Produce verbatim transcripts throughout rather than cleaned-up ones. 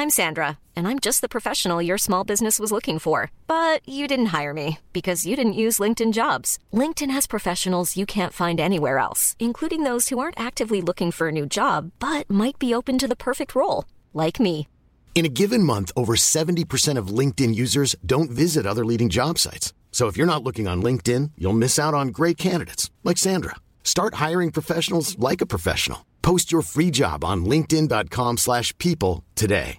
I'm Sandra, and I'm just the professional your small business was looking for. But you didn't hire me because you didn't use LinkedIn Jobs. LinkedIn has professionals you can't find anywhere else, including those who aren't actively looking for a new job, but might be open to the perfect role, like me. In a given month, over seventy percent of LinkedIn users don't visit other leading job sites. So if you're not looking on LinkedIn, you'll miss out on great candidates like Sandra. Start hiring professionals like a professional. Post your free job on linkedin.com slash people today.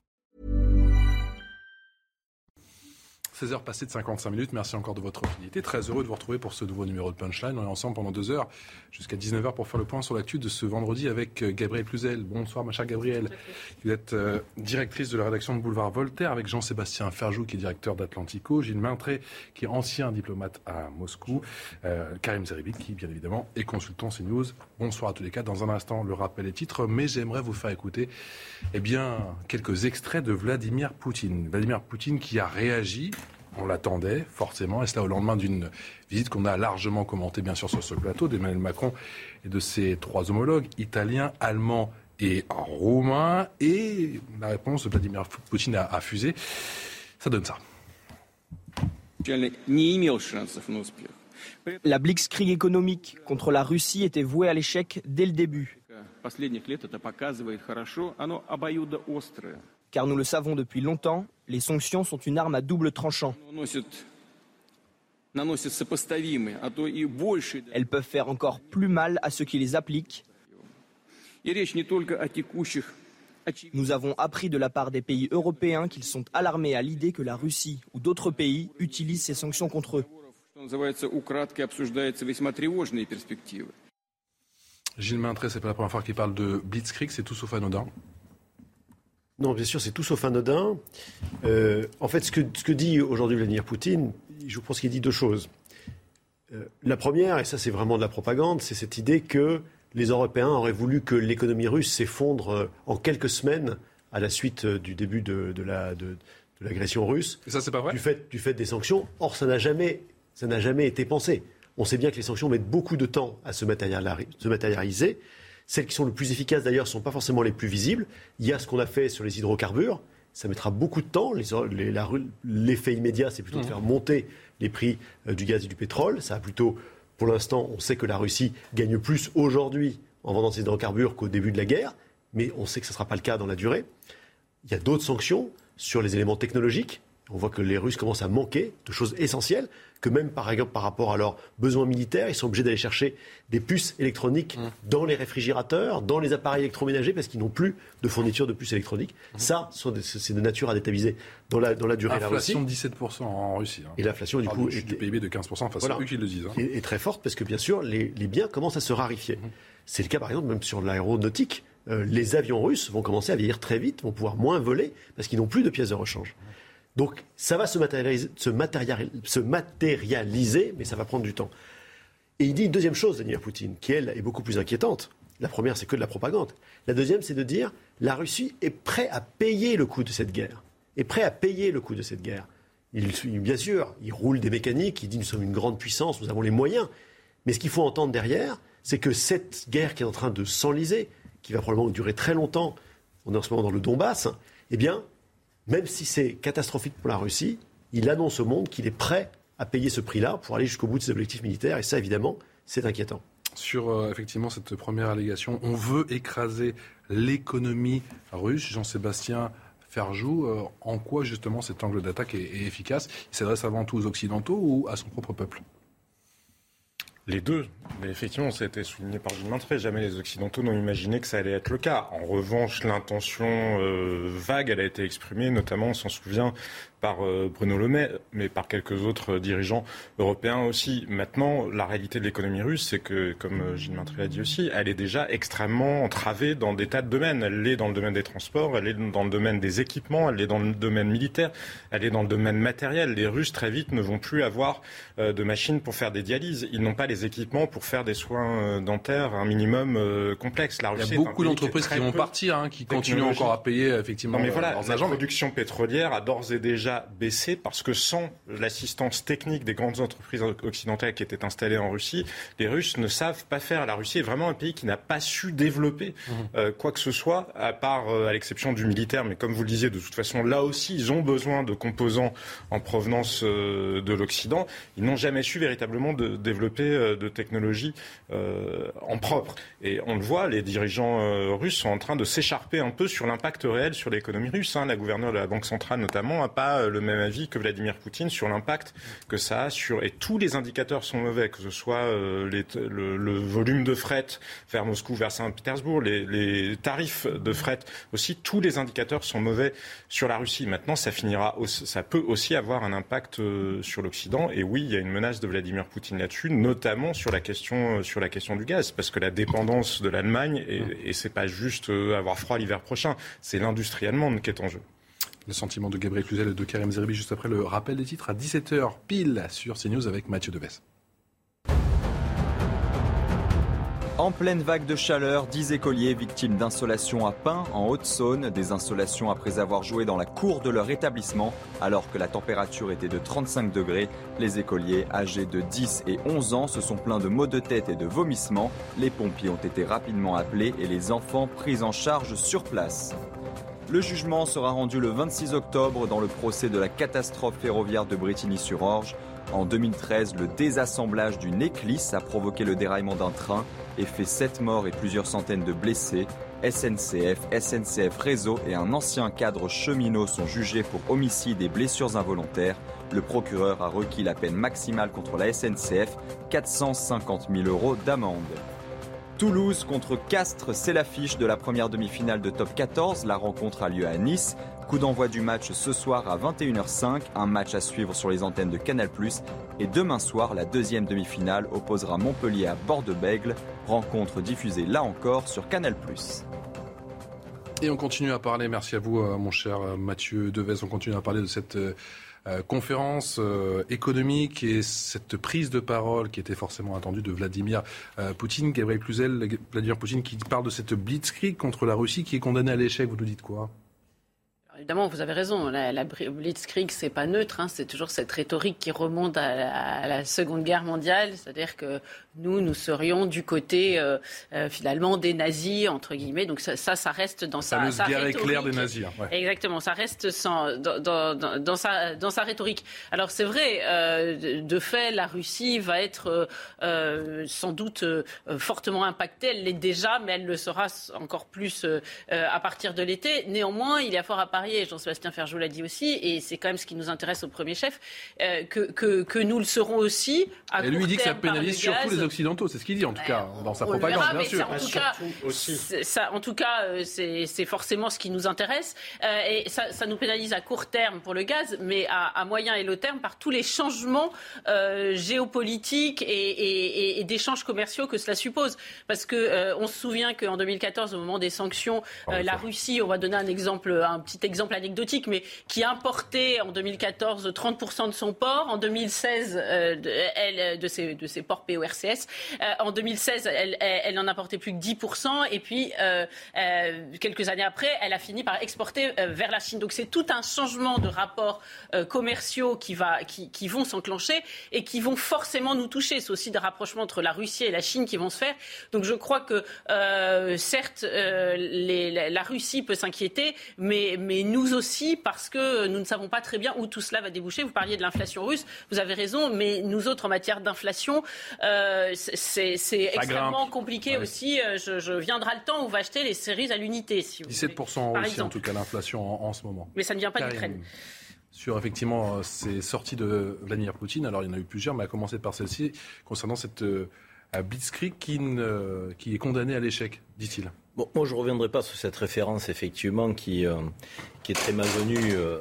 seize heures passées de cinquante-cinq minutes, merci encore de votre fidélité. Très heureux de vous retrouver pour ce nouveau numéro de Punchline. On est ensemble pendant deux heures jusqu'à dix-neuf heures pour faire le point sur l'actu de ce vendredi avec Gabrielle Cluzel. Bonsoir ma chère Gabrielle. Vous êtes euh, directrice de la rédaction de Boulevard Voltaire avec Jean-Sébastien Ferjou qui est directeur d'Atlantico, Gilles Maintré qui est ancien diplomate à Moscou, euh, Karim Zeribit qui bien évidemment est consultant CNews. Bonsoir à tous les quatre. Dans un instant le rappel des titres, mais j'aimerais vous faire écouter eh bien, quelques extraits de Vladimir Poutine. Vladimir Poutine qui a réagi. On l'attendait forcément, et cela au lendemain d'une visite qu'on a largement commentée bien sûr sur ce plateau d'Emmanuel Macron et de ses trois homologues, italiens, allemands et roumains. Et la réponse de Vladimir Poutine a, a fusé. Ça donne ça. La blitzkrieg économique contre la Russie était vouée à l'échec dès le début. Car nous le savons depuis longtemps, les sanctions sont une arme à double tranchant. Elles peuvent faire encore plus mal à ceux qui les appliquent. Nous avons appris de la part des pays européens qu'ils sont alarmés à l'idée que la Russie ou d'autres pays utilisent ces sanctions contre eux. Gilles Maintré, c'est pas la première fois qu'il parle de blitzkrieg, c'est tout sauf anodin. Non, bien sûr, c'est tout sauf anodin. Euh, en fait, ce que, ce que dit aujourd'hui Vladimir Poutine, je pense qu'il dit deux choses. Euh, la première, et ça c'est vraiment de la propagande, c'est cette idée que les Européens auraient voulu que l'économie russe s'effondre en quelques semaines à la suite du début de, de, la, de, de l'agression russe. Et ça, c'est pas vrai ? Du fait, du fait des sanctions. Or, ça n'a jamais, ça n'a jamais été pensé. On sait bien que les sanctions mettent beaucoup de temps à se matérialiser. Celles qui sont les plus efficaces, d'ailleurs, ne sont pas forcément les plus visibles. Il y a ce qu'on a fait sur les hydrocarbures. Ça mettra beaucoup de temps. Les, les, la, l'effet immédiat, c'est plutôt mmh. de faire monter les prix euh, du gaz et du pétrole. Ça a plutôt, pour l'instant, on sait que la Russie gagne plus aujourd'hui en vendant ses hydrocarbures qu'au début de la guerre. Mais on sait que ce ne sera pas le cas dans la durée. Il y a d'autres sanctions sur les éléments technologiques. On voit que les Russes commencent à manquer de choses essentielles, que même par exemple par rapport à leurs besoins militaires, ils sont obligés d'aller chercher des puces électroniques mmh. dans les réfrigérateurs, dans les appareils électroménagers, parce qu'ils n'ont plus de fourniture de puces électroniques. Mmh. Ça, c'est de nature à déstabiliser dans la, dans la durée. L'inflation de dix-sept pour cent en Russie. Hein. Et l'inflation, du coup, du, est, du P I B de quinze pour cent, enfin, voilà. C'est eux qui le disent. Hein. Est, est très forte, parce que bien sûr, les, les biens commencent à se raréfier. Mmh. C'est le cas, par exemple, même sur l'aéronautique. Euh, les avions russes vont commencer à vieillir très vite, vont pouvoir moins voler, parce qu'ils n'ont plus de pièces de rechange. Mmh. Donc ça va se matérialiser, se, matérialiser, se matérialiser, mais ça va prendre du temps. Et il dit une deuxième chose, Vladimir Poutine, qui elle est beaucoup plus inquiétante. La première, c'est que de la propagande. La deuxième, c'est de dire la Russie est prête à payer le coût de cette guerre. Est prête à payer le coût de cette guerre. Il, bien sûr, il roule des mécaniques, il dit nous sommes une grande puissance, nous avons les moyens. Mais ce qu'il faut entendre derrière, c'est que cette guerre qui est en train de s'enliser, qui va probablement durer très longtemps, on est en ce moment dans le Donbass, eh bien, même si c'est catastrophique pour la Russie, il annonce au monde qu'il est prêt à payer ce prix-là pour aller jusqu'au bout de ses objectifs militaires. Et ça, évidemment, c'est inquiétant. Sur euh, effectivement cette première allégation, on veut écraser l'économie russe. Jean-Sébastien Ferjou, euh, en quoi justement cet angle d'attaque est, est efficace ? Il s'adresse avant tout aux Occidentaux ou à son propre peuple ? Les deux. Mais effectivement, ça a été souligné par Gilles Maintré. Jamais les Occidentaux n'ont imaginé que ça allait être le cas. En revanche, l'intention euh, vague, elle a été exprimée, notamment, on s'en souvient, par euh, Bruno Le Maire, mais par quelques autres euh, dirigeants européens aussi. Maintenant, la réalité de l'économie russe, c'est que, comme euh, Gilles Maintré l'a dit aussi, elle est déjà extrêmement entravée dans des tas de domaines. Elle est dans le domaine des transports, elle est dans le domaine des équipements, elle est dans le domaine militaire, elle est dans le domaine matériel. Les Russes, très vite, ne vont plus avoir euh, de machines pour faire des dialyses. Ils n'ont pas les équipements pour faire des soins dentaires un minimum euh, complexes. La Russie, il y a beaucoup d'entreprises qui vont partir, hein, qui continuent encore à payer effectivement non, mais voilà, leurs la agents. production pétrolière a d'ores et déjà déjà baissé parce que sans l'assistance technique des grandes entreprises occidentales qui étaient installées en Russie, les Russes ne savent pas faire. La Russie est vraiment un pays qui n'a pas su développer mmh. euh, quoi que ce soit, à part euh, à l'exception du militaire. Mais comme vous le disiez, de toute façon, là aussi, ils ont besoin de composants en provenance euh, de l'Occident. Ils n'ont jamais su véritablement de développer euh, de technologies euh, en propre. Et on le voit, les dirigeants euh, russes sont en train de s'écharper un peu sur l'impact réel sur l'économie russe. Hein. La gouverneure de la Banque centrale, notamment, n'a pas le même avis que Vladimir Poutine sur l'impact que ça a sur... Et tous les indicateurs sont mauvais, que ce soit euh, les, le, le volume de fret vers Moscou, vers Saint-Pétersbourg, les, les tarifs de fret aussi, tous les indicateurs sont mauvais sur la Russie. Maintenant, ça finira, ça peut aussi avoir un impact euh, sur l'Occident. Et oui, il y a une menace de Vladimir Poutine là-dessus, notamment sur la question, sur la question du gaz, parce que la dépendance de l'Allemagne, et, et c'est pas juste euh, avoir froid l'hiver prochain, c'est l'industrie allemande qui est en jeu. Le sentiment de Gabriel Cluzel et de Karim Zeribi juste après le rappel des titres à dix-sept heures pile sur CNews avec Mathieu Deves. En pleine vague de chaleur, dix écoliers victimes d'insolations à Pin, en Haute-Saône. Des insolations après avoir joué dans la cour de leur établissement, alors que la température était de trente-cinq degrés. Les écoliers, âgés de dix et onze ans, se sont plaints de maux de tête et de vomissements. Les pompiers ont été rapidement appelés et les enfants pris en charge sur place. Le jugement sera rendu le vingt-six octobre dans le procès de la catastrophe ferroviaire de Brétigny-sur-Orge. En deux mille treize, le désassemblage d'une éclisse a provoqué le déraillement d'un train et fait sept morts et plusieurs centaines de blessés. S N C F, S N C F Réseau et un ancien cadre cheminot sont jugés pour homicide et blessures involontaires. Le procureur a requis la peine maximale contre la S N C F, quatre cent cinquante mille euros d'amende. Toulouse contre Castres, c'est l'affiche de la première demi-finale de Top quatorze. La rencontre a lieu à Nice. Coup d'envoi du match ce soir à vingt et une heures cinq. Un match à suivre sur les antennes de Canal plus. Et demain soir, la deuxième demi-finale opposera Montpellier à Bordeaux-Bègles. Rencontre diffusée là encore sur Canal plus. Et on continue à parler, merci à vous mon cher Mathieu Deves, on continue à parler de cette... Euh, conférence euh, économique et cette prise de parole qui était forcément attendue de Vladimir euh, Poutine. Gabriel Cluzel, Vladimir Poutine qui parle de cette blitzkrieg contre la Russie qui est condamnée à l'échec. Vous nous dites quoi ? Évidemment, vous avez raison. La, la blitzkrieg, c'est pas neutre. Hein. C'est toujours cette rhétorique qui remonte à la, à la Seconde Guerre mondiale. C'est-à-dire que nous, nous serions du côté euh, euh, finalement des nazis entre guillemets. Donc ça, ça, ça reste dans sa, sa guerre rhétorique. Éclair des nazis. Hein, ouais. Exactement. Ça reste sans, dans, dans, dans, dans sa, dans sa rhétorique. Alors c'est vrai. Euh, de, de fait, la Russie va être euh, sans doute euh, fortement impactée. Elle l'est déjà, mais elle le sera encore plus euh, à partir de l'été. Néanmoins, il y a fort à parier. Et Jean-Sébastien Ferjou l'a dit aussi, et c'est quand même ce qui nous intéresse au premier chef, euh, que, que, que nous le serons aussi à court terme. Et lui il dit que ça pénalise surtout gaz. les Occidentaux, c'est ce qu'il dit en tout cas, euh, dans sa propagande, verra, bien sûr. En tout cas, aussi. Ça, en tout cas, c'est, c'est forcément ce qui nous intéresse. Euh, et ça, ça nous pénalise à court terme pour le gaz, mais à, à moyen et long terme par tous les changements euh, géopolitiques et, et, et, et d'échanges commerciaux que cela suppose. Parce que euh, on se souvient qu'en deux mille quatorze, au moment des sanctions, euh, la Russie, on va donner un exemple, un petit exemple anecdotique, mais qui importait en deux mille quatorze trente pour cent de son port. En deux mille seize, euh, de, elle, de, ses, de ses ports P O R C S. Euh, en deux mille seize, elle, elle, elle n'en importait plus que dix pour cent. Et puis, euh, euh, quelques années après, elle a fini par exporter euh, vers la Chine. Donc, c'est tout un changement de rapports euh, commerciaux qui, va, qui, qui vont s'enclencher et qui vont forcément nous toucher. C'est aussi des rapprochements entre la Russie et la Chine qui vont se faire. Donc, je crois que, euh, certes, euh, les, la, la Russie peut s'inquiéter, mais, mais nous aussi, parce que nous ne savons pas très bien où tout cela va déboucher. Vous parliez de l'inflation russe, vous avez raison, mais nous autres, en matière d'inflation, euh, c'est, c'est extrêmement grimpe. compliqué ouais. aussi. Je, je viendra le temps où on va acheter les cerises à l'unité. Si vous dix-sept pour cent voulez, aussi, en tout cas, l'inflation en, en ce moment. Mais ça ne vient pas Karim, d'Ukraine. Sur effectivement ces sorties de Vladimir Poutine, alors il y en a eu plusieurs, mais à commencer par celle-ci, concernant cette euh, blitzkrieg qui, euh, qui est condamnée à l'échec, dit-il. Bon, moi, je ne reviendrai pas sur cette référence, effectivement, qui, euh, qui est très malvenue euh,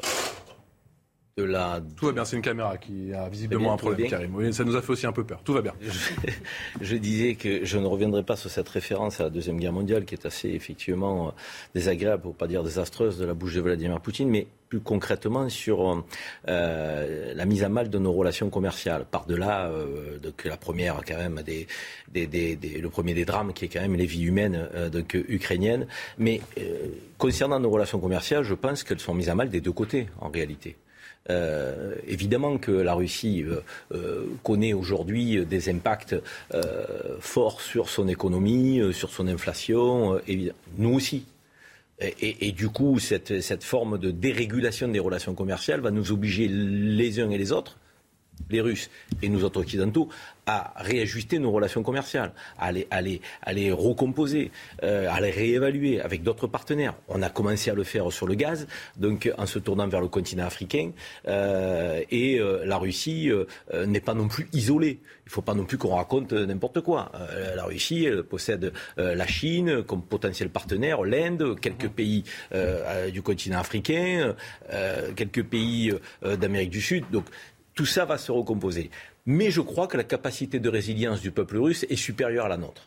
de la... Tout va bien, c'est une caméra qui a visiblement bien, un problème, Karim. Oui, ça nous a fait aussi un peu peur. Tout va bien. Je, je disais que je ne reviendrai pas sur cette référence à la Deuxième Guerre mondiale, qui est assez, effectivement, euh, désagréable, pour ne pas dire désastreuse, de la bouche de Vladimir Poutine, mais plus concrètement sur euh, la mise à mal de nos relations commerciales. Par-delà, euh, donc, la première, quand même, des, des, des, des, le premier des drames, qui est quand même les vies humaines euh, donc, ukrainiennes. Mais euh, concernant nos relations commerciales, je pense qu'elles sont mises à mal des deux côtés, en réalité. Euh, évidemment que la Russie euh, euh, connaît aujourd'hui des impacts euh, forts sur son économie, euh, sur son inflation, euh, nous aussi. Et, et, et du coup, cette, cette forme de dérégulation des relations commerciales va nous obliger les uns et les autres, les Russes et nous autres occidentaux, à réajuster nos relations commerciales, à les, à les, à les recomposer, euh, à les réévaluer avec d'autres partenaires. On a commencé à le faire sur le gaz, donc en se tournant vers le continent africain. Euh, et euh, la Russie euh, n'est pas non plus isolée. Il ne faut pas non plus qu'on raconte n'importe quoi. Euh, la Russie elle possède euh, la Chine comme potentiel partenaire, l'Inde, quelques pays euh, du continent africain, euh, quelques pays euh, d'Amérique du Sud. Donc, tout ça va se recomposer. Mais je crois que la capacité de résilience du peuple russe est supérieure à la nôtre.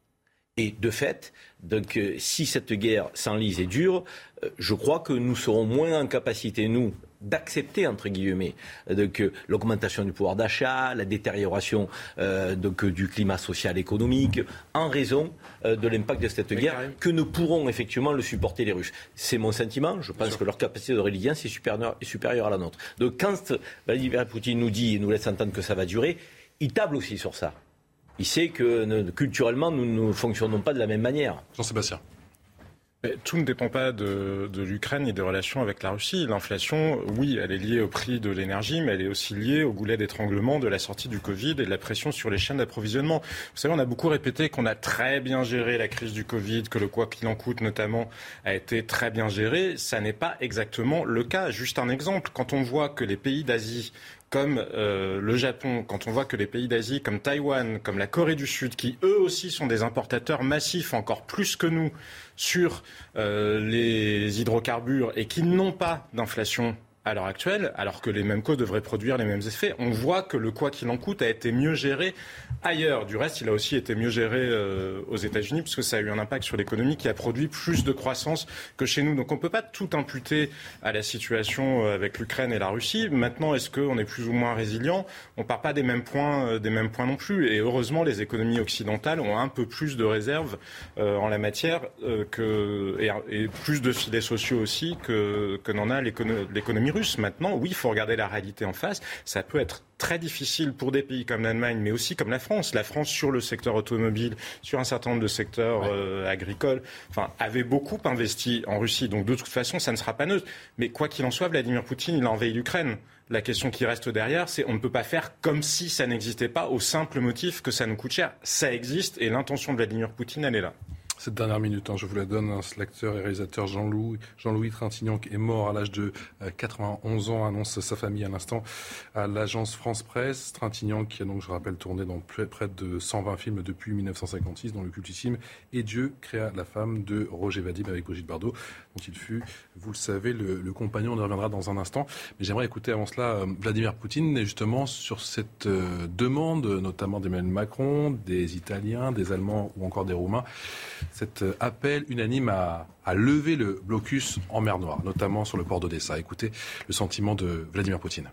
Et de fait, donc, euh, si cette guerre s'enlise et dure, euh, je crois que nous serons moins en capacité, nous, d'accepter, entre guillemets, donc, euh, l'augmentation du pouvoir d'achat, la détérioration euh, donc, euh, du climat social et économique, en raison euh, de l'impact de cette guerre, que ne pourront effectivement le supporter les Russes. C'est mon sentiment. Je pense que leur capacité de résilience est supérieure, est supérieure à la nôtre. Donc quand Vladimir Poutine nous dit et nous laisse entendre que ça va durer, il table aussi sur ça. Il sait que culturellement, nous ne fonctionnons pas de la même manière. Jean-Sébastien. Mais tout ne dépend pas de, de l'Ukraine et des relations avec la Russie. L'inflation, oui, elle est liée au prix de l'énergie, mais elle est aussi liée au goulet d'étranglement de la sortie du Covid et de la pression sur les chaînes d'approvisionnement. Vous savez, on a beaucoup répété qu'on a très bien géré la crise du Covid, que le quoi qu'il en coûte notamment a été très bien géré. Ça n'est pas exactement le cas. Juste un exemple, quand on voit que les pays d'Asie comme euh, le Japon, quand on voit que les pays d'Asie comme Taïwan, comme la Corée du Sud, qui eux aussi sont des importateurs massifs, encore plus que nous, sur euh, les hydrocarbures et qui n'ont pas d'inflation à l'heure actuelle, alors que les mêmes causes devraient produire les mêmes effets, on voit que le quoi qu'il en coûte a été mieux géré ailleurs. Du reste, il a aussi été mieux géré euh, aux États-Unis, parce que ça a eu un impact sur l'économie qui a produit plus de croissance que chez nous. Donc on ne peut pas tout imputer à la situation avec l'Ukraine et la Russie. Maintenant, est-ce qu'on est plus ou moins résilient ? On ne part pas des mêmes points, euh, des mêmes points non plus. Et heureusement, les économies occidentales ont un peu plus de réserves euh, en la matière euh, que, et, et plus de filets sociaux aussi que, que n'en a l'économie, l'économie russe. Maintenant, oui, il faut regarder la réalité en face. Ça peut être très difficile pour des pays comme l'Allemagne, mais aussi comme la France. La France, sur le secteur automobile, sur un certain nombre de secteurs ouais. euh, agricoles, enfin, avait beaucoup investi en Russie. Donc, de toute façon, ça ne sera pas neutre. Mais quoi qu'il en soit, Vladimir Poutine, il a envahi l'Ukraine. La question qui reste derrière, c'est on ne peut pas faire comme si ça n'existait pas au simple motif que ça nous coûte cher. Ça existe et l'intention de Vladimir Poutine, elle est là. Cette dernière minute, hein, je vous la donne, hein, l'acteur et réalisateur Jean-Louis, Jean-Louis Trintignant est mort à l'âge de euh, quatre-vingt-onze ans, annonce sa famille à l'instant à l'agence France Presse. Trintignant qui a donc, je rappelle, tourné dans près de cent vingt films depuis dix-neuf cent cinquante-six, dont le cultissime Et Dieu créa la femme de Roger Vadim avec Brigitte Bardot, dont il fut, vous le savez, le, le compagnon. On y reviendra dans un instant. Mais j'aimerais écouter avant cela euh, Vladimir Poutine, et justement sur cette euh, demande, notamment d'Emmanuel Macron, des Italiens, des Allemands ou encore des Roumains, cet appel unanime à, à lever le blocus en mer Noire, notamment sur le port d'Odessa. Écoutez le sentiment de Vladimir Poutine.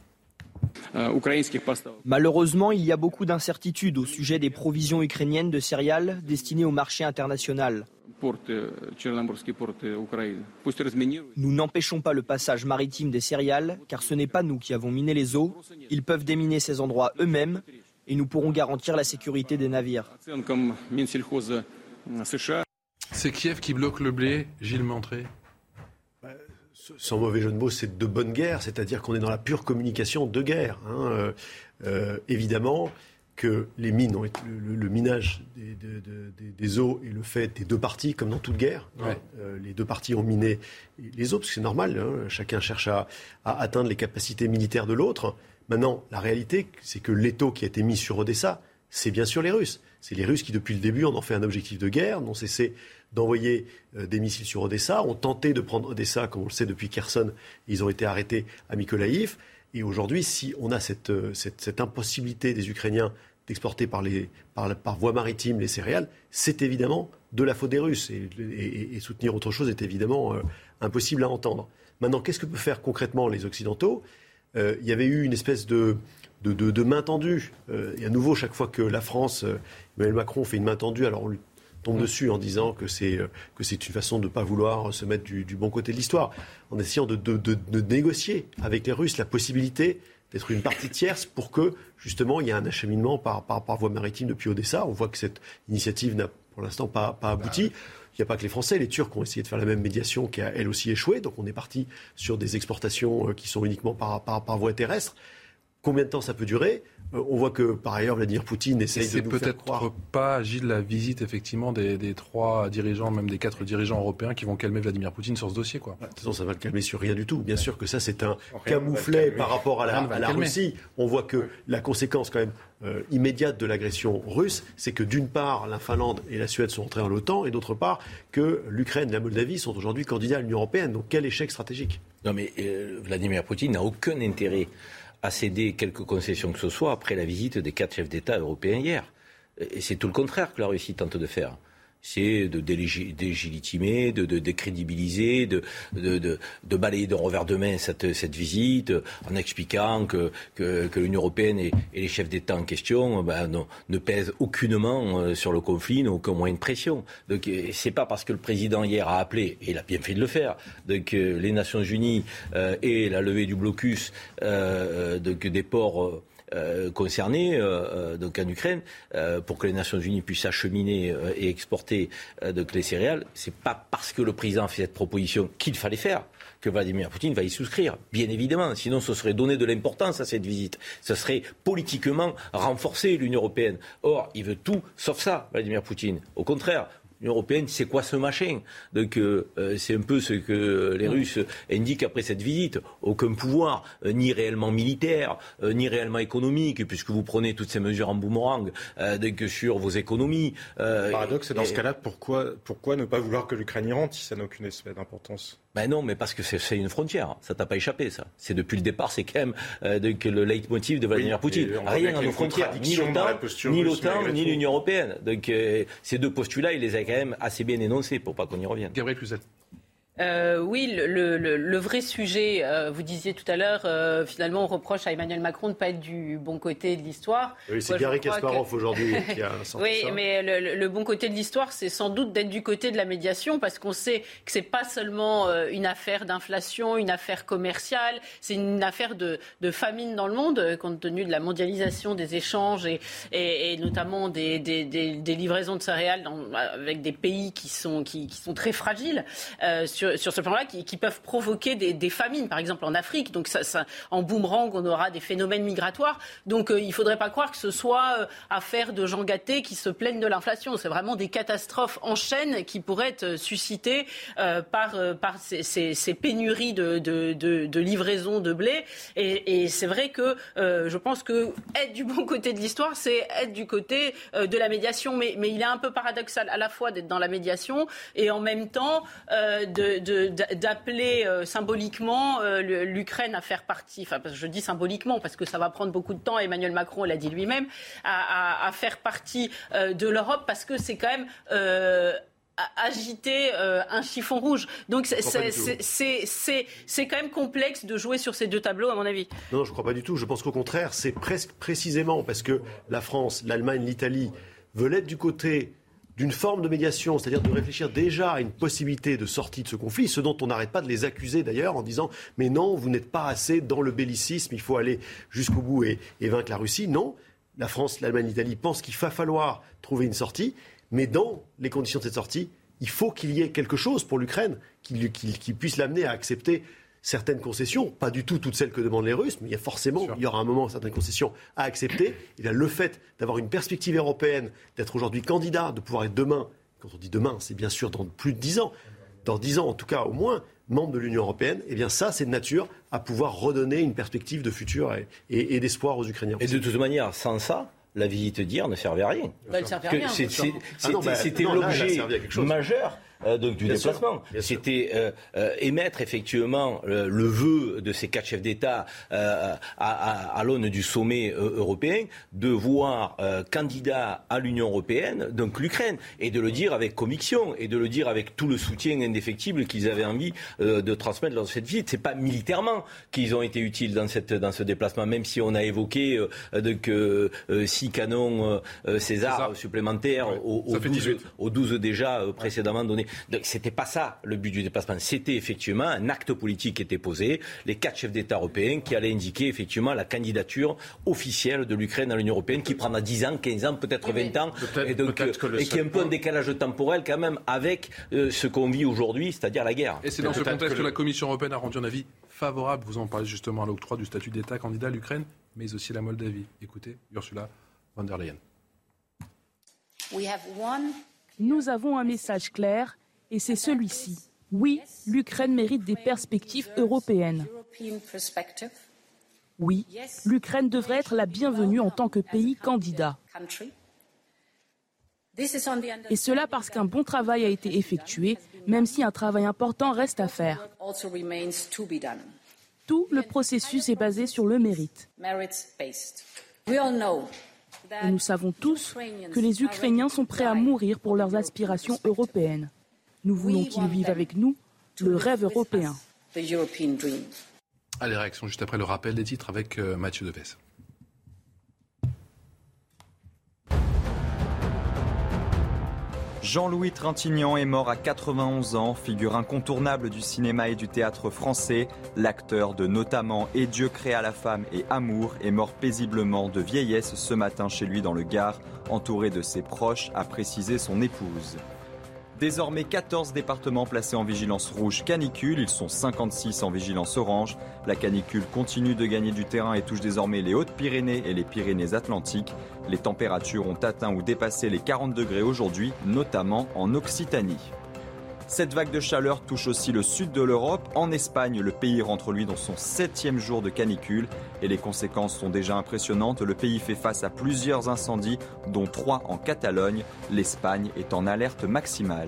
Malheureusement, il y a beaucoup d'incertitudes au sujet des provisions ukrainiennes de céréales destinées au marché international. Nous n'empêchons pas le passage maritime des céréales, car ce n'est pas nous qui avons miné les eaux. Ils peuvent déminer ces endroits eux-mêmes et nous pourrons garantir la sécurité des navires. C'est Kiev qui bloque le blé, Gilles Montré. Sans mauvais jeu de mots, c'est de bonne guerre, c'est-à-dire qu'on est dans la pure communication de guerre. Hein. Euh, euh, évidemment que les mines, ont été, le, le minage des, des, des, des eaux est le fait des deux parties, comme dans toute guerre. Ouais. Hein. Euh, les deux parties ont miné les eaux, parce que c'est normal, hein. Chacun cherche à, à atteindre les capacités militaires de l'autre. Maintenant, la réalité, c'est que l'étau qui a été mis sur Odessa, c'est bien sûr les Russes. C'est les Russes qui, depuis le début, en ont fait un objectif de guerre, n'ont cessé d'envoyer euh, des missiles sur Odessa, ont tenté de prendre Odessa, comme on le sait, depuis Kherson. Ils ont été arrêtés à Mykolaïv. Et aujourd'hui, si on a cette, euh, cette, cette impossibilité des Ukrainiens d'exporter par, les, par, par voie maritime les céréales, c'est évidemment de la faute des Russes. Et, et, et soutenir autre chose est évidemment euh, impossible à entendre. Maintenant, qu'est-ce que peuvent faire concrètement les Occidentaux ? euh, Il y avait eu une espèce de... De, de, de main tendue. Euh, et à nouveau, chaque fois que la France, euh, Emmanuel Macron fait une main tendue, alors on lui tombe mmh. dessus en disant que c'est, que c'est une façon de ne pas vouloir se mettre du, du bon côté de l'histoire, en essayant de, de, de, de négocier avec les Russes la possibilité d'être une partie tierce pour que, justement, il y ait un acheminement par, par, par voie maritime depuis Odessa. On voit que cette initiative n'a pour l'instant pas, pas abouti. Il n'y a pas que les Français, les Turcs ont essayé de faire la même médiation qui a elle aussi échoué. Donc on est parti sur des exportations qui sont uniquement par, par, par voie terrestre. Combien de temps ça peut durer ? euh, On voit que, par ailleurs, Vladimir Poutine essaye de nous faire croire... C'est peut-être pas, Gilles, la visite, effectivement, des, des trois dirigeants, même des quatre dirigeants européens qui vont calmer Vladimir Poutine sur ce dossier, quoi. De toute façon, ça va le calmer sur rien du tout. Bien sûr que ça, c'est un camouflet par rapport à la, à la Russie. On voit que la conséquence, quand même, euh, immédiate de l'agression russe, c'est que, d'une part, la Finlande et la Suède sont entrées dans l'OTAN, et d'autre part, que l'Ukraine et la Moldavie sont aujourd'hui candidats à l'Union européenne. Donc, quel échec stratégique ? Non, mais euh, Vladimir Poutine n'a aucun intérêt à céder quelques concessions que ce soit après la visite des quatre chefs d'État européens hier. Et c'est tout le contraire que la Russie tente de faire. C'est de délégitimer, de, de décrédibiliser, de, de, de, de balayer d'un revers de main cette, cette visite, en expliquant que, que, que l'Union européenne et, et les chefs d'État en question ben, non, ne pèsent aucunement sur le conflit, n'ont aucun moyen de pression. Donc c'est pas parce que le président hier a appelé, et il a bien fait de le faire, donc, les Nations Unies euh, et la levée du blocus euh, donc, des ports euh, Euh, concernés euh, donc en Ukraine euh, pour que les Nations Unies puissent acheminer euh, et exporter euh, donc les céréales, c'est pas parce que le président a fait cette proposition qu'il fallait faire que Vladimir Poutine va y souscrire, bien évidemment. Sinon, ce serait donner de l'importance à cette visite. Ce serait politiquement renforcer l'Union européenne. Or, il veut tout sauf ça, Vladimir Poutine. Au contraire. L'Union européenne, c'est quoi ce machin ? Donc euh, c'est un peu ce que les Russes indiquent après cette visite. Aucun pouvoir, euh, ni réellement militaire, euh, ni réellement économique, puisque vous prenez toutes ces mesures en boomerang euh, donc, sur vos économies. Euh, le paradoxe, c'est dans et, ce cas-là, pourquoi, pourquoi ne pas vouloir que l'Ukraine y rentre si ça n'a aucune espèce d'importance ? Ben non, mais parce que c'est, c'est une frontière. Ça t'a pas échappé, ça. C'est depuis le départ, c'est quand même euh, donc, le leitmotiv de Vladimir oui, Poutine. Rien à nos frontières, ni l'OTAN, ni, l'OTAN, ni l'Union européenne. Donc euh, ces deux postulats, il les a quand même assez bien énoncés pour pas qu'on y revienne. Gabriel Cluzel. Euh, oui, le, le, le vrai sujet, euh, vous disiez tout à l'heure, euh, finalement on reproche à Emmanuel Macron de ne pas être du bon côté de l'histoire. Oui, c'est Garry Kasparov que... aujourd'hui qui a sorti oui, ça. Oui, mais le, le bon côté de l'histoire, c'est sans doute d'être du côté de la médiation, parce qu'on sait que c'est pas seulement euh, une affaire d'inflation, une affaire commerciale, c'est une affaire de, de famine dans le monde, compte tenu de la mondialisation des échanges et, et, et notamment des, des, des, des livraisons de céréales dans, avec des pays qui sont, qui, qui sont très fragiles euh, sur sur ce plan-là, qui, qui peuvent provoquer des, des famines, par exemple en Afrique. Donc ça, ça, en boomerang, on aura des phénomènes migratoires. Donc euh, il ne faudrait pas croire que ce soit euh, affaire de gens gâtés qui se plaignent de l'inflation. C'est vraiment des catastrophes en chaîne qui pourraient être suscitées euh, par, euh, par ces, ces, ces pénuries de, de, de, de livraison de blé. Et, et c'est vrai que euh, je pense que être du bon côté de l'histoire, c'est être du côté euh, de la médiation. Mais, mais il est un peu paradoxal à la fois d'être dans la médiation et en même temps euh, de, de, d'appeler euh, symboliquement euh, l'Ukraine à faire partie, enfin je dis symboliquement parce que ça va prendre beaucoup de temps, Emmanuel Macron l'a dit lui-même, à, à, à faire partie euh, de l'Europe parce que c'est quand même... Euh, agiter euh, un chiffon rouge. Donc c'est, c'est, c'est, c'est, c'est, c'est quand même complexe de jouer sur ces deux tableaux, à mon avis. Non, je ne crois pas du tout. Je pense qu'au contraire, c'est presque précisément parce que la France, l'Allemagne, l'Italie veulent être du côté d'une forme de médiation, c'est-à-dire de réfléchir déjà à une possibilité de sortie de ce conflit, ce dont on n'arrête pas de les accuser d'ailleurs en disant « mais non, vous n'êtes pas assez dans le bellicisme, il faut aller jusqu'au bout et, et vaincre la Russie ». Non, la France, l'Allemagne, l'Italie pensent qu'il va falloir trouver une sortie. Mais dans les conditions de cette sortie, il faut qu'il y ait quelque chose pour l'Ukraine qui, qui, qui puisse l'amener à accepter certaines concessions, pas du tout toutes celles que demandent les Russes, mais il y a forcément, il y aura un moment certaines concessions à accepter. Et là, le fait d'avoir une perspective européenne, d'être aujourd'hui candidat, de pouvoir être demain, quand on dit demain, c'est bien sûr dans plus de dix ans, dans dix ans en tout cas au moins, membre de l'Union européenne, eh bien ça, c'est de nature à pouvoir redonner une perspective de futur et, et, et d'espoir aux Ukrainiens. Et de toute manière, sans ça, la visite d'hier ne servait à rien. Bah, elle servait à rien. C'est, c'est, ah non, bah, c'était non, l'objet là, majeur euh, donc, du bien déplacement. Sûr, C'était euh, euh, émettre effectivement euh, le vœu de ces quatre chefs d'État euh, à, à, à l'aune du sommet euh, européen de voir euh, candidat à l'Union européenne donc l'Ukraine, et de le dire avec conviction et de le dire avec tout le soutien indéfectible qu'ils avaient envie euh, de transmettre lors de cette visite. C'est pas militairement qu'ils ont été utiles dans cette dans ce déplacement, même si on a évoqué euh, donc euh, six canons euh, César, César supplémentaires ouais, au, au, douze, au douze déjà euh, précédemment donnés. Donc c'était pas ça le but du déplacement. C'était effectivement un acte politique qui était posé, les quatre chefs d'État européens qui allaient indiquer effectivement la candidature officielle de l'Ukraine à l'Union européenne, qui prendra dix ans, quinze ans, peut-être vingt ans, et, donc, euh, et qui est un peu un décalage temporel quand même avec euh, ce qu'on vit aujourd'hui, c'est-à-dire la guerre. Et c'est dans ce contexte que, que la Commission européenne a rendu un avis favorable, vous en parlez justement, à l'octroi du statut d'État candidat à l'Ukraine, mais aussi la Moldavie. Écoutez, Ursula von der Leyen. Nous avons un message clair, et c'est celui-ci. Oui, l'Ukraine mérite des perspectives européennes. Oui, l'Ukraine devrait être la bienvenue en tant que pays candidat. Et cela parce qu'un bon travail a été effectué, même si un travail important reste à faire. Tout le processus est basé sur le mérite. Et nous savons tous que les Ukrainiens sont prêts à mourir pour leurs aspirations européennes. Nous voulons qu'ils vivent avec nous le rêve européen. Allez, réaction juste après le rappel des titres avec euh, Mathieu Deves. Jean-Louis Trintignant est mort à quatre-vingt-onze ans, figure incontournable du cinéma et du théâtre français. L'acteur de notamment Et Dieu créa la femme et Amour est mort paisiblement de vieillesse ce matin chez lui dans le Gard, entouré de ses proches, a précisé son épouse. Désormais quatorze départements placés en vigilance rouge canicule, ils sont cinquante-six en vigilance orange. La canicule continue de gagner du terrain et touche désormais les Hautes-Pyrénées et les Pyrénées-Atlantiques. Les températures ont atteint ou dépassé les quarante degrés aujourd'hui, notamment en Occitanie. Cette vague de chaleur touche aussi le sud de l'Europe. En Espagne, le pays rentre lui dans son septième jour de canicule et les conséquences sont déjà impressionnantes. Le pays fait face à plusieurs incendies, dont trois en Catalogne. L'Espagne est en alerte maximale.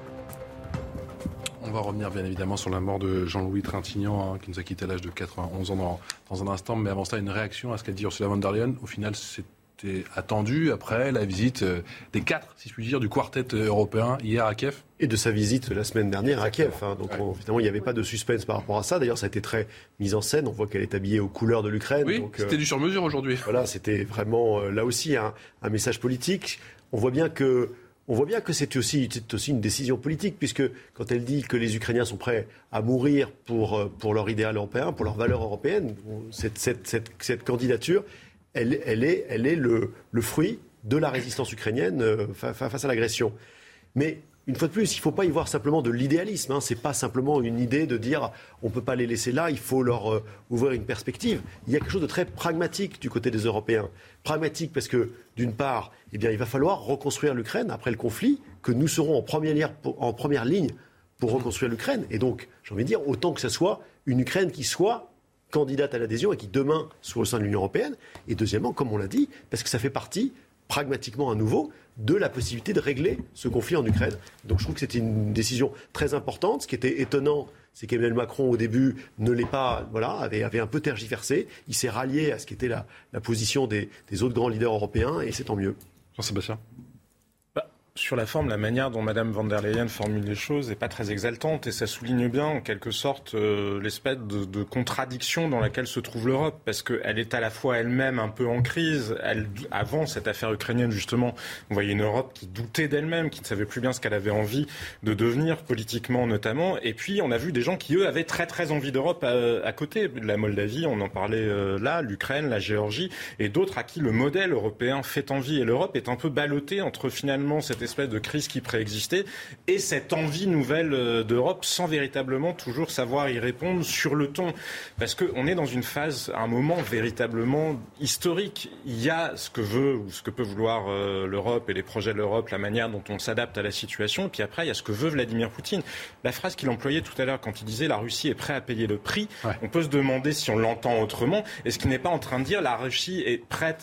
On va revenir bien évidemment sur la mort de Jean-Louis Trintignant, hein, qui nous a quitté à l'âge de quatre-vingt-onze ans dans, dans un instant. Mais avant cela, une réaction à ce qu'a dit Ursula von der Leyen. Au final, c'est C'était attendu après la visite des quatre, si je puis dire, du quartet européen hier à Kiev. Et de sa visite la semaine dernière à Kiev. Hein. Donc, on, finalement, il n'y avait pas de suspense par rapport à ça. D'ailleurs, ça a été très mis en scène. On voit qu'elle est habillée aux couleurs de l'Ukraine. Oui, donc, c'était euh, du sur-mesure aujourd'hui. Voilà, c'était vraiment, euh, là aussi, un, un message politique. On voit bien que... On voit bien que c'est aussi, c'est aussi une décision politique, puisque quand elle dit que les Ukrainiens sont prêts à mourir pour, pour leur idéal européen, pour leurs valeurs européennes, cette, cette, cette, cette candidature, elle, elle est, elle est le, le fruit de la résistance ukrainienne euh, face à l'agression. Mais une fois de plus, il ne faut pas y voir simplement de l'idéalisme. Hein. Ce n'est pas simplement une idée de dire on ne peut pas les laisser là, il faut leur euh, ouvrir une perspective. Il y a quelque chose de très pragmatique du côté des Européens. Pragmatique parce que, d'une part, eh bien, il va falloir reconstruire l'Ukraine après le conflit, que nous serons en première, en première ligne pour reconstruire l'Ukraine. Et donc, j'ai envie de dire, autant que ce soit une Ukraine qui soit candidate à l'adhésion et qui demain soit au sein de l'Union européenne. Et deuxièmement, comme on l'a dit, parce que ça fait partie, pragmatiquement à nouveau, de la possibilité de régler ce conflit en Ukraine. Donc je trouve que c'était une décision très importante. Ce qui était étonnant, c'est qu'Emmanuel Macron, au début, ne l'est pas, voilà, avait, avait un peu tergiversé. Il s'est rallié à ce qui était la, la position des, des autres grands leaders européens, et c'est tant mieux. Jean-Sébastien. Sur la forme, la manière dont Mme von der Leyen formule les choses n'est pas très exaltante et ça souligne bien en quelque sorte euh, l'espèce de, de contradiction dans laquelle se trouve l'Europe, parce qu'elle est à la fois elle-même un peu en crise. Elle, avant cette affaire ukrainienne justement, on voyait une Europe qui doutait d'elle-même, qui ne savait plus bien ce qu'elle avait envie de devenir politiquement notamment, et puis on a vu des gens qui eux avaient très très envie d'Europe à, à côté. La Moldavie, on en parlait euh, là, l'Ukraine, la Géorgie et d'autres à qui le modèle européen fait envie, et l'Europe est un peu ballottée entre finalement cette espèce de crise qui préexistait et cette envie nouvelle d'Europe sans véritablement toujours savoir y répondre sur le ton. Parce qu'on est dans une phase, un moment véritablement historique. Il y a ce que veut ou ce que peut vouloir euh, l'Europe et les projets de l'Europe, la manière dont on s'adapte à la situation. Et puis après, il y a ce que veut Vladimir Poutine. La phrase qu'il employait tout à l'heure quand il disait « la Russie est prête à payer le prix ouais. », on peut se demander si on l'entend autrement. Est-ce qu'il n'est pas en train de dire « la Russie est prête à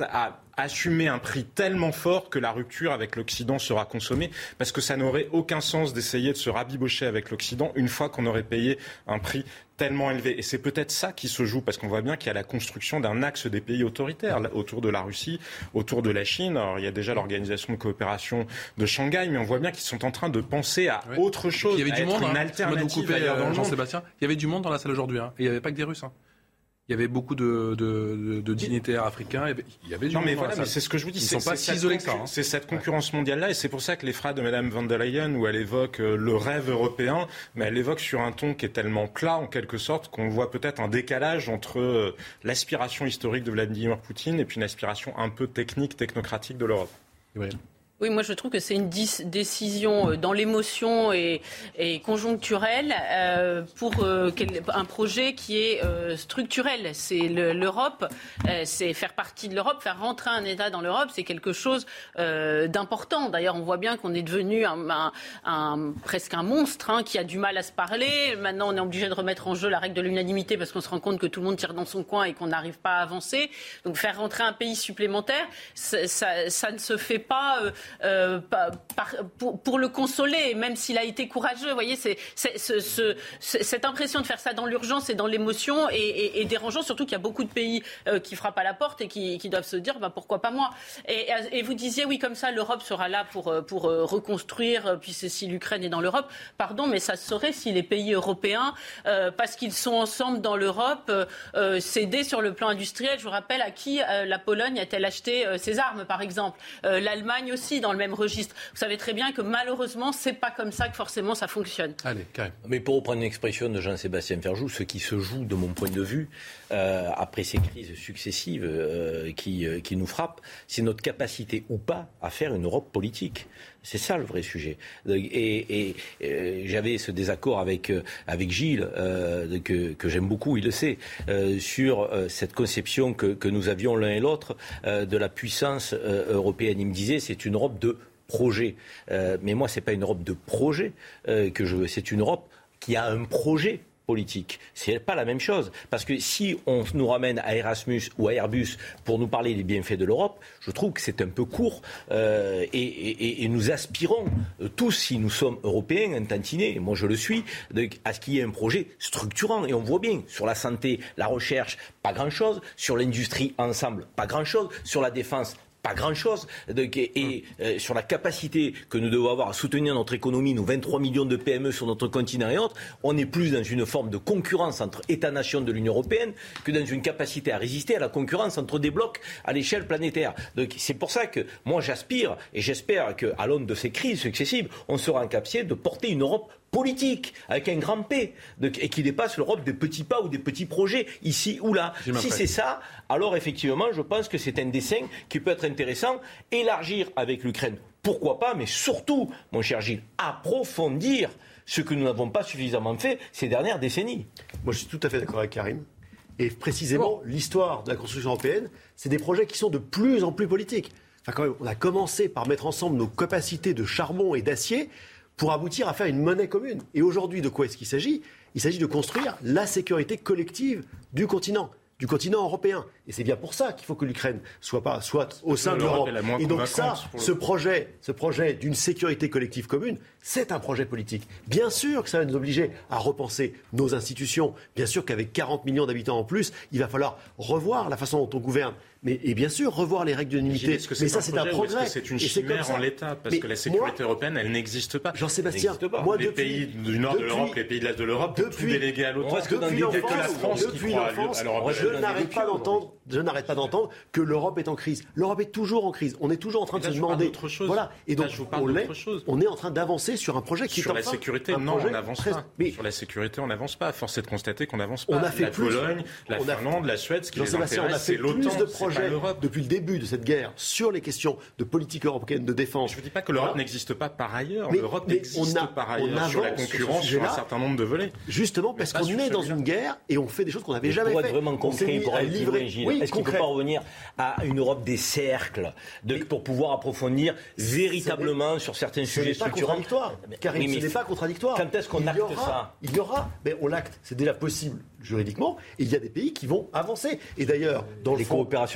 assumer un prix tellement fort que la rupture avec l'Occident sera consommée, parce que ça n'aurait aucun sens d'essayer de se rabibocher avec l'Occident une fois qu'on aurait payé un prix tellement élevé. Et c'est peut-être ça qui se joue, parce qu'on voit bien qu'il y a la construction d'un axe des pays autoritaires là, autour de la Russie, autour de la Chine. Alors, il y a déjà l'organisation de coopération de Shanghai, mais on voit bien qu'ils sont en train de penser à ouais. autre chose, il y avait à du monde, une hein, alternative coupé, ailleurs dans le monde. Jean-Sébastien, il y avait du monde dans la salle aujourd'hui, hein, et il n'y avait pas que des Russes. Hein. Il y avait beaucoup de, de, de, de dignitaires africains. Il y avait du non, monde mais dans voilà, la salle. mais c'est ce que je vous dis. Ils c'est, ne sont pas si isolés que ça. Hein. C'est cette concurrence mondiale-là, et c'est pour ça que les phrases de Mme von der Leyen, où elle évoque euh, le rêve européen, mais elle l'évoque sur un ton qui est tellement plat, en quelque sorte, qu'on voit peut-être un décalage entre euh, l'aspiration historique de Vladimir Poutine et puis une aspiration un peu technique, technocratique de l'Europe. Oui. Oui, moi je trouve que c'est une dis- décision dans l'émotion et, et conjoncturelle euh, pour euh, quel, un projet qui est euh, structurel. C'est le, l'Europe, euh, c'est faire partie de l'Europe, faire rentrer un État dans l'Europe, c'est quelque chose euh, d'important. D'ailleurs, on voit bien qu'on est devenu un, un, un, presque un monstre hein, qui a du mal à se parler. Maintenant, on est obligé de remettre en jeu la règle de l'unanimité parce qu'on se rend compte que tout le monde tire dans son coin et qu'on n'arrive pas à avancer. Donc, faire rentrer un pays supplémentaire, ça, ça, ça ne se fait pas... Euh, Euh, par, par, pour, pour le consoler, même s'il a été courageux. Vous voyez, c'est, c'est, ce, ce, cette impression de faire ça dans l'urgence et dans l'émotion est, est, est dérangeant, surtout qu'il y a beaucoup de pays euh, qui frappent à la porte et qui, qui doivent se dire bah, pourquoi pas moi. Et, et vous disiez, oui, comme ça, l'Europe sera là pour, pour reconstruire, puis c'est si l'Ukraine est dans l'Europe. Pardon, mais ça se saurait si les pays européens, euh, parce qu'ils sont ensemble dans l'Europe, euh, cédaient sur le plan industriel. Je vous rappelle à qui euh, la Pologne a-t-elle acheté euh, ses armes, par exemple. Euh, L'Allemagne aussi, dans le même registre. Vous savez très bien que malheureusement, c'est pas comme ça que forcément ça fonctionne. Allez, Karim. Mais pour reprendre une expression de Jean-Sébastien Ferjou, ce qui se joue, de mon point de vue, euh, après ces crises successives euh, qui, euh, qui nous frappent, c'est notre capacité ou pas à faire une Europe politique. C'est ça le vrai sujet. Et, et, et j'avais ce désaccord avec, euh, avec Gilles, euh, que, que j'aime beaucoup, il le sait, euh, sur euh, cette conception que, que nous avions l'un et l'autre euh, de la puissance euh, européenne. Il me disait c'est une Europe de projet. Euh, mais moi, c'est pas une Europe de projet euh, que je veux, c'est une Europe qui a un projet politique. C'est pas la même chose. Parce que si on nous ramène à Erasmus ou à Airbus pour nous parler des bienfaits de l'Europe, je trouve que c'est un peu court euh, et, et, et nous aspirons euh, tous, si nous sommes européens, un tantinet, moi je le suis, de, à ce qu'il y ait un projet structurant. Et on voit bien, sur la santé, la recherche, pas grand-chose. Sur l'industrie ensemble, pas grand-chose. Sur la défense, pas grand-chose. Et, et euh, sur la capacité que nous devons avoir à soutenir notre économie, nos vingt-trois millions de P M E sur notre continent et autres, on est plus dans une forme de concurrence entre États-nations de l'Union européenne que dans une capacité à résister à la concurrence entre des blocs à l'échelle planétaire. Donc c'est pour ça que moi j'aspire et j'espère qu'à l'aune de ces crises successives, on sera incapable de porter une Europe politique, avec un grand P, de, et qui dépasse l'Europe des petits pas ou des petits projets, ici ou là. Si c'est ça, alors effectivement, je pense que c'est un dessin qui peut être intéressant. Élargir avec l'Ukraine, pourquoi pas, mais surtout, mon cher Gilles, approfondir ce que nous n'avons pas suffisamment fait ces dernières décennies. Moi, je suis tout à fait d'accord avec Karim. Et précisément, bon. l'histoire de la construction européenne, c'est des projets qui sont de plus en plus politiques. Enfin, quand même, on a commencé par mettre ensemble nos capacités de charbon et d'acier pour aboutir à faire une monnaie commune. Et aujourd'hui, de quoi est-ce qu'il s'agit ? Il s'agit de construire la sécurité collective du continent, du continent européen. Et c'est bien pour ça qu'il faut que l'Ukraine soit, pas, soit au sein de l'Europe. Et donc ça, ce projet, ce projet d'une sécurité collective commune, c'est un projet politique. Bien sûr que ça va nous obliger à repenser nos institutions. Bien sûr qu'avec quarante millions d'habitants en plus, il va falloir revoir la façon dont on gouverne. Mais, et bien sûr, revoir les règles d'unanimité. Mais ça, c'est un progrès. C'est une chimère en l'état, parce mais que la sécurité moi, européenne, elle n'existe pas. Jean-Sébastien, moi, les depuis, pays du nord depuis, de l'Europe, les pays de l'est de l'Europe, depuis, tout délégué à l'OTAN, depuis l'enfance, depuis l'enfance, je n'arrête pas d'entendre, je n'arrête pas d'entendre que l'Europe est en crise. L'Europe est toujours en crise. On est toujours en train de se demander. Voilà. Et donc, on est, on est en train d'avancer sur un projet qui est sur la sécurité. Non, on n'avance pas. Sur la sécurité, on n'avance pas. Force est de constater qu'on n'avance pas. On a fait la Pologne, la Finlande, la Suède, ce qui les intéresse, c'est l'OTAN, c'est pas l'Europe. Depuis début de cette guerre sur les questions de politique européenne de défense. Je ne dis pas que l'Europe voilà. n'existe pas par ailleurs. Mais, L'Europe mais existe a, par ailleurs sur la concurrence sur, sur un certain nombre de volets. Justement parce qu'on est dans une guerre et on fait des choses qu'on n'avait jamais fait. Pour être vraiment concret, pour aller livrer. Oui, est-ce qu'il ne peut pas revenir à une Europe des cercles de, pour pouvoir approfondir véritablement sur certains sujets structurants? Ce n'est pas contradictoire. Karim, ce n'est pas contradictoire. Quand est-ce qu'on acte ça? Il y aura, mais on l'acte. C'est déjà possible juridiquement. Et il y a des pays qui vont avancer. Et d'ailleurs, dans les le fond, coopérations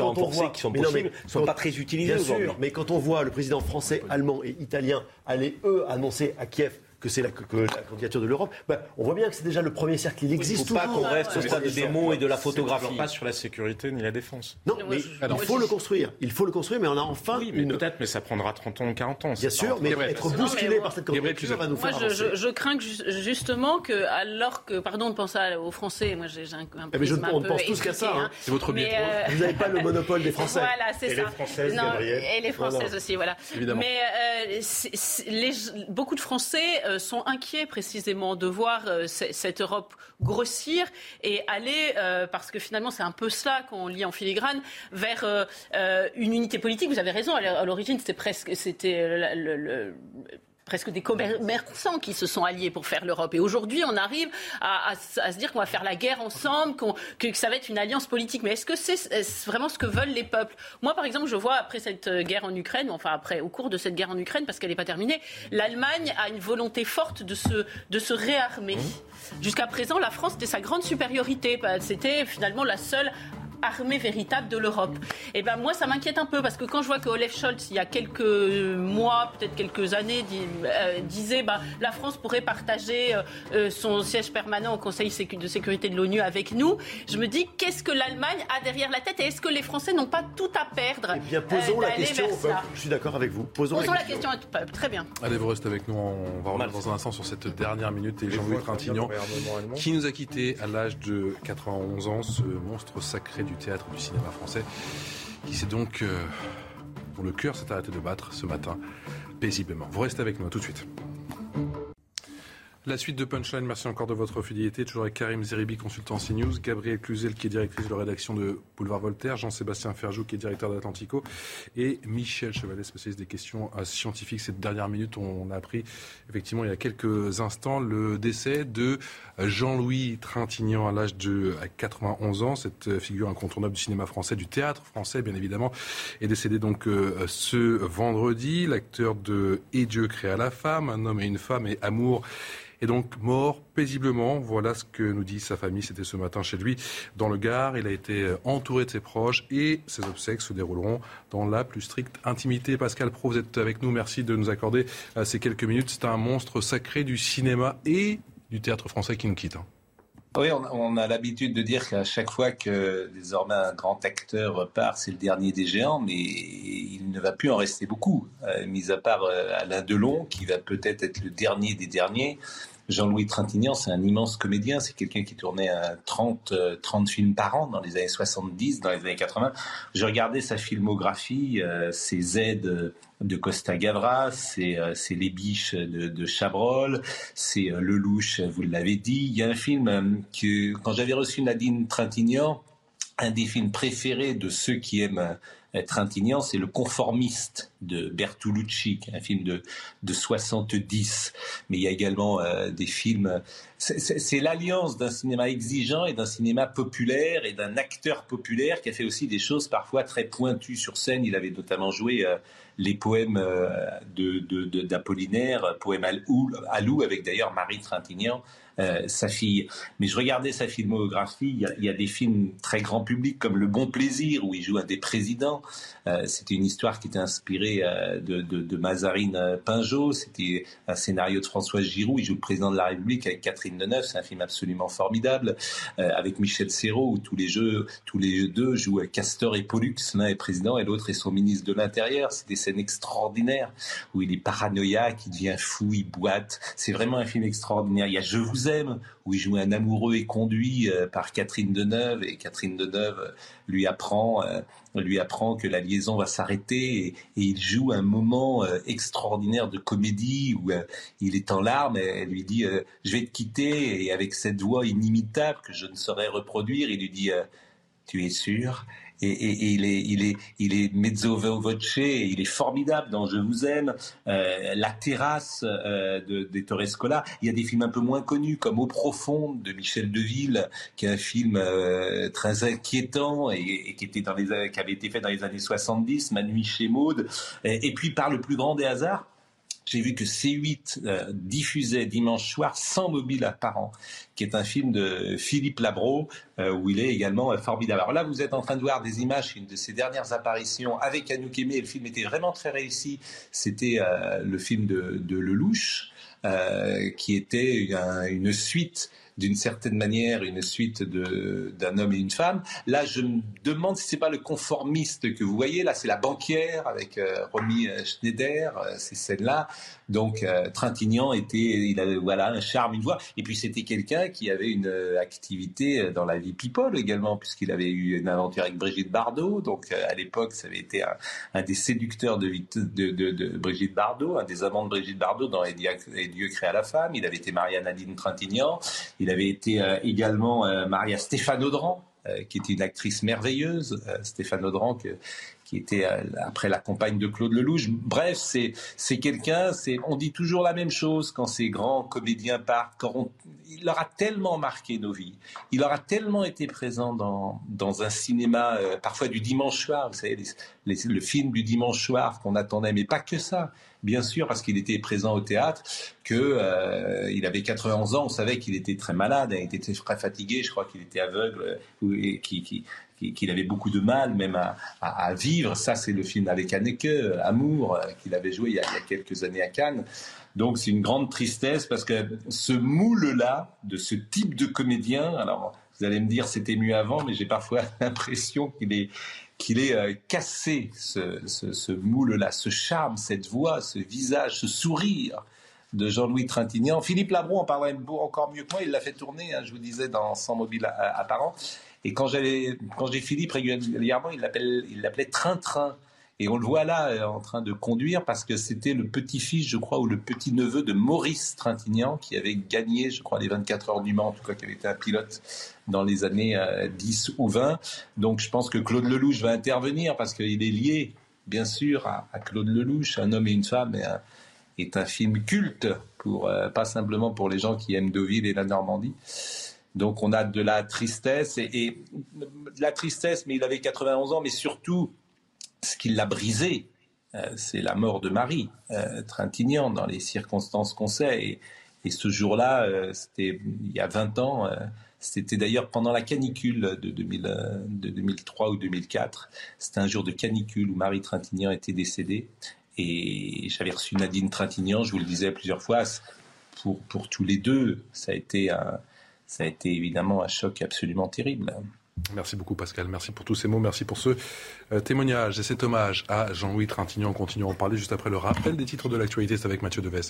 renforcés voit, qui sont mais non, possibles ne sont quand, pas très utilisés bien aujourd'hui. sûr, mais quand on voit le président français, allemand et italien aller, eux, annoncer à Kiev que c'est la, que la candidature de l'Europe, ben, on voit bien que c'est déjà le premier cercle. Il existe toujours. Il ne faut pas qu'on reste au stade des mots et de la photographie. Pas sur la sécurité ni la défense. Non, mais alors, il faut le construire. Il faut le construire, mais on a enfin oui, mais une... peut-être, mais ça prendra trente ans ou quarante ans. Bien sûr, mais Gabriel, être bousculé non, mais par cette candidature va nous moi, faire je, avancer. Je, je crains que justement que, alors que, pardon de penser aux Français, moi j'ai un, un eh mais je, un on peu pense tous qu'à ça. Hein. C'est votre biais. Euh... Vous n'avez pas le monopole des Français. Voilà, c'est et ça. Les Françaises, non, Gabriel. et les Françaises voilà. aussi, voilà. Évidemment. Mais euh, c'est, c'est, les, beaucoup de Français euh, sont inquiets précisément de voir euh, c- cette Europe grossir et aller, euh, parce que finalement c'est un peu cela qu'on lit en filigrane, vers euh, euh, une unité politique. Vous avez raison, à l'origine c'était presque, c'était le, le, le presque des commerçants qui se sont alliés pour faire l'Europe. Et aujourd'hui, on arrive à, à, à se dire qu'on va faire la guerre ensemble, qu'on, que, que ça va être une alliance politique. Mais est-ce que c'est, c'est vraiment ce que veulent les peuples ? Moi, par exemple, je vois après cette guerre en Ukraine, enfin après, au cours de cette guerre en Ukraine, parce qu'elle n'est pas terminée, l'Allemagne a une volonté forte de se, de se réarmer. Mmh. Jusqu'à présent, la France était sa grande supériorité. C'était finalement la seule armée véritable de l'Europe. Et ben moi, ça m'inquiète un peu parce que quand je vois que Olaf Scholz, il y a quelques mois, peut-être quelques années, dit, euh, disait bah, la France pourrait partager euh, son siège permanent au Conseil de sécurité de l'ONU avec nous, je me dis qu'est-ce que l'Allemagne a derrière la tête et est-ce que les Français n'ont pas tout à perdre ? Eh bien, posons euh, la question au peuple. Je suis d'accord avec vous. Posons, posons la, la question au peuple. Très bien. Allez, vous restez avec nous. On va revenir dans un instant sur cette dernière minute et Jean-Louis Trintignant qui nous a quittés à l'âge de quatre-vingt-onze ans, ce monstre sacré du théâtre du cinéma français, qui s'est donc, euh, dont le cœur s'est arrêté de battre ce matin, paisiblement. Vous restez avec nous, tout de suite. La suite de Punchline, merci encore de votre fidélité. Toujours avec Karim Zeribi, consultant CNews, Gabrielle Cluzel, qui est directrice de la rédaction de Boulevard Voltaire, Jean-Sébastien Ferjou, qui est directeur d'Atlantico, et Michel Chevalet, spécialiste des questions scientifiques. Cette dernière minute, on a appris, effectivement, il y a quelques instants, le décès de Jean-Louis Trintignant à l'âge de quatre-vingt-onze ans. Cette figure incontournable du cinéma français, du théâtre français, bien évidemment, est décédé donc euh, ce vendredi. L'acteur de Et Dieu créa la femme, Un homme et une femme et Amour est donc mort paisiblement. Voilà ce que nous dit sa famille. C'était ce matin chez lui dans le Gard. Il a été entouré de ses proches et ses obsèques se dérouleront dans la plus stricte intimité. Pascal Praud, vous êtes avec nous. Merci de nous accorder ces quelques minutes. C'est un monstre sacré du cinéma et du théâtre français qui nous quitte. Oui, on, on a l'habitude de dire qu'à chaque fois que désormais un grand acteur part, c'est le dernier des géants, mais il ne va plus en rester beaucoup, euh, mis à part euh, Alain Delon, qui va peut-être être le dernier des derniers. Jean-Louis Trintignant, c'est un immense comédien, c'est quelqu'un qui tournait à trente, trente films par an dans les années soixante-dix, dans les années quatre-vingts. Je regardais sa filmographie, euh, ses aides de Costa Gavras, c'est, euh, c'est Les Biches de, de Chabrol, c'est euh, Lelouch, vous l'avez dit. Il y a un film euh, que, quand j'avais reçu Nadine Trintignant, un des films préférés de ceux qui aiment euh, Trintignant, c'est Le Conformiste de Bertolucci, qui est un film de, de soixante-dix. Mais il y a également euh, des films... C'est, c'est, c'est l'alliance d'un cinéma exigeant et d'un cinéma populaire et d'un acteur populaire qui a fait aussi des choses parfois très pointues sur scène. Il avait notamment joué euh, les poèmes euh, de, de, de, d'Apollinaire, poèmes à Lou, à Lou avec d'ailleurs Marie Trintignant, euh, sa fille. Mais je regardais sa filmographie, il y, a, il y a des films très grand public comme Le Bon Plaisir, où il joue un des présidents. Euh, c'était une histoire qui était inspirée euh, de, de, de Mazarine Pinjot. C'était un scénario de François Giroud. Il joue le président de la République avec Catherine Deneuve. C'est un film absolument formidable. Euh, avec Michel Serrault, où tous les, jeux, tous les deux jouent Castor et Pollux. L'un est président et l'autre est son ministre de l'Intérieur. C'est des scènes extraordinaires où il est paranoïaque, il devient fou, il boite. C'est vraiment un film extraordinaire. Il y a Je vous aime, où il joue un amoureux éconduit euh, par Catherine Deneuve, et Catherine Deneuve lui apprend, euh, lui apprend que la liaison va s'arrêter, et, et il joue un moment euh, extraordinaire de comédie où euh, il est en larmes, et elle lui dit euh, « je vais te quitter », et avec cette voix inimitable que je ne saurais reproduire, il lui dit euh, « tu es sûr ?» Et, et, et il est, il est, il est mezzo voce, et il est formidable dans Je vous aime, euh, La terrasse euh, de, des Torres Scola. Il y a des films un peu moins connus comme Eau profonde de Michel Deville, qui est un film euh, très inquiétant et, et qui était dans les, qui avait été fait dans les années soixante-dix, Ma nuit chez Maud. Et, et puis par le plus grand des hasards, j'ai vu que C huit euh, diffusait dimanche soir Sans mobile apparent, qui est un film de Philippe Labro, euh, où il est également euh, formidable. Alors là, vous êtes en train de voir des images, une de ses dernières apparitions avec Anouk Aimée. Le film était vraiment très réussi. C'était euh, le film de, de Lelouch, euh, qui était une, une suite d'une certaine manière, une suite de, d'un homme et une femme. Là, je me demande si c'est pas le conformiste que vous voyez. Là, c'est la banquière avec euh, Romy Schneider, euh, ces scènes-là. Donc, euh, Trintignant était, il avait voilà un charme, une voix. Et puis, c'était quelqu'un qui avait une euh, activité dans la vie people également, puisqu'il avait eu une aventure avec Brigitte Bardot. Donc, euh, à l'époque, ça avait été un, un des séducteurs de, de, de, de Brigitte Bardot, un des amants de Brigitte Bardot dans Et Dieu créa la femme. Il avait été marié à Nadine Trintignant. Il avait été euh, également euh, marié à Stéphane Audran, euh, qui était une actrice merveilleuse. Euh, Stéphane Audran, que, qui était euh, après la compagne de Claude Lelouch. Bref, c'est, c'est quelqu'un, c'est, on dit toujours la même chose quand ces grands comédiens partent. Quand on, il leur a tellement marqué nos vies. Il leur a tellement été présent dans, dans un cinéma, euh, parfois du dimanche soir, vous savez, les, les, le film du dimanche soir qu'on attendait, mais pas que ça. Bien sûr, parce qu'il était présent au théâtre, que euh, il avait quatre-vingt-onze ans, on savait qu'il était très malade, il était très fatigué, je crois qu'il était aveugle, et qu'il, qu'il, qu'il avait beaucoup de mal même à, à, à vivre. Ça, c'est le film avec Haneke, Amour, qu'il avait joué il y, a, il y a quelques années à Cannes. Donc c'est une grande tristesse, parce que ce moule-là, de ce type de comédien, alors vous allez me dire c'était mieux avant, mais j'ai parfois l'impression qu'il est... qu'il ait euh, cassé ce, ce, ce moule-là, ce charme, cette voix, ce visage, ce sourire de Jean-Louis Trintignant. Philippe Labro en parlerait encore mieux que moi, il l'a fait tourner, hein, je vous disais, dans Sans mobile apparent. Et quand, j'allais, quand j'ai Philippe régulièrement, il l'appelait, il l'appelait Train-Train. Et on le voit là en train de conduire, parce que c'était le petit-fils, je crois, ou le petit-neveu de Maurice Trintignant, qui avait gagné, je crois, les vingt-quatre heures du Mans, en tout cas, qui avait été un pilote dans les années euh, dix ou vingt. Donc je pense que Claude Lelouch va intervenir, parce qu'il est lié, bien sûr, à, à Claude Lelouch. Un homme et une femme est un, est un film culte, pour, euh, pas simplement pour les gens qui aiment Deauville et la Normandie. Donc on a de la tristesse, et, et de la tristesse, mais il avait quatre-vingt-onze ans, mais surtout... ce qui l'a brisé, euh, c'est la mort de Marie euh, Trintignant, dans les circonstances qu'on sait. Et, et ce jour-là, euh, c'était il y a vingt ans, euh, c'était d'ailleurs pendant la canicule de, deux mille, de deux mille trois ou deux mille quatre. C'était un jour de canicule où Marie Trintignant était décédée. Et j'avais reçu Nadine Trintignant, je vous le disais plusieurs fois, pour, pour tous les deux, ça a été, un, ça a été évidemment un choc absolument terrible. Merci beaucoup Pascal, merci pour tous ces mots, merci pour ce euh, témoignage et cet hommage à Jean-Louis Trintignant. On continue à en parler juste après le rappel des titres de l'actualité, c'est avec Mathieu Devez.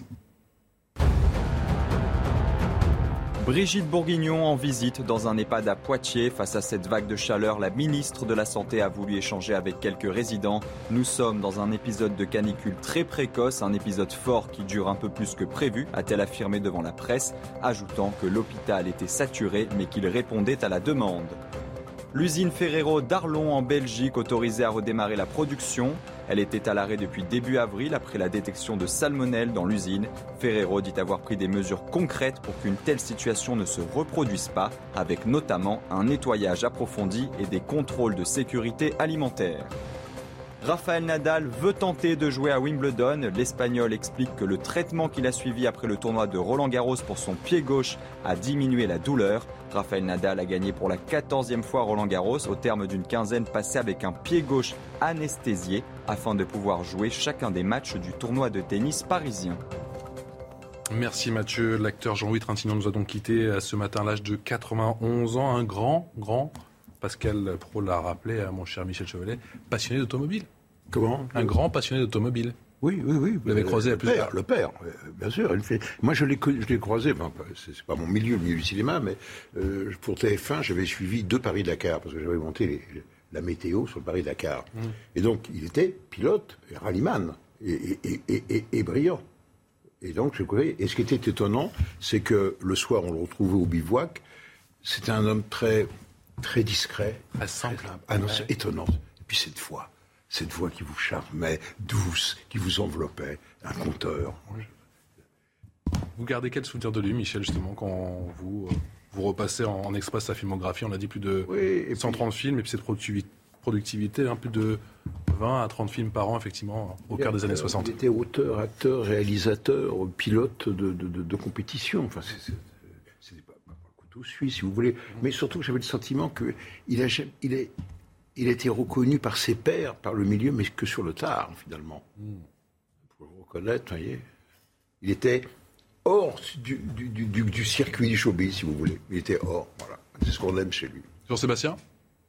Brigitte Bourguignon en visite dans un EHPAD à Poitiers. Face à cette vague de chaleur, la ministre de la Santé a voulu échanger avec quelques résidents. Nous sommes dans un épisode de canicule très précoce, un épisode fort qui dure un peu plus que prévu, a-t-elle affirmé devant la presse, ajoutant que l'hôpital était saturé mais qu'il répondait à la demande. L'usine Ferrero d'Arlon en Belgique autorisée à redémarrer la production. Elle était à l'arrêt depuis début avril après la détection de salmonelle dans l'usine. Ferrero dit avoir pris des mesures concrètes pour qu'une telle situation ne se reproduise pas, avec notamment un nettoyage approfondi et des contrôles de sécurité alimentaire. Rafael Nadal veut tenter de jouer à Wimbledon. L'Espagnol explique que le traitement qu'il a suivi après le tournoi de Roland-Garros pour son pied gauche a diminué la douleur. Rafael Nadal a gagné pour la quatorzième fois Roland-Garros au terme d'une quinzaine passée avec un pied gauche anesthésié afin de pouvoir jouer chacun des matchs du tournoi de tennis parisien. Merci Mathieu. L'acteur Jean-Louis Trintignant nous a donc quitté ce matin à l'âge de quatre-vingt-onze ans. Un grand, grand, Pascal Praud l'a rappelé à mon cher Michel Chevalet, passionné d'automobile. Comment ? Un grand passionné d'automobile. Oui, oui, oui. Vous l'avez croisé à plusieurs. Le père, le père, bien sûr. Il fait... Moi, je l'ai, je l'ai croisé, enfin, c'est pas mon milieu, le milieu du cinéma, mais euh, pour T F un, j'avais suivi deux Paris-Dakar, parce que j'avais monté les, la météo sur le Paris-Dakar. Mmh. Et donc, il était pilote, rallyman, et, et, et, et, et, et brillant. Et donc, je connais. Et ce qui était étonnant, c'est que le soir, on le retrouvait au bivouac. C'était un homme très, très discret. À simple. Très, ah non, c'est étonnant. Et puis cette voix. Cette voix qui vous charmait, douce, qui vous enveloppait, un conteur. Vous gardez quel souvenir de lui, Michel, justement, quand vous, vous repassez en, en express sa filmographie? On a dit plus de oui, cent trente puis, films, et puis cette productivité, hein, plus de vingt à trente films par an, effectivement, au cœur des années soixante. Il était auteur, acteur, réalisateur, pilote de, de, de, de compétition. Enfin, c'est, c'est, c'est pas, pas un couteau suisse, si vous voulez. Mais surtout, j'avais le sentiment qu'il a, il a, il a été reconnu par ses pairs, par le milieu, mais que sur le tard, finalement. Mm. Pour le reconnaître, vous voyez. Il était hors du, du, du, du, du circuit du showbiz, si vous voulez. Il était hors, voilà. C'est ce qu'on aime chez lui. Jean-Sébastien, réaction ?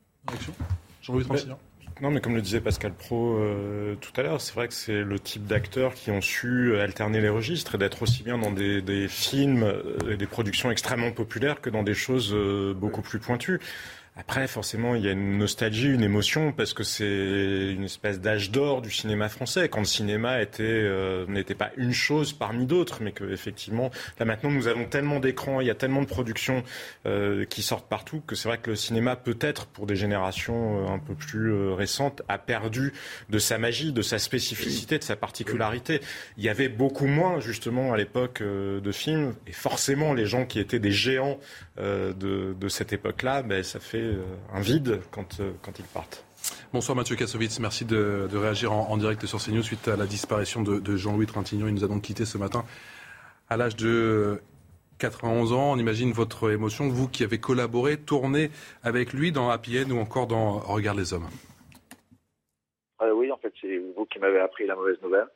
Jean-Louis Trintignant. Non, mais comme le disait Pascal Praud euh, tout à l'heure, c'est vrai que c'est le type d'acteurs qui ont su alterner les registres et d'être aussi bien dans des, des films et euh, des productions extrêmement populaires que dans des choses euh, beaucoup plus pointues. Après, forcément, il y a une nostalgie, une émotion, parce que c'est une espèce d'âge d'or du cinéma français, quand le cinéma était, euh, n'était pas une chose parmi d'autres, mais que effectivement, là maintenant, nous avons tellement d'écrans, il y a tellement de productions euh, qui sortent partout, que c'est vrai que le cinéma, peut-être pour des générations euh, un peu plus euh, récentes, a perdu de sa magie, de sa spécificité, de sa particularité. Il y avait beaucoup moins, justement, à l'époque euh, de films, et forcément, les gens qui étaient des géants euh, de, de cette époque-là, ben, ça fait un vide quand, quand ils partent. Bonsoir Mathieu Kassovitz, merci de, de réagir en, en direct sur CNews suite à la disparition de, de Jean-Louis Trintignant. Il nous a donc quitté ce matin à l'âge de quatre-vingt-onze ans. On imagine votre émotion, vous qui avez collaboré, tourné avec lui dans Happy End ou encore dans Regarde les hommes. Euh, oui, en fait, c'est vous qui m'avez appris la mauvaise nouvelle.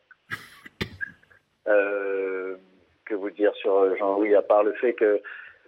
Euh, que vous dire sur Jean-Louis, à part le fait que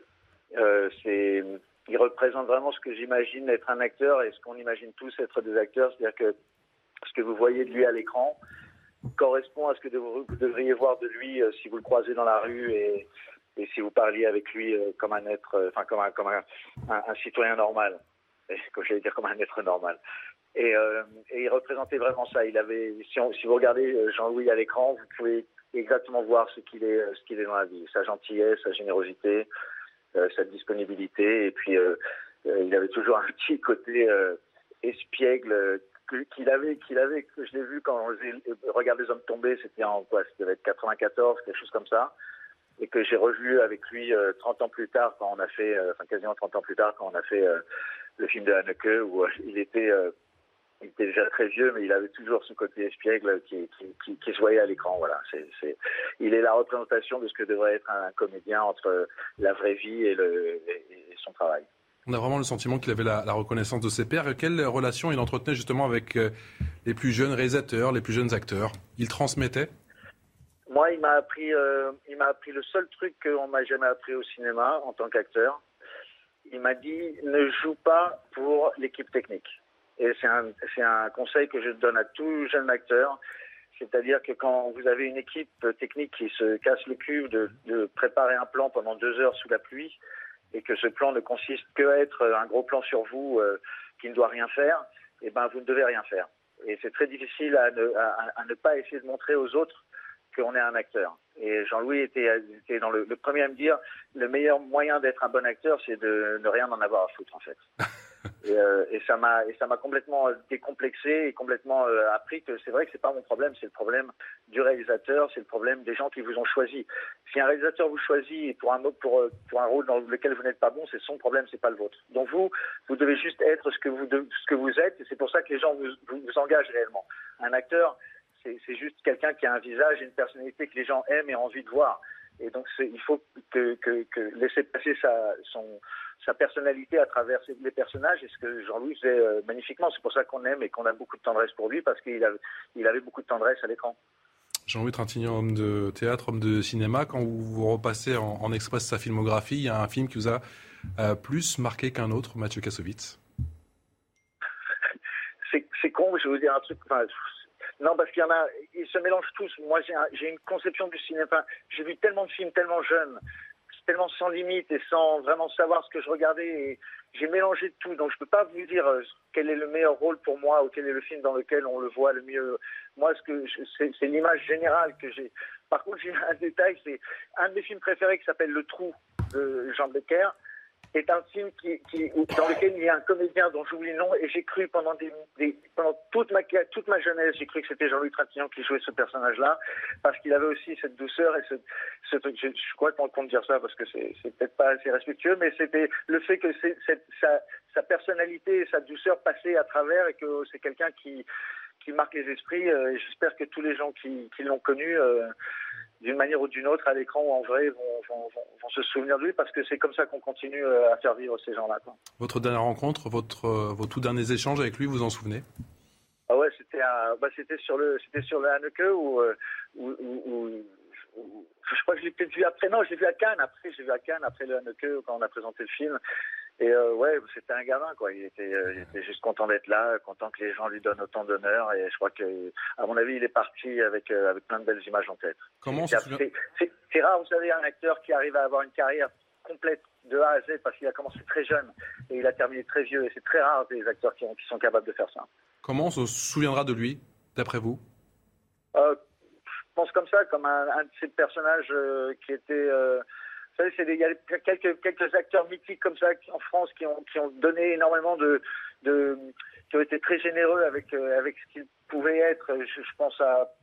euh, c'est... il représente vraiment ce que j'imagine être un acteur et ce qu'on imagine tous être des acteurs. C'est-à-dire que ce que vous voyez de lui à l'écran correspond à ce que vous devriez voir de lui euh, si vous le croisez dans la rue et, et si vous parliez avec lui euh, comme un être, euh, enfin comme un, comme un, un, un citoyen normal, et, comme j'allais dire comme un être normal. Et, euh, et il représentait vraiment ça. Il avait, si, on, si vous regardez Jean-Louis à l'écran, vous pouvez exactement voir ce qu'il est, ce qu'il est dans la vie, sa gentillesse, sa générosité. Euh, sa disponibilité, et puis euh, euh, il avait toujours un petit côté euh, espiègle euh, qu'il avait, qu'il avait, que je l'ai vu quand j'ai Regarde les hommes tomber, c'était en quoi, ça devait être quatre-vingt-quatorze, quelque chose comme ça, et que j'ai revu avec lui euh, trente ans plus tard, quand on a fait, euh, enfin quasiment trente ans plus tard, quand on a fait euh, le film de Haneke, où euh, il était euh, il était déjà très vieux, mais il avait toujours ce côté espiègle qui, qui, qui, qui se voyait à l'écran. Voilà, c'est, c'est, il est la représentation de ce que devrait être un comédien entre la vraie vie et, le, et son travail. On a vraiment le sentiment qu'il avait la, la reconnaissance de ses pairs. Quelle relation il entretenait justement avec euh, les plus jeunes réalisateurs, les plus jeunes acteurs ? Il transmettait ? Moi, il m'a appris, euh, il m'a appris le seul truc qu'on m'a jamais appris au cinéma en tant qu'acteur. Il m'a dit ne joue pas pour l'équipe technique. Et c'est un, c'est un conseil que je donne à tout jeune acteur, c'est-à-dire que quand vous avez une équipe technique qui se casse le cul de, de préparer un plan pendant deux heures sous la pluie, et que ce plan ne consiste qu'à être un gros plan sur vous euh, qui ne doit rien faire, eh ben vous ne devez rien faire. Et c'est très difficile à ne, à, à ne pas essayer de montrer aux autres qu'on est un acteur. Et Jean-Louis était, était dans le, le premier à me dire le meilleur moyen d'être un bon acteur, c'est de ne rien en avoir à foutre en fait. Et, euh, et ça m'a et ça m'a complètement décomplexé et complètement euh, appris que c'est vrai que c'est pas mon problème, c'est le problème du réalisateur, c'est le problème des gens qui vous ont choisi. Si un réalisateur vous choisit pour un pour pour un rôle dans lequel vous n'êtes pas bon, c'est son problème, c'est pas le vôtre. Donc vous vous devez juste être ce que vous ce que vous êtes, et c'est pour ça que les gens vous vous, vous engagent réellement. Un acteur, c'est, c'est juste quelqu'un qui a un visage et une personnalité que les gens aiment et ont envie de voir. Et donc c'est, il faut que, que, que laisser passer sa, son, sa personnalité à travers les personnages, et ce que Jean-Louis faisait euh, magnifiquement. C'est pour ça qu'on aime et qu'on a beaucoup de tendresse pour lui, parce qu'il avait, il avait beaucoup de tendresse à l'écran. Jean-Louis Trintignant, homme de théâtre, homme de cinéma, quand vous, vous repassez en, en express sa filmographie, il y a un film qui vous a euh, plus marqué qu'un autre, Mathieu Kassovitz. c'est, c'est con, je vais vous dire un truc... Enfin, non, parce qu'il y en a, ils se mélangent tous. Moi, j'ai, un, j'ai une conception du cinéma. Enfin, j'ai vu tellement de films, tellement jeunes, tellement sans limite et sans vraiment savoir ce que je regardais. Et j'ai mélangé de tout. Donc, je peux pas vous dire quel est le meilleur rôle pour moi ou quel est le film dans lequel on le voit le mieux. Moi, ce que je, c'est, c'est l'image générale que j'ai. Par contre, j'ai un détail. C'est un de mes films préférés qui s'appelle Le Trou de Jean Becker. est un film qui, qui, dans lequel il y a un comédien dont j'oublie le nom, et j'ai cru pendant, des, des, pendant toute, ma, toute ma jeunesse, j'ai cru que c'était Jean-Louis Trintignant qui jouait ce personnage-là, parce qu'il avait aussi cette douceur et ce, ce truc. Je, je crois qu'on compte dire ça parce que c'est, c'est peut-être pas assez respectueux, mais c'était le fait que c'est, c'est, sa, sa personnalité et sa douceur passaient à travers, et que c'est quelqu'un qui, qui marque les esprits. Euh, et j'espère que tous les gens qui, qui l'ont connu, euh, d'une manière ou d'une autre, à l'écran ou en vrai, vont, vont, vont, vont se souvenir de lui, parce que c'est comme ça qu'on continue à faire vivre ces gens-là, quoi. Votre dernière rencontre, votre, euh, vos tout derniers échanges avec lui, vous vous en souvenez? Ah ouais, c'était, un, bah c'était sur le, c'était sur le Haneke où, où, où, où, où je crois que je l'ai peut-être vu après. Non, je l'ai vu à Cannes. Après, j'ai vu à Cannes après le Haneke quand on a présenté le film. Et euh, ouais, c'était un gamin, quoi. Il était, euh, il était juste content d'être là, content que les gens lui donnent autant d'honneur. Et je crois que, à mon avis, il est parti avec euh, avec plein de belles images en tête. Comment c'est, c'est, c'est, c'est rare, vous savez, un acteur qui arrive à avoir une carrière complète de A à Z, parce qu'il a commencé très jeune et il a terminé très vieux. Et c'est très rare des acteurs qui, ont, qui sont capables de faire ça. Comment on se souviendra de lui, d'après vous? euh, Je pense comme ça, comme un, un de ces personnages euh, qui était... Euh, vous savez, c'est des, il y a quelques, quelques acteurs mythiques comme ça qui, en France qui ont, qui ont donné énormément de, de... qui ont été très généreux avec, euh, avec ce qu'ils pouvaient être. Je, je pense à...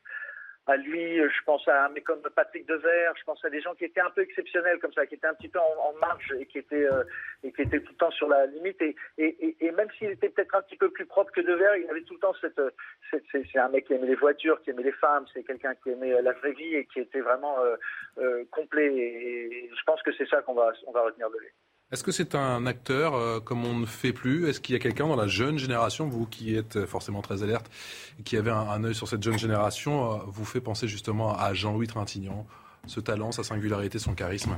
à lui, je pense à un mec comme Patrick Devers, je pense à des gens qui étaient un peu exceptionnels comme ça, qui étaient un petit peu en, en marge et qui étaient euh, et qui étaient tout le temps sur la limite. Et, et, et même s'il était peut-être un petit peu plus propre que Devers, il avait tout le temps cette, cette c'est, c'est un mec qui aimait les voitures, qui aimait les femmes, c'est quelqu'un qui aimait la vraie vie et qui était vraiment euh, euh, complet. Et je pense que c'est ça qu'on va on va retenir de lui. Est-ce que c'est un acteur euh, comme on ne fait plus? Est-ce qu'il y a quelqu'un dans la jeune génération, vous qui êtes forcément très alerte, et qui avez un, un œil sur cette jeune génération, euh, vous fait penser justement à Jean-Louis Trintignant, ce talent, sa singularité, son charisme?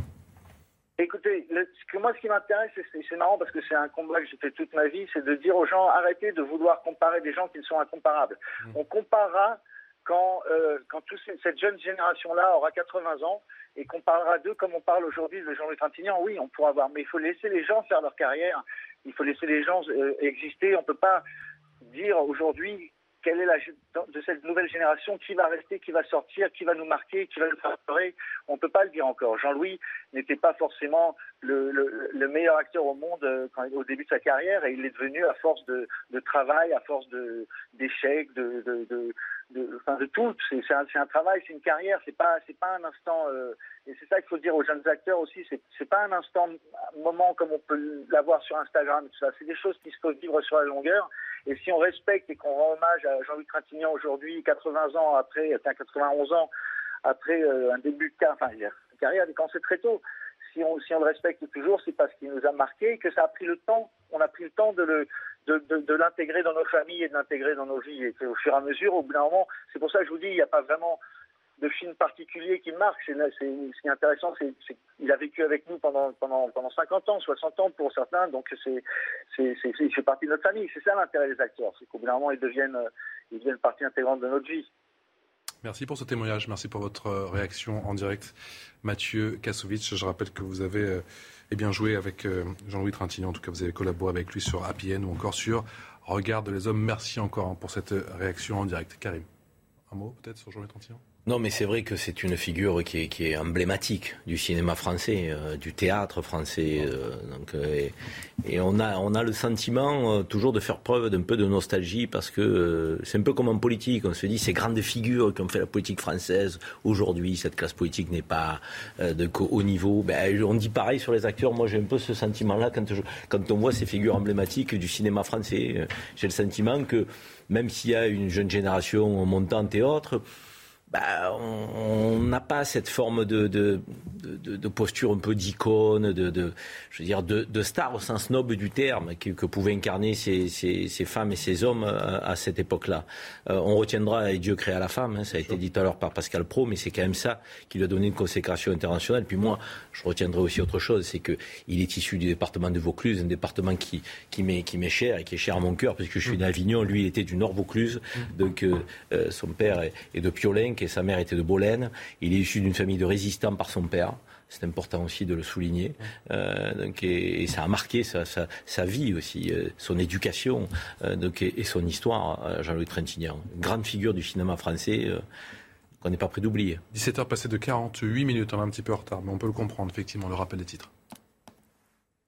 Écoutez, le, ce que moi, ce qui m'intéresse, c'est, c'est, c'est marrant parce que c'est un combat que j'ai fait toute ma vie, c'est de dire aux gens, arrêtez de vouloir comparer des gens qui sont incomparables. Mmh. On comparera quand, euh, quand toute cette jeune génération-là aura quatre-vingts ans, et qu'on parlera d'eux comme on parle aujourd'hui de Jean-Louis Trintignant, oui, on pourra voir. Mais il faut laisser les gens faire leur carrière, il faut laisser les gens euh, exister. On ne peut pas dire aujourd'hui quelle est la de cette nouvelle génération, qui va rester, qui va sortir, qui va nous marquer, qui va nous faire pleurer. On ne peut pas le dire encore. Jean-Louis n'était pas forcément le, le, le meilleur acteur au monde euh, quand, au début de sa carrière, et il est devenu à force de, de travail, à force de, d'échecs, de... de, de De, enfin de tout, c'est, c'est, un, c'est un travail, c'est une carrière, c'est pas, c'est pas un instant, euh, et c'est ça qu'il faut dire aux jeunes acteurs aussi, c'est, c'est pas un instant, un moment comme on peut l'avoir sur Instagram, tout ça, c'est des choses qui se peuvent vivre sur la longueur, et si on respecte et qu'on rend hommage à Jean-Louis Trintignant aujourd'hui, quatre-vingts ans après, enfin quatre-vingt-onze ans après euh, un début de carrière, enfin une carrière a commencé très tôt. Si on, si on le respecte toujours, c'est parce qu'il nous a marqué, que ça a pris le temps, on a pris le temps de, le, de, de, de l'intégrer dans nos familles et de l'intégrer dans nos vies. Et au fur et à mesure, au bout d'un moment, c'est pour ça que je vous dis, il n'y a pas vraiment de film particulier qui marque. C'est, c'est, ce qui est intéressant, c'est, c'est qu'il a vécu avec nous pendant, pendant, pendant cinquante ans, soixante ans pour certains, donc c'est, c'est, c'est, c'est, il fait partie de notre famille. C'est ça l'intérêt des acteurs, c'est qu'au bout d'un moment, ils deviennent, ils deviennent partie intégrante de notre vie. Merci pour ce témoignage, merci pour votre réaction en direct. Mathieu Kassovitz, je rappelle que vous avez euh, eh bien joué avec euh, Jean-Louis Trintignant, en tout cas vous avez collaboré avec lui sur Happy End ou encore sur Regarde les hommes. Merci encore hein, pour cette réaction en direct. Karim, un mot peut-être sur Jean-Louis Trintignant? Non, mais c'est vrai que c'est une figure qui est, qui est emblématique du cinéma français, euh, du théâtre français. Euh, donc, euh, et, et on a, on a le sentiment euh, toujours de faire preuve d'un peu de nostalgie parce que euh, c'est un peu comme en politique. On se dit ces grandes figures qui ont fait la politique française. Aujourd'hui, cette classe politique n'est pas euh, de haut niveau. Ben, on dit pareil sur les acteurs. Moi, j'ai un peu ce sentiment-là quand, je, quand on voit ces figures emblématiques du cinéma français. J'ai le sentiment que même s'il y a une jeune génération montante et autres, bah, on n'a pas cette forme de, de, de, de posture un peu d'icône, de, de, je veux dire, de, de star au sens noble du terme, que, que pouvaient incarner ces, ces, ces femmes et ces hommes à, à cette époque-là. Euh, on retiendra Dieu créa la femme, hein, ça a été dit tout à l'heure par Pascal Praud, mais c'est quand même ça qui lui a donné une consécration internationale. Puis moi, je retiendrai aussi autre chose, c'est qu'il est issu du département de Vaucluse, un département qui, qui, m'est, qui m'est cher et qui est cher à mon cœur, puisque je suis né à Avignon, lui il était du Nord Vaucluse, donc euh, euh, son père est, est de Piolenc, et sa mère était de Bolène. Il est issu d'une famille de résistants par son père. C'est important aussi de le souligner. Euh, donc, et, et ça a marqué sa, sa, sa vie aussi, euh, son éducation euh, donc, et, et son histoire, euh, Jean-Louis Trintignant. Une grande figure du cinéma français euh, qu'on n'est pas prêt d'oublier. dix-sept heures passées de quarante-huit minutes, on est un petit peu en retard, mais on peut le comprendre, effectivement, le rappel des titres.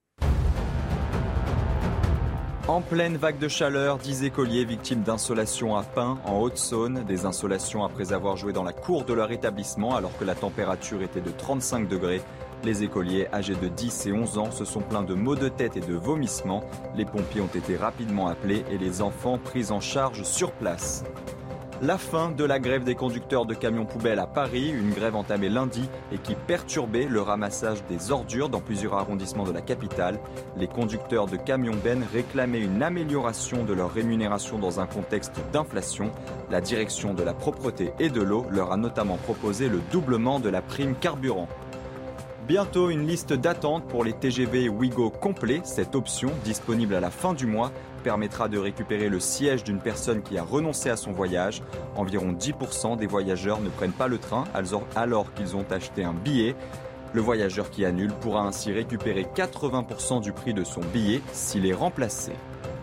En pleine vague de chaleur, dix écoliers victimes d'insolations à Pin, en Haute-Saône. Des insolations après avoir joué dans la cour de leur établissement alors que la température était de trente-cinq degrés. Les écoliers âgés de dix et onze ans se sont plaints de maux de tête et de vomissements. Les pompiers ont été rapidement appelés et les enfants pris en charge sur place. La fin de la grève des conducteurs de camions poubelles à Paris, une grève entamée lundi et qui perturbait le ramassage des ordures dans plusieurs arrondissements de la capitale. Les conducteurs de camions-bennes réclamaient une amélioration de leur rémunération dans un contexte d'inflation. La direction de la propreté et de l'eau leur a notamment proposé le doublement de la prime carburant. Bientôt une liste d'attente pour les T G V Ouigo complets. Cette option, disponible à la fin du mois, permettra de récupérer le siège d'une personne qui a renoncé à son voyage. Environ dix pour cent des voyageurs ne prennent pas le train alors qu'ils ont acheté un billet. Le voyageur qui annule pourra ainsi récupérer quatre-vingts pour cent du prix de son billet s'il est remplacé.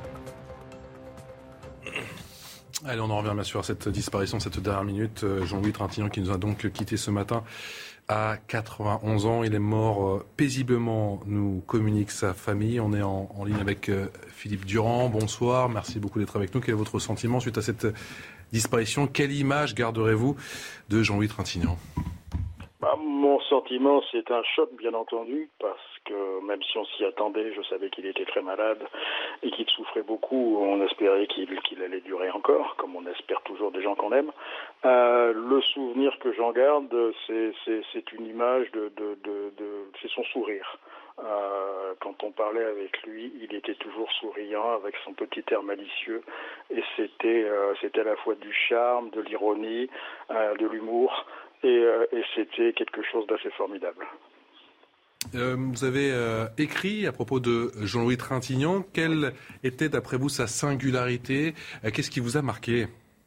Allez, on en revient bien sûr à cette disparition, cette dernière minute. Jean-Louis Trintignant qui nous a donc quitté ce matin à quatre-vingt-onze ans. Il est mort euh, paisiblement, nous communique sa famille. On est en, en ligne avec euh, Philippe Durand. Bonsoir, merci beaucoup d'être avec nous. Quel est votre sentiment suite à cette disparition? Quelle image garderez-vous de Jean-Louis Trintignant? Bah, mon sentiment, c'est un choc, bien entendu, parce que même si on s'y attendait, je savais qu'il était très malade et qu'il souffrait beaucoup. On espérait qu'il, qu'il allait durer encore, comme on espère toujours des gens qu'on aime. Euh, le souvenir que j'en garde, c'est, c'est, c'est une image de, de, de, de c'est son sourire. Euh, quand on parlait avec lui, il était toujours souriant, avec son petit air malicieux, et c'était, euh, c'était à la fois du charme, de l'ironie, euh, de l'humour. Et, euh, et c'était quelque chose d'assez formidable. Euh, vous avez euh, écrit à propos de Jean-Louis Trintignant. Quelle était, d'après vous, sa singularité? euh, Qu'est-ce qui vous a marqué?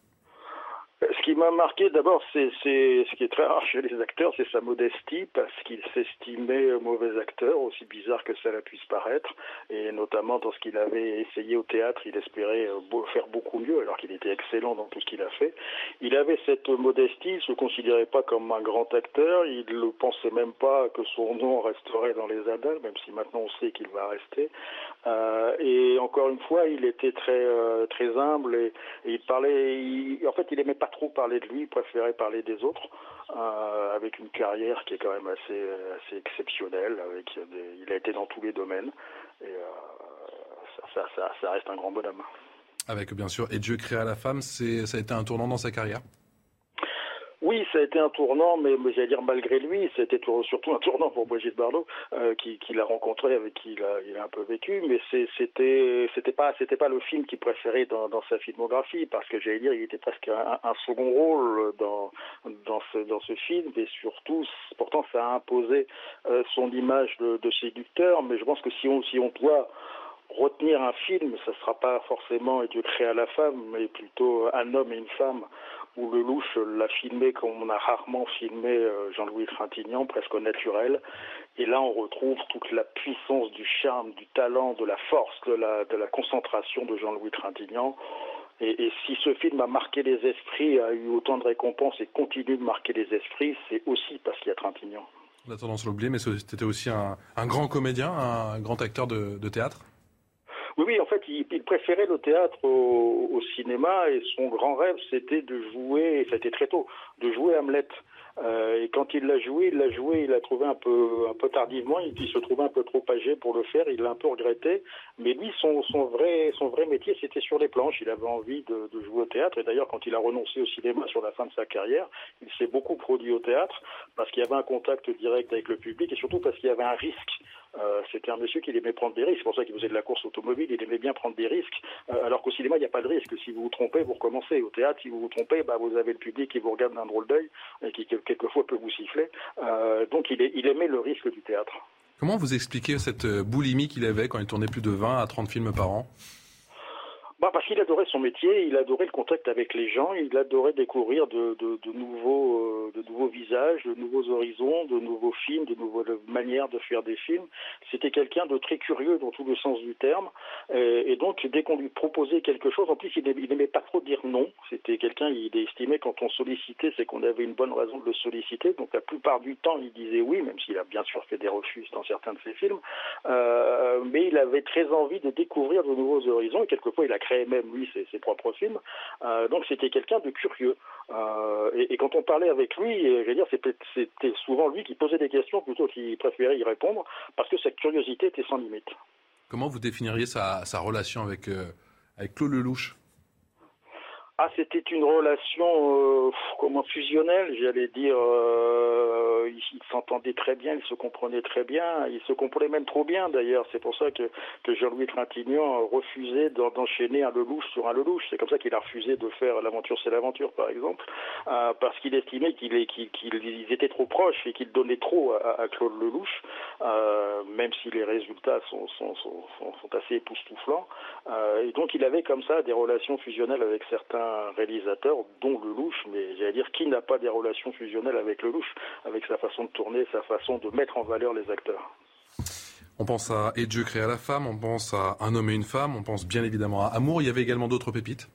Ce qui m'a marqué, d'abord, c'est, c'est ce qui est très rare chez les acteurs, c'est sa modestie, parce qu'il s'estimait mauvais acteur, aussi bizarre que cela puisse paraître, et notamment dans ce qu'il avait essayé au théâtre, il espérait faire beaucoup mieux, alors qu'il était excellent dans tout ce qu'il a fait. Il avait cette modestie, il ne se considérait pas comme un grand acteur, il ne pensait même pas que son nom resterait dans les annales, même si maintenant on sait qu'il va rester. Euh, et encore une fois, il était très euh, très humble, et, et il parlait, il, en fait, il aimait pas trop parler de lui, il préférait parler des autres, euh, avec une carrière qui est quand même assez, assez exceptionnelle. Avec des, il a été dans tous les domaines, et euh, ça, ça, ça, ça reste un grand bonhomme. Avec bien sûr, et Dieu créa la femme, c'est, ça a été un tournant dans sa carrière? Oui, ça a été un tournant, mais, mais j'allais dire malgré lui, c'était surtout un tournant pour Brigitte Bardot, euh, qui, qui l'a rencontré, avec qui il a, il a un peu vécu, mais c'est, c'était, c'était pas, c'était pas le film qu'il préférait dans, dans sa filmographie, parce que j'allais dire, il était presque un, un second rôle dans, dans ce, dans ce film, et surtout, pourtant, ça a imposé euh, son image de, de séducteur, mais je pense que si on, si on doit retenir un film, ça ne sera pas forcément Dieu créa la femme, mais plutôt Un homme et une femme, où Lelouch l'a filmé comme on a rarement filmé Jean-Louis Trintignant, presque au naturel. Et là, on retrouve toute la puissance du charme, du talent, de la force, de la, de la concentration de Jean-Louis Trintignant. Et, et si ce film a marqué les esprits, a eu autant de récompenses et continue de marquer les esprits, c'est aussi parce qu'il y a Trintignant. On a tendance à l'oublier, mais c'était aussi un, un grand comédien, un grand acteur de, de théâtre. Oui, oui, en fait, il, il préférait le théâtre au, au cinéma, et son grand rêve, c'était de jouer, et ça a été très tôt, de jouer Hamlet. Euh, et quand il l'a joué, il l'a joué, il l'a trouvé un peu, un peu tardivement, il, il se trouvait un peu trop âgé pour le faire, il l'a un peu regretté. Mais lui, son, son vrai, son vrai métier, c'était sur les planches. Il avait envie de, de jouer au théâtre. Et d'ailleurs, quand il a renoncé au cinéma sur la fin de sa carrière, il s'est beaucoup produit au théâtre parce qu'il y avait un contact direct avec le public et surtout parce qu'il y avait un risque. Euh, c'était un monsieur qui aimait prendre des risques. C'est pour ça qu'il faisait de la course automobile. Il aimait bien prendre des risques. Euh, alors qu'au cinéma, il n'y a pas de risque. Si vous vous trompez, vous recommencez. Au théâtre, si vous vous trompez, bah, vous avez le public qui vous regarde d'un drôle d'œil et qui quelquefois peut vous siffler. Euh, donc il, est, il aimait le risque du théâtre. Comment vous expliquez cette boulimie qu'il avait quand il tournait plus de vingt à trente films par an? Bah parce qu'il adorait son métier, il adorait le contact avec les gens, il adorait découvrir de, de, de, nouveaux, euh, de nouveaux visages, de nouveaux horizons, de nouveaux films, de nouvelles manières de faire des films. C'était quelqu'un de très curieux dans tout le sens du terme. Et, et donc, dès qu'on lui proposait quelque chose, en plus, il n'aimait pas trop dire non. C'était quelqu'un, il estimait quand on sollicitait, c'est qu'on avait une bonne raison de le solliciter. Donc, la plupart du temps, il disait oui, même s'il a bien sûr fait des refus dans certains de ses films. Euh, mais il avait très envie de découvrir de nouveaux horizons. Et quelquefois, il a créé même lui ses, ses propres films. Euh, donc c'était quelqu'un de curieux. Euh, et, et quand on parlait avec lui, je veux dire, c'était, c'était souvent lui qui posait des questions plutôt qu'il préférait y répondre, parce que sa curiosité était sans limite. Comment vous définiriez sa, sa relation avec, euh, avec Claude Lelouch ? Ah, c'était une relation euh, comment fusionnelle, j'allais dire. Euh, ils il s'entendaient très bien, ils se comprenaient très bien, ils se comprenaient même trop bien d'ailleurs. C'est pour ça que, que Jean-Louis Trintignant refusait d'enchaîner un Lelouch sur un Lelouch. C'est comme ça qu'il a refusé de faire L'aventure c'est l'aventure par exemple, euh, parce qu'il estimait qu'il est, qu'il, qu'ils étaient trop proches et qu'il donnait trop à, à Claude Lelouch, euh, même si les résultats sont, sont, sont, sont assez époustouflants. Euh, et donc il avait comme ça des relations fusionnelles avec certains un réalisateur, dont Lelouch, mais j'allais dire qui n'a pas des relations fusionnelles avec Lelouch, avec sa façon de tourner, sa façon de mettre en valeur les acteurs. On pense à Et Dieu créa la femme, on pense à Un homme et une femme, on pense bien évidemment à Amour. Il y avait également d'autres pépites.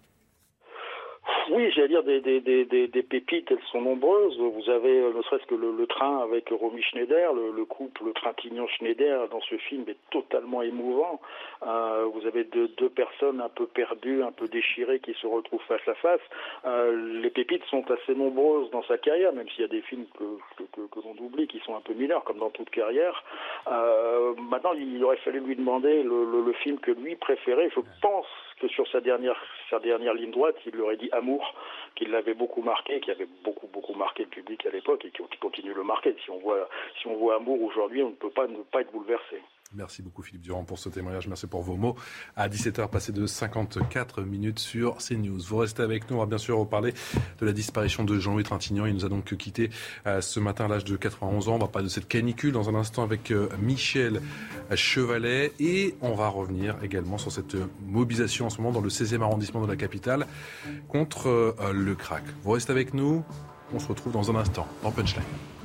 Oui, j'allais dire des, des, des, des, des pépites, elles sont nombreuses. Vous avez ne serait-ce que le, le train avec Romy Schneider, le, le couple Trintignant-Schneider dans ce film est totalement émouvant. Euh, vous avez deux, deux personnes un peu perdues, un peu déchirées qui se retrouvent face à face. Euh, les pépites sont assez nombreuses dans sa carrière, même s'il y a des films que, que, que, que l'on oublie, qui sont un peu mineurs, comme dans toute carrière. Euh, maintenant, il aurait fallu lui demander le, le, le film que lui préférait. Je pense que sur sa dernière, sa dernière ligne droite, il lui aurait dit Amour, qui l'avait beaucoup marqué, qui avait beaucoup, beaucoup marqué le public à l'époque et qui continue de le marquer. Si on voit, si on voit Amour aujourd'hui, on ne peut pas ne pas être bouleversé. Merci beaucoup Philippe Durand pour ce témoignage, merci pour vos mots. À dix-sept heures passées de cinquante-quatre minutes sur CNews. Vous restez avec nous, on va bien sûr reparler de la disparition de Jean-Louis Trintignant. Il nous a donc quitté euh, ce matin à l'âge de quatre-vingt-onze ans. On va parler de cette canicule dans un instant avec euh, Michel Chevalet. Et on va revenir également sur cette mobilisation en ce moment dans le seizième arrondissement de la capitale contre euh, le crack. Vous restez avec nous, on se retrouve dans un instant dans Punchline.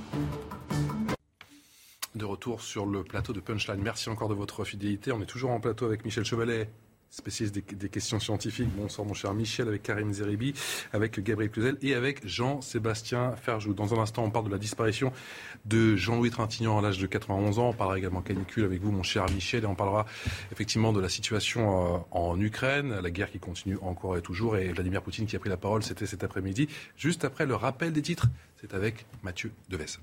De retour sur le plateau de Punchline. Merci encore de votre fidélité. On est toujours en plateau avec Michel Chevalet, spécialiste des, des questions scientifiques. Bonsoir mon cher Michel, avec Karim Zeribi, avec Gabriel Cluzel et avec Jean-Sébastien Ferjou. Dans un instant, on parle de la disparition de Jean-Louis Trintignant à l'âge de quatre-vingt-onze ans. On parlera également canicule avec vous, mon cher Michel, et on parlera effectivement de la situation euh, en Ukraine, la guerre qui continue encore et toujours, et Vladimir Poutine qui a pris la parole, c'était cet après-midi. Juste après le rappel des titres, c'est avec Mathieu Devez.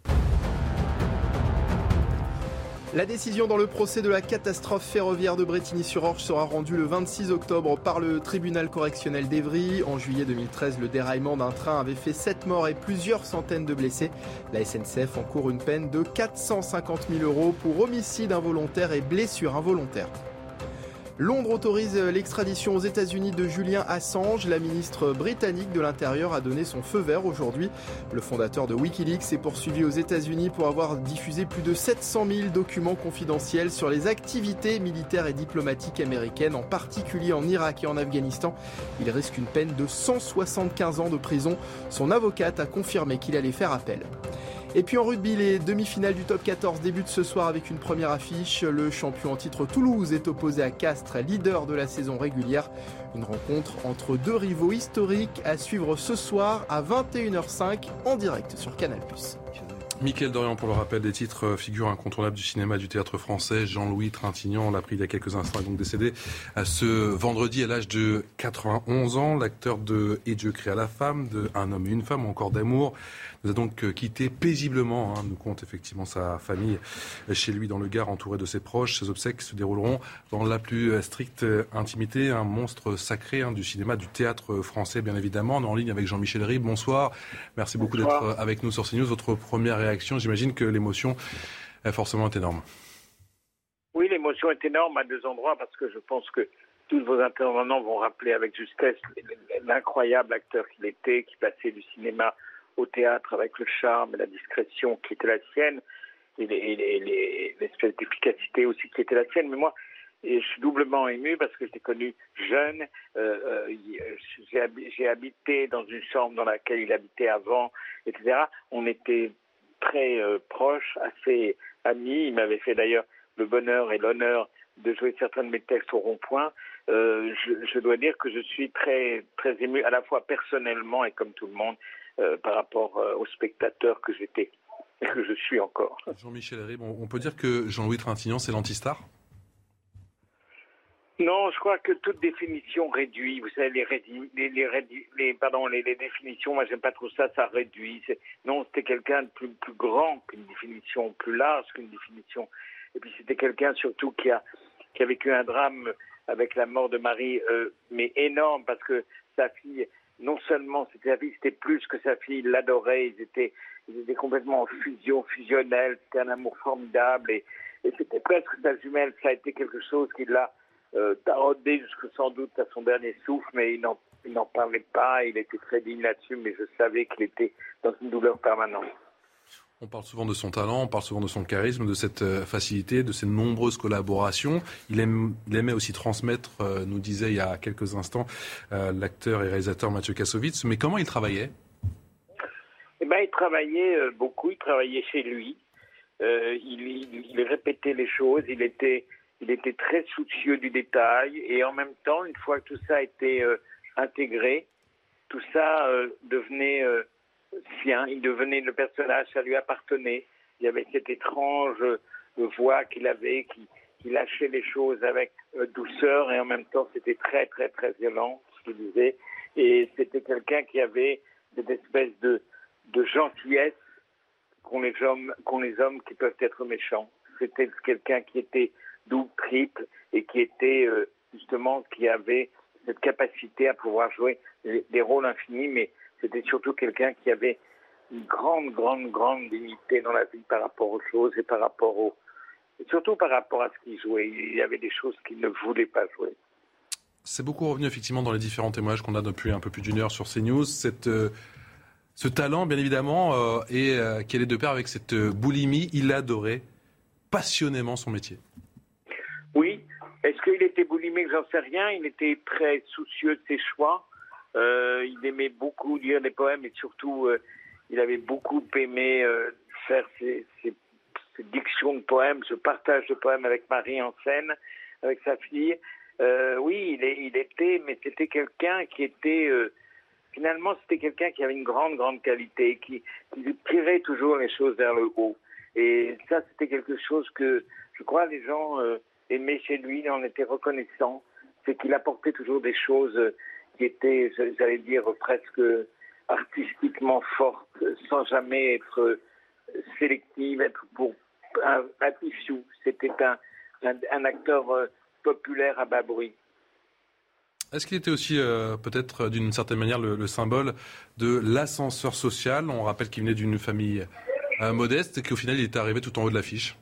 La décision dans le procès de la catastrophe ferroviaire de Brétigny-sur-Orge sera rendue le vingt-six octobre par le tribunal correctionnel d'Évry. En juillet deux mille treize, le déraillement d'un train avait fait sept morts et plusieurs centaines de blessés. La S N C F encourt une peine de quatre cent cinquante mille euros pour homicide involontaire et blessure involontaire. Londres autorise l'extradition aux États-Unis de Julian Assange. La ministre britannique de l'Intérieur a donné son feu vert aujourd'hui. Le fondateur de Wikileaks est poursuivi aux États-Unis pour avoir diffusé plus de sept cent mille documents confidentiels sur les activités militaires et diplomatiques américaines, en particulier en Irak et en Afghanistan. Il risque une peine de cent soixante-quinze ans de prison. Son avocate a confirmé qu'il allait faire appel. Et puis en rugby, les demi-finales du top quatorze débutent ce soir avec une première affiche. Le champion en titre Toulouse est opposé à Castres, leader de la saison régulière. Une rencontre entre deux rivaux historiques à suivre ce soir à vingt et une heures cinq en direct sur Canal plus. Mickaël Dorian pour le rappel des titres, figure incontournable du cinéma et du théâtre français. Jean-Louis Trintignant, on l'a appris il y a quelques instants, est donc décédé ce vendredi à l'âge de quatre-vingt-onze ans. L'acteur de Et Dieu créa la femme, de Un homme et une femme ou encore d'Amour nous a donc quitté paisiblement, hein, nous compte effectivement sa famille chez lui dans le Gard, entouré de ses proches. Ses obsèques se dérouleront dans la plus stricte intimité. Un monstre sacré hein, du cinéma, du théâtre français bien évidemment. On est en ligne avec Jean-Michel Ribes. Bonsoir. Merci beaucoup Bonsoir. d'être avec nous sur CNews. Votre première réaction, j'imagine que l'émotion est forcément énorme. Oui, l'émotion est énorme à deux endroits parce que je pense que tous vos intervenants vont rappeler avec justesse l'incroyable acteur qu'il était, qui passait du cinéma au théâtre avec le charme et la discrétion qui était la sienne et, les, et les, les, l'espèce d'efficacité aussi qui était la sienne. Mais moi, Et je suis doublement ému parce que je l'ai connu jeune. Euh, euh, j'ai, j'ai habité dans une chambre dans laquelle il habitait avant, et cetera. On était très euh, proches, assez amis. Il m'avait fait d'ailleurs le bonheur et l'honneur de jouer certains de mes textes au rond-point. Euh, je, je dois dire que je suis très, très ému, à la fois personnellement et comme tout le monde, euh, par rapport euh, aux spectateurs que j'étais et que je suis encore. Jean-Michel Ribes, on peut dire que Jean-Louis Trintignant, c'est l'antistar ? Non, je crois que toute définition réduit. Vous savez, les, rédu- les, les, rédu- les, pardon, les, les définitions, moi, j'aime pas trop ça, ça réduit. C'est, non, c'était quelqu'un de plus, plus grand qu'une définition, plus large qu'une définition. Et puis, c'était quelqu'un, surtout, qui a, qui a vécu un drame avec la mort de Marie, euh, mais énorme, parce que sa fille, non seulement c'était sa fille, c'était plus que sa fille, il l'adorait, ils étaient, ils étaient complètement en fusion, fusionnels, c'était un amour formidable, et, et c'était presque sa jumelle. Ça a été quelque chose qui l'a Euh, taraudé jusque sans doute à son dernier souffle, mais il n'en, il n'en parlait pas, il était très digne là-dessus, mais je savais qu'il était dans une douleur permanente. On parle souvent de son talent, on parle souvent de son charisme, de cette facilité, de ses nombreuses collaborations. Il, aime, il aimait aussi transmettre, euh, nous disait il y a quelques instants, euh, l'acteur et réalisateur Mathieu Kassovitz. Mais comment il travaillait ? Eh ben, il travaillait euh, beaucoup, il travaillait chez lui. Euh, il, il, il répétait les choses, il était... Il était très soucieux du détail et en même temps, une fois que tout ça a été euh, intégré, tout ça euh, devenait euh, sien, il devenait le personnage, ça lui appartenait. Il y avait cette étrange euh, voix qu'il avait, qui, qui lâchait les choses avec euh, douceur et en même temps, c'était très, très, très violent, ce qu'il disait. Et c'était quelqu'un qui avait cette espèce de, de gentillesse qu'ont les hommes, qu'ont les hommes qui peuvent être méchants. C'était quelqu'un qui était double, triple, et qui était euh, justement, qui avait cette capacité à pouvoir jouer des, des rôles infinis, mais c'était surtout quelqu'un qui avait une grande, grande, grande dignité dans la vie par rapport aux choses et par rapport au... Et surtout par rapport à ce qu'il jouait. Il y avait des choses qu'il ne voulait pas jouer. C'est beaucoup revenu effectivement dans les différents témoignages qu'on a depuis un peu plus d'une heure sur CNews. Cette, euh, ce talent, bien évidemment, euh, et euh, qui allait de pair avec cette euh, boulimie. Il adorait passionnément son métier. Oui. Est-ce qu'il était boulimique? J'en sais rien. Il était très soucieux de ses choix. Euh, il aimait beaucoup lire des poèmes et surtout, euh, il avait beaucoup aimé euh, faire ses, ses, ses dictions de poèmes, ce partage de poèmes avec Marie en scène, avec sa fille. Euh, oui, il, est, il était, mais c'était quelqu'un qui était... Euh, finalement, c'était quelqu'un qui avait une grande, grande qualité, qui, qui tirait toujours les choses vers le haut. Et ça, c'était quelque chose que, je crois, les gens... Euh, aimé chez lui, il en était reconnaissant, c'est qu'il apportait toujours des choses qui étaient, j'allais dire, presque artistiquement fortes, sans jamais être sélective, être pour un, un fichou. C'était un, un, un acteur populaire à bas bruit. Est-ce qu'il était aussi euh, peut-être d'une certaine manière le, le symbole de l'ascenseur social? On rappelle qu'il venait d'une famille euh, modeste et qu'au final il était arrivé tout en haut de l'affiche.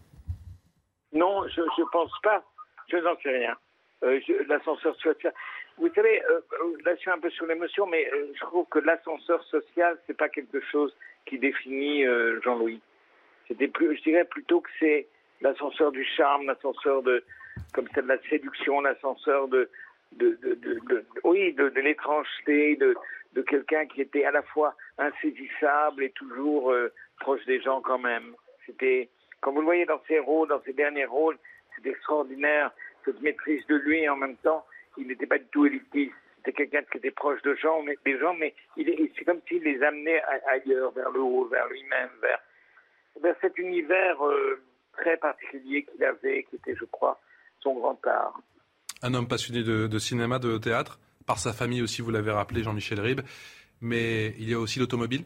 Non, je ne pense pas. Je n'en sais rien. Euh, je, l'ascenseur social. Vous savez, euh, là je suis un peu sur l'émotion, mais euh, je trouve que l'ascenseur social, c'est pas quelque chose qui définit euh, Jean-Louis. C'était plus, je dirais plutôt que c'est l'ascenseur du charme, l'ascenseur de, comme c'est de la séduction, l'ascenseur de, de, de, de, de, de oui, de, de l'étrangeté, de, de quelqu'un qui était à la fois insaisissable et toujours euh, proche des gens quand même. C'était Comme vous le voyez dans ses rôles, dans ses derniers rôles, c'est extraordinaire, cette maîtrise de lui, et en même temps, il n'était pas du tout élitiste. C'était quelqu'un qui était proche de gens, mais, des gens, mais il est, c'est comme s'il les amenait ailleurs, vers le haut, vers lui-même, vers, vers cet univers euh, très particulier qu'il avait, qui était, je crois, son grand art. Un homme passionné de, de cinéma, de théâtre, par sa famille aussi, vous l'avez rappelé, Jean-Michel Ribes, mais il y a aussi l'automobile?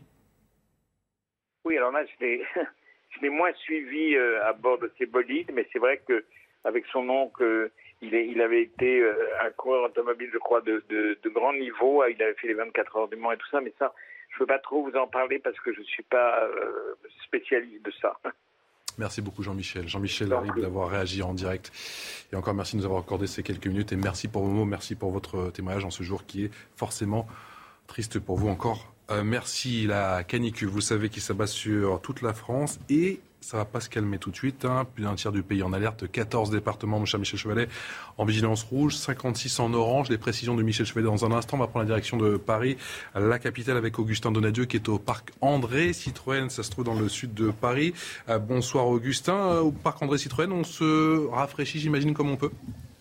Oui, alors là, je l'ai... Je l'ai moins suivi euh, à bord de ses bolides, mais c'est vrai qu'avec son oncle, euh, il, est, il avait été euh, un coureur automobile, je crois, de, de, de grand niveau. Il avait fait les vingt-quatre heures du Mans et tout ça, mais ça, je ne peux pas trop vous en parler parce que je ne suis pas euh, spécialiste de ça. Merci beaucoup Jean-Michel. Jean-Michel Ribes d'avoir réagi en direct. Et encore merci de nous avoir accordé ces quelques minutes. Et merci pour vos mots, merci pour votre témoignage en ce jour qui est forcément triste pour vous encore. Euh, merci. La canicule, vous savez, qui s'abat sur toute la France et ça ne va pas se calmer tout de suite. Hein. Plus d'un tiers du pays en alerte, quatorze départements, mon cher Michel Chevalet, en vigilance rouge, cinquante-six en orange. Les précisions de Michel Chevalet dans un instant. On va prendre la direction de Paris, la capitale, avec Augustin Donadieu qui est au parc André Citroën. Ça se trouve dans le sud de Paris. Euh, bonsoir Augustin. Au parc André Citroën, on se rafraîchit, j'imagine, comme on peut.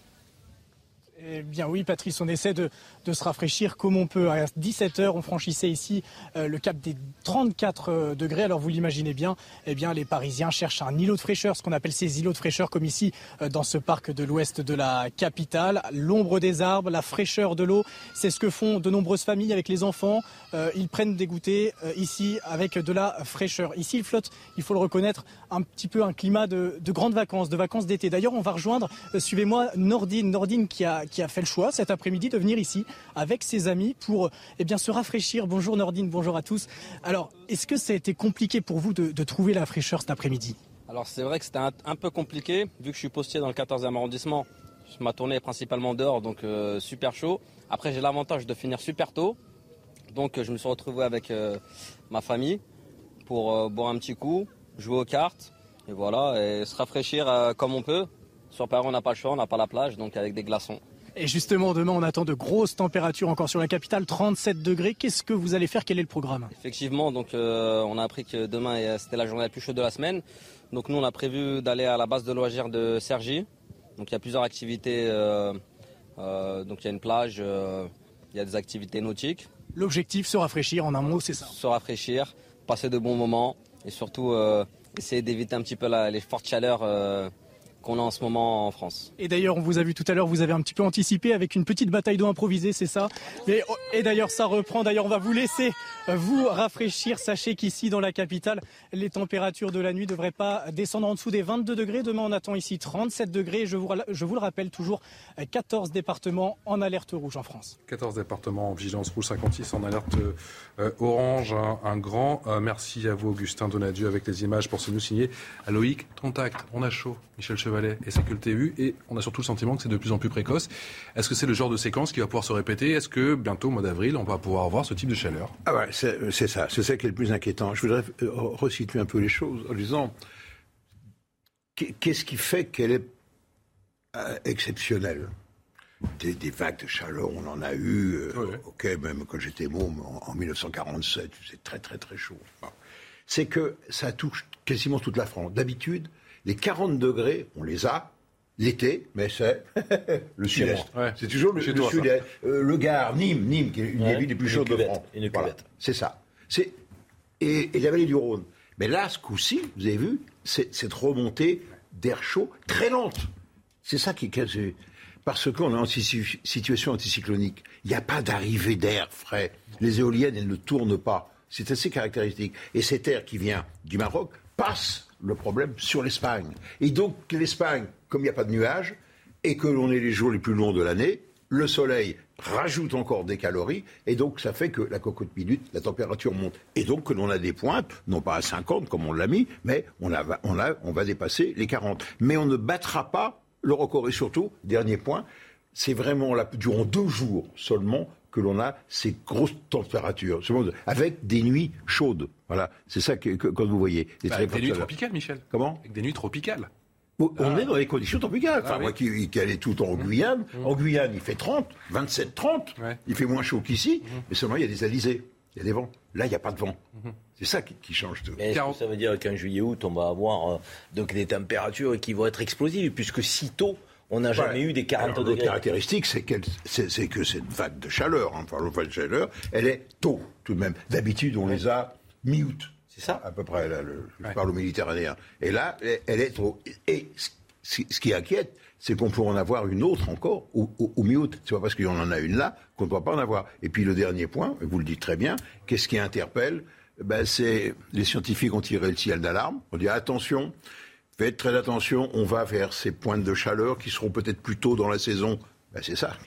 Eh bien oui, Patrice, on essaie de, de se rafraîchir comme on peut. À dix-sept heures, on franchissait ici euh, le cap des trente-quatre euh, degrés. Alors vous l'imaginez bien, eh bien, les Parisiens cherchent un îlot de fraîcheur, ce qu'on appelle ces îlots de fraîcheur comme ici euh, dans ce parc de l'ouest de la capitale. L'ombre des arbres, la fraîcheur de l'eau, c'est ce que font de nombreuses familles avec les enfants. Euh, ils prennent des goûters euh, ici avec de la fraîcheur. Ici, il flotte, il faut le reconnaître, un petit peu un climat de, de grandes vacances, de vacances d'été. D'ailleurs, on va rejoindre, euh, suivez-moi, Nordine, Nordine qui a, qui a fait le choix cet après-midi de venir ici avec ses amis pour eh bien, se rafraîchir. Bonjour Nordine, bonjour à tous. Alors, est-ce que ça a été compliqué pour vous de, de trouver la fraîcheur cet après-midi ? Alors c'est vrai que c'était un, un peu compliqué, vu que je suis posté dans le quatorzième arrondissement. Ma tournée est principalement dehors, donc euh, super chaud. Après, j'ai l'avantage de finir super tôt. Donc euh, je me suis retrouvé avec euh, ma famille pour euh, boire un petit coup, jouer aux cartes, et voilà, et se rafraîchir euh, comme on peut. Sur Paris, on n'a pas le choix, on n'a pas la plage, donc avec des glaçons. Et justement, demain, on attend de grosses températures encore sur la capitale, trente-sept degrés. Qu'est-ce que vous allez faire ? Quel est le programme ? Effectivement, donc euh, on a appris que demain, c'était la journée la plus chaude de la semaine. Donc nous, on a prévu d'aller à la base de loisirs de Cergy. Donc il y a plusieurs activités. Euh, euh, donc il y a une plage, euh, il y a des activités nautiques. L'objectif, se rafraîchir en un mot, c'est ça ? Se rafraîchir, passer de bons moments et surtout euh, essayer d'éviter un petit peu la, les fortes chaleurs euh, qu'on a en ce moment en France. Et d'ailleurs, on vous a vu tout à l'heure, vous avez un petit peu anticipé avec une petite bataille d'eau improvisée, c'est ça ? Et, et d'ailleurs, ça reprend. D'ailleurs, on va vous laisser vous rafraîchir. Sachez qu'ici, dans la capitale, les températures de la nuit ne devraient pas descendre en dessous des vingt-deux degrés. Demain, on attend ici trente-sept degrés. Je vous, je vous le rappelle, toujours quatorze départements en alerte rouge en France. quatorze départements en vigilance rouge, cinquante-six en alerte euh, orange. Un, un grand euh, merci à vous, Augustin Donadieu, avec les images pour ce nous signer à Loïc Contact. On a chaud, Michel Chevalet et Sécurité U, et on a surtout le sentiment que c'est de plus en plus précoce. Est-ce que c'est le genre de séquence qui va pouvoir se répéter ? Est-ce que bientôt, au mois d'avril, on va pouvoir avoir ce type de chaleur ? Ah ouais, c'est, c'est ça, c'est ça qui est le plus inquiétant. Je voudrais euh, resituer un peu les choses en disant qu'est-ce qui fait qu'elle est euh, exceptionnelle ? Des, des vagues de chaleur, on en a eu, euh, oui. ok, même quand j'étais môme en, en dix-neuf cent quarante-sept, c'est très très très chaud. Enfin, c'est que ça touche quasiment toute la France. D'habitude, les quarante degrés, on les a l'été, mais c'est le sud-est. Ouais. C'est toujours le, le sud-est. Euh, le Gard, Nîmes, Nîmes, qui est une ouais. des villes les plus chaudes de France. Une voilà. C'est ça. C'est, et, et la vallée du Rhône. Mais là, ce coup-ci, vous avez vu, c'est cette remontée d'air chaud très lente. C'est ça qui est... Parce qu'on est en situation anticyclonique. Il n'y a pas d'arrivée d'air frais. Les éoliennes, elles ne tournent pas. C'est assez caractéristique. Et cet air qui vient du Maroc passe le problème sur l'Espagne. Et donc, l'Espagne, comme il n'y a pas de nuages, et que l'on est les jours les plus longs de l'année, le soleil rajoute encore des calories, et donc ça fait que la cocotte minute, la température monte. Et donc que l'on a des pointes, non pas à cinquante comme on l'a mis, mais on, a, on, a, on va dépasser les quarante. Mais on ne battra pas le record. Et surtout, dernier point, c'est vraiment là, durant deux jours seulement que l'on a ces grosses températures, avec des nuits chaudes. Voilà, c'est ça que, que quand vous voyez. Bah, avec des nuits tropicales, Michel. Comment ? Avec des nuits tropicales. On ah. est dans les conditions tropicales. Enfin, ah, moi oui. qui, qui allais tout le temps en Guyane, mmh. en Guyane, il fait trente, vingt-sept, trente. Ouais. Il fait moins chaud qu'ici, mmh. mais seulement il y a des alizés, il y a des vents. Là, il n'y a pas de vent. Mmh. C'est ça qui, qui change tout. Mais est-ce que ça veut dire qu'en juillet-août, on va avoir euh, donc des températures qui vont être explosives, puisque si tôt, on n'a jamais ouais. eu des quarante Alors, degrés. L'autre caractéristique, c'est, c'est, c'est que cette vague de chaleur, hein, enfin, la vague de chaleur, elle est tôt, tout de même. D'habitude, on ouais. les a mi-août. C'est ça, à peu près, là, le, je ouais. parle au méditerranéen. Et là, elle est trop... Et ce qui inquiète, c'est qu'on peut en avoir une autre encore au, au, au mi-août. C'est pas parce qu'on en a une là qu'on ne doit pas en avoir. Et puis le dernier point, vous le dites très bien, qu'est-ce qui interpelle ? Ben, c'est les scientifiques ont tiré le signal d'alarme. On dit attention, faites très attention, on va vers ces pointes de chaleur qui seront peut-être plus tôt dans la saison. Ben, c'est ça.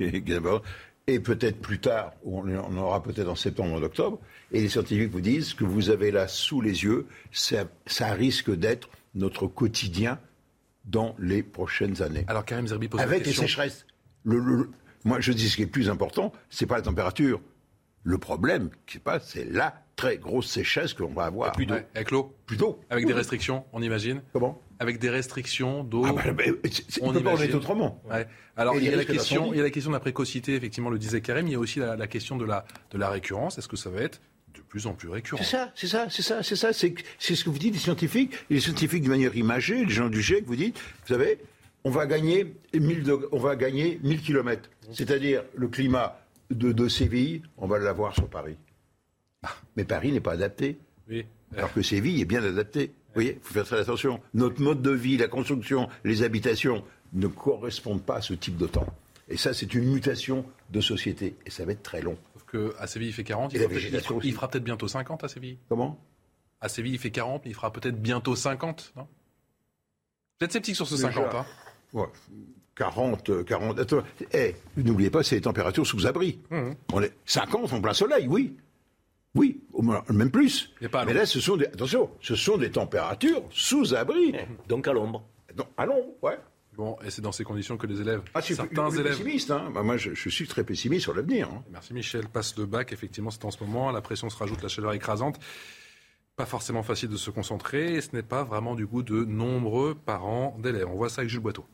Et peut-être plus tard, on en aura peut-être en septembre ou en octobre. Et les scientifiques vous disent ce que vous avez là sous les yeux, ça, ça risque d'être notre quotidien dans les prochaines années. Alors Karim Zerbi pose Avec la question. les sécheresses. Le, le, le, moi, je dis ce qui est le plus important, c'est pas la température. Le problème, qui se passe, c'est la très grosse sécheresse que l'on va avoir. Plus d'eau. Ouais, avec l'eau. Plus d'eau. Avec des restrictions, on imagine. Comment ? Avec des restrictions d'eau. Ah bah, bah, on ne peut pas en être autrement. Ouais. Alors, il y, a la question, il y a la question de la précocité, effectivement, le disait Karim. Il y a aussi la, la question de la, de la récurrence. Est-ce que ça va être de plus en plus récurrent ? C'est ça, c'est ça, c'est ça, c'est ça. C'est, c'est ce que vous dites, les scientifiques. Et les scientifiques, de manière imagée, les gens du G I E C, vous dites, vous savez, on va gagner mille, de, on va gagner mille kilomètres. C'est-à-dire, le climat de, de Séville, on va l'avoir sur Paris. Mais Paris n'est pas adapté. Oui. Alors que Séville est bien adapté. Vous voyez, il faut faire très attention. Notre mode de vie, la construction, les habitations ne correspondent pas à ce type de temps. Et ça, c'est une mutation de société. Et ça va être très long. Sauf qu'à Séville, il fait quarante. Il, Et fera, la il, fera, aussi. il fera peut-être bientôt cinquante à Séville. Comment ? À Séville, il fait quarante, mais il fera peut-être bientôt cinquante, non ? Vous êtes sceptique sur ce Déjà, cinquante, hein ? Ouais. quarante, quarante. Attends, hey, n'oubliez pas, c'est les températures sous abri. Mmh. On est cinquante en plein soleil, oui. Oui, au moins, même plus. Mais, pas Mais là, ce sont des, attention, ce sont des températures sous abri. Donc à l'ombre. Donc à l'ombre, ouais. Bon, et c'est dans ces conditions que les élèves, ah, c'est certains plus, plus élèves... pessimiste, hein. Bah, moi, je, je suis très pessimiste sur l'avenir. Hein. Merci Michel. Passe le bac, effectivement, c'est en ce moment. La pression se rajoute, la chaleur écrasante. Pas forcément facile de se concentrer. Et ce n'est pas vraiment du goût de nombreux parents d'élèves. On voit ça avec Jules Boiteau.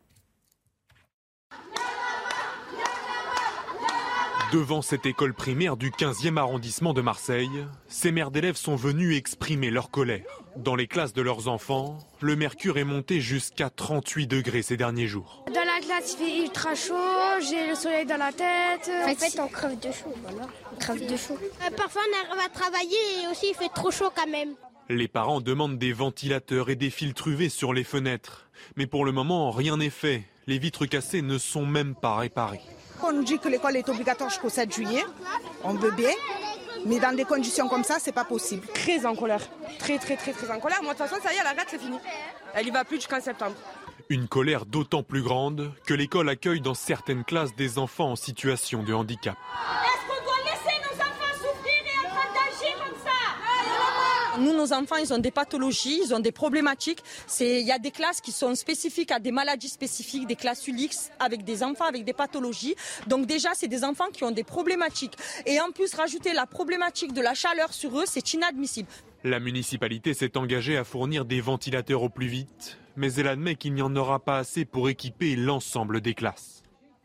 Devant cette école primaire du quinzième arrondissement de Marseille, ces mères d'élèves sont venues exprimer leur colère. Dans les classes de leurs enfants, le mercure est monté jusqu'à trente-huit degrés ces derniers jours. Dans la classe, il fait ultra chaud, j'ai le soleil dans la tête. En fait, on crève de chaud, voilà. On crève de chaud. Euh, parfois, on arrive à travailler et aussi, il fait trop chaud quand même. Les parents demandent des ventilateurs et des filtres U V sur les fenêtres. Mais pour le moment, rien n'est fait. Les vitres cassées ne sont même pas réparées. On nous dit que l'école est obligatoire jusqu'au sept juillet, on veut bien, mais dans des conditions comme ça, c'est pas possible. Très en colère, très très très très en colère. Moi de toute façon, ça y est, la date c'est fini. Elle y va plus jusqu'en septembre. Une colère d'autant plus grande que l'école accueille dans certaines classes des enfants en situation de handicap. Est-ce qu'on doit laisser nos enfants souffrir et être en danger comme ça ? Nous, nos enfants, ils ont des pathologies, ils ont des problématiques. Il y a des classes qui sont spécifiques à des maladies spécifiques, des classes U L I X avec des enfants avec des pathologies. Donc déjà, c'est des enfants qui ont des problématiques. Et en plus, rajouter la problématique de la chaleur sur eux, c'est inadmissible. La municipalité s'est engagée à fournir des ventilateurs au plus vite, mais elle admet qu'il n'y en aura pas assez pour équiper l'ensemble des classes.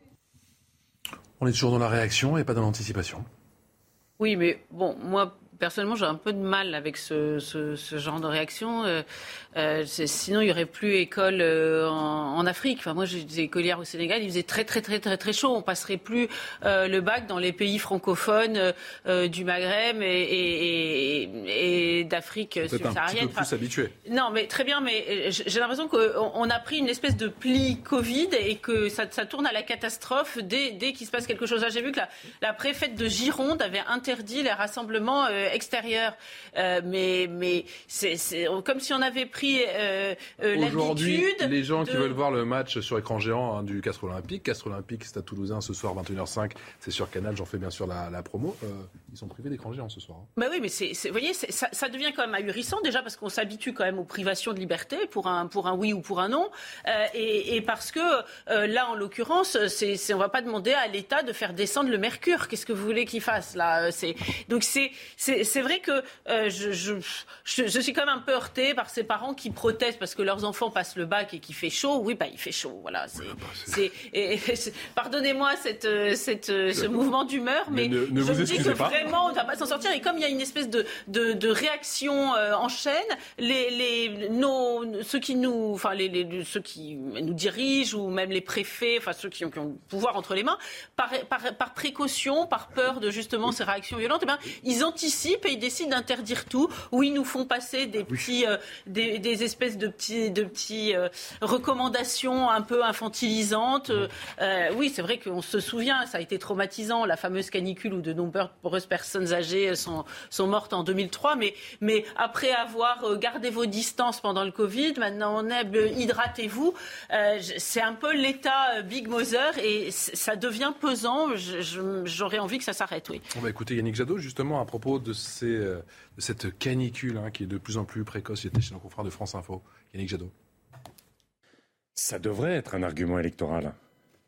On est toujours dans la réaction et pas dans l'anticipation. Oui, mais bon, moi... Personnellement, j'ai un peu de mal avec ce, ce, ce genre de réaction. Euh, euh, sinon, il n'y aurait plus école euh, en, en Afrique. Enfin, moi, j'ai des écolières au Sénégal, il faisait très, très, très, très, très chaud. On passerait plus euh, le bac dans les pays francophones euh, du Maghreb et, et, et, et d'Afrique subsaharienne. Un petit peu plus enfin, habitué. Non, mais très bien, mais j'ai l'impression qu'on on a pris une espèce de pli Covid et que ça, ça tourne à la catastrophe dès, dès qu'il se passe quelque chose. Là, j'ai vu que la, la préfète de Gironde avait interdit les rassemblements euh, extérieur, euh, mais, mais c'est, c'est comme si on avait pris euh, euh, Aujourd'hui, l'habitude. les gens de... qui veulent voir le match sur écran géant hein, du Castres Olympique, Castres Olympique, Stade Toulousain ce soir vingt et une heures cinq, c'est sur Canal, j'en fais bien sûr la, la promo. Euh, ils sont privés d'écran géant ce soir. Hein. Bah oui, mais c'est, c'est, vous voyez, c'est, ça, ça devient quand même ahurissant déjà parce qu'on s'habitue quand même aux privations de liberté pour un, pour un oui ou pour un non, euh, et, et parce que euh, là, en l'occurrence, c'est, c'est, on va pas demander à l'État de faire descendre le mercure. Qu'est-ce que vous voulez qu'il fasse là c'est, Donc c'est, c'est, c'est vrai que euh, je, je, je, je suis quand même un peu heurtée par ces parents qui protestent parce que leurs enfants passent le bac et qu'il fait chaud. Oui, bah il fait chaud, voilà. C'est, bah, c'est... C'est, et, et, pardonnez-moi cette, cette, ce mouvement d'humeur, mais, mais ne, ne je vous me dis que pas. Vraiment, on ne va pas s'en sortir. Et comme il y a une espèce de, de, de réaction euh, en chaîne, les, les, nos, ceux qui nous, enfin les, les, ceux qui nous dirigent ou même les préfets, enfin ceux qui ont, qui ont le pouvoir entre les mains, par, par, par précaution, par peur de justement ces réactions violentes, eh bien, ils anticipent et ils décident d'interdire tout, où ils nous font passer des petits, euh, des, des espèces de petits, de petits euh, recommandations un peu infantilisantes. Euh, oui, c'est vrai qu'on se souvient, ça a été traumatisant, la fameuse canicule où de nombreuses personnes âgées sont, sont mortes en deux mille trois, mais, mais après avoir gardé vos distances pendant le Covid, maintenant on est euh, hydratez-vous. Euh, c'est un peu l'état Big Mother et ça devient pesant. Je, je, j'aurais envie que ça s'arrête, oui. On va écouter Yannick Jadot justement à propos de, ces, euh, de cette canicule hein, qui est de plus en plus précoce. Il était chez nos confrères de France Info. Yannick Jadot. Ça devrait être un argument électoral.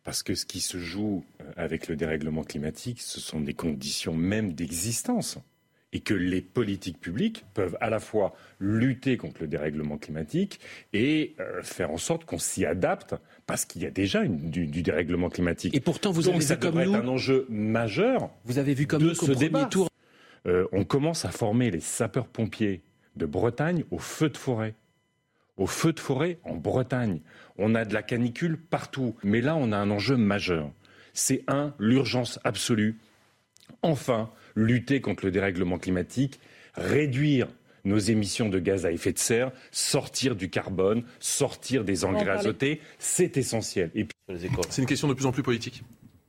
Parce que ce qui se joue avec le dérèglement climatique, ce sont des conditions même d'existence. Et que les politiques publiques peuvent à la fois lutter contre le dérèglement climatique et euh, faire en sorte qu'on s'y adapte, parce qu'il y a déjà une, du, du dérèglement climatique. Et pourtant, vous Donc, avez ça vu comme devrait nous... être un enjeu majeur. Vous avez vu comme de nous qu'au ce premier débat. tour... Euh, on commence à former les sapeurs-pompiers de Bretagne au feu de forêt. Au feu de forêt en Bretagne. On a de la canicule partout. Mais là, on a un enjeu majeur. C'est un, l'urgence absolue. Enfin, lutter contre le dérèglement climatique, réduire nos émissions de gaz à effet de serre, sortir du carbone, sortir des engrais azotés, c'est essentiel. Et puis, c'est une question de plus en plus politique.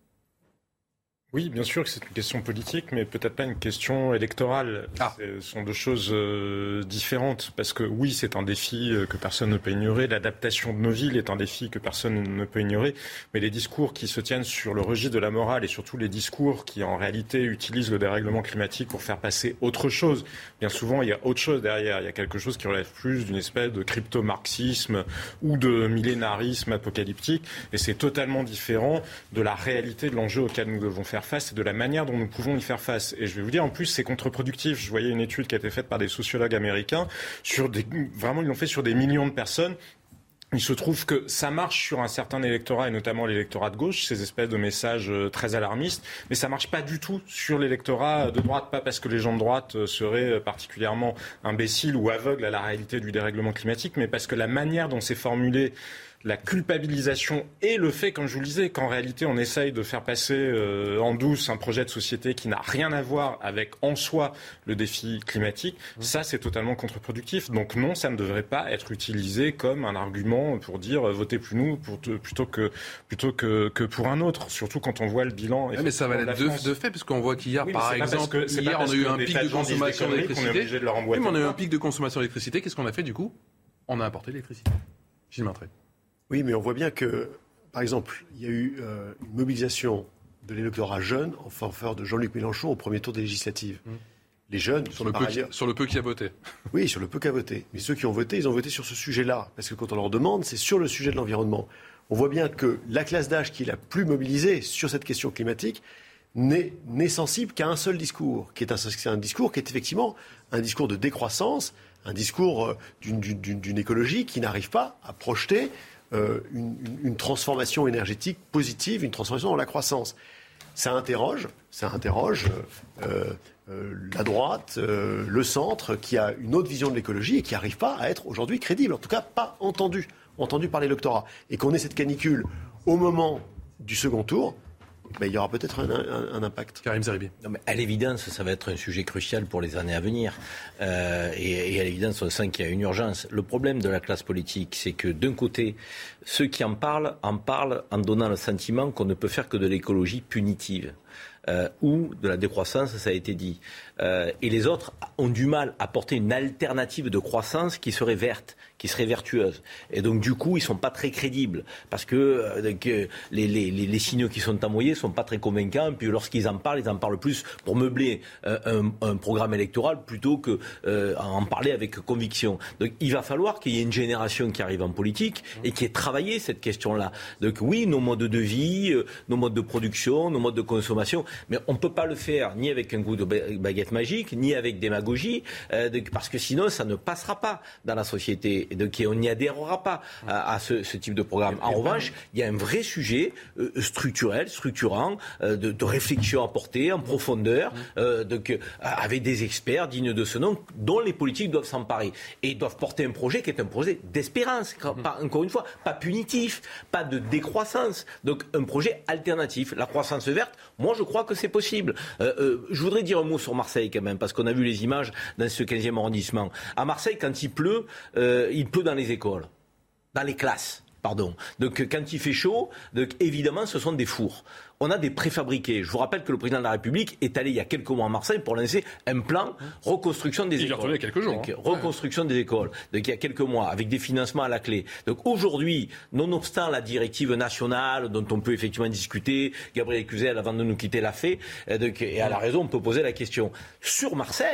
Oui, bien sûr que c'est une question politique, mais peut-être pas une question électorale. Ah. Ce sont deux choses euh, différentes. Parce que oui, c'est un défi euh, que personne ne peut ignorer. L'adaptation de nos villes est un défi que personne ne peut ignorer. Mais les discours qui se tiennent sur le registre de la morale et surtout les discours qui en réalité utilisent le dérèglement climatique pour faire passer autre chose. Bien souvent, il y a autre chose derrière. Il y a quelque chose qui relève plus d'une espèce de crypto-marxisme ou de millénarisme apocalyptique. Et c'est totalement différent de la réalité de l'enjeu auquel nous devons faire face et de la manière dont nous pouvons y faire face. Et je vais vous dire, en plus, c'est contre-productif. Je voyais une étude qui a été faite par des sociologues américains sur des, vraiment, ils l'ont fait sur des millions de personnes. Il se trouve que ça marche sur un certain électorat, et notamment l'électorat de gauche, ces espèces de messages très alarmistes, mais ça marche pas du tout sur l'électorat de droite, pas parce que les gens de droite seraient particulièrement imbéciles ou aveugles à la réalité du dérèglement climatique, mais parce que la manière dont c'est formulé, la culpabilisation et le fait, comme je vous le disais, qu'en réalité on essaye de faire passer euh, en douce un projet de société qui n'a rien à voir avec en soi le défi climatique, mmh. ça c'est totalement contre-productif. Donc non, ça ne devrait pas être utilisé comme un argument pour dire euh, votez plus nous pour te, plutôt, que, plutôt que, que pour un autre, surtout quand on voit le bilan. Ouais, mais ça va être de, de fait, puisqu'on voit qu'hier, oui, par exemple, que, hier on a eu un pic de consommation d'électricité. De oui, mais on a eu un pic de consommation d'électricité. Qu'est-ce qu'on a fait du coup? On a importé l'électricité. Gilles Maintré. Oui, mais on voit bien que, par exemple, il y a eu euh, une mobilisation de l'électorat jeune en faveur de Jean-Luc Mélenchon au premier tour des législatives. Mmh. Les jeunes... Sur le, peu ailleurs... qui, sur le peu qui a voté. Oui, sur le peu qui a voté. Mais ceux qui ont voté, ils ont voté sur ce sujet-là. Parce que quand on leur demande, c'est sur le sujet de l'environnement. On voit bien que la classe d'âge qui est la plus mobilisée sur cette question climatique n'est, n'est sensible qu'à un seul discours, qui est un, c'est un discours qui est effectivement un discours de décroissance, un discours d'une, d'une, d'une écologie qui n'arrive pas à projeter... Euh, une, une transformation énergétique positive, une transformation dans la croissance. Ça interroge, ça interroge euh, euh, la droite, euh, le centre, qui a une autre vision de l'écologie et qui n'arrive pas à être aujourd'hui crédible, en tout cas pas entendu, entendu par l'électorat. Et qu'on ait cette canicule au moment du second tour, ben, il y aura peut-être un, un, un impact. Karim Zeribi. Non, mais à l'évidence, ça va être un sujet crucial pour les années à venir. Euh, et, et à l'évidence, on sent qu'il y a une urgence. Le problème de la classe politique, c'est que d'un côté, ceux qui en parlent, en parlent en donnant le sentiment qu'on ne peut faire que de l'écologie punitive. Euh, ou de la décroissance, ça a été dit. Euh, et les autres ont du mal à porter une alternative de croissance qui serait verte, qui serait vertueuse. Et donc, du coup, ils ne sont pas très crédibles. Parce que, euh, que les, les, les signaux qui sont envoyés ne sont pas très convaincants. Puis lorsqu'ils en parlent, ils en parlent plus pour meubler euh, un, un programme électoral plutôt qu'en euh, en parler avec conviction. Donc, il va falloir qu'il y ait une génération qui arrive en politique et qui ait travaillé cette question-là. Donc, oui, nos modes de vie, euh, nos modes de production, nos modes de consommation, mais on ne peut pas le faire ni avec un goût de baguette magique, ni avec démagogie, euh, de, parce que sinon, ça ne passera pas dans la société. Et donc, on n'y adhérera pas à, à ce, ce type de programme. En revanche, il y a un vrai sujet euh, structurel, structurant, euh, de, de réflexion à porter en profondeur, euh, donc, euh, avec des experts dignes de ce nom, dont les politiques doivent s'emparer. Et doivent porter un projet qui est un projet d'espérance, pas, encore une fois, pas punitif, pas de décroissance. Donc, un projet alternatif. La croissance verte, moi, je crois que c'est possible. Euh, euh, je voudrais dire un mot sur Marseille quand même, parce qu'on a vu les images dans ce quinzième arrondissement. À Marseille, quand il pleut, euh, il pleut dans les écoles, dans les classes. Pardon. Donc quand il fait chaud, donc, évidemment, ce sont des fours. On a des préfabriqués. Je vous rappelle que le président de la République est allé il y a quelques mois à Marseille pour lancer un plan reconstruction des il écoles. Il a retenu il y a quelques jours. Donc, hein. Reconstruction ouais. des écoles. Donc il y a quelques mois, avec des financements à la clé. Donc aujourd'hui, nonobstant la directive nationale dont on peut effectivement discuter, Gabriel Cluzel, avant de nous quitter, l'a fait, donc, et à la raison, on peut poser la question. Sur Marseille,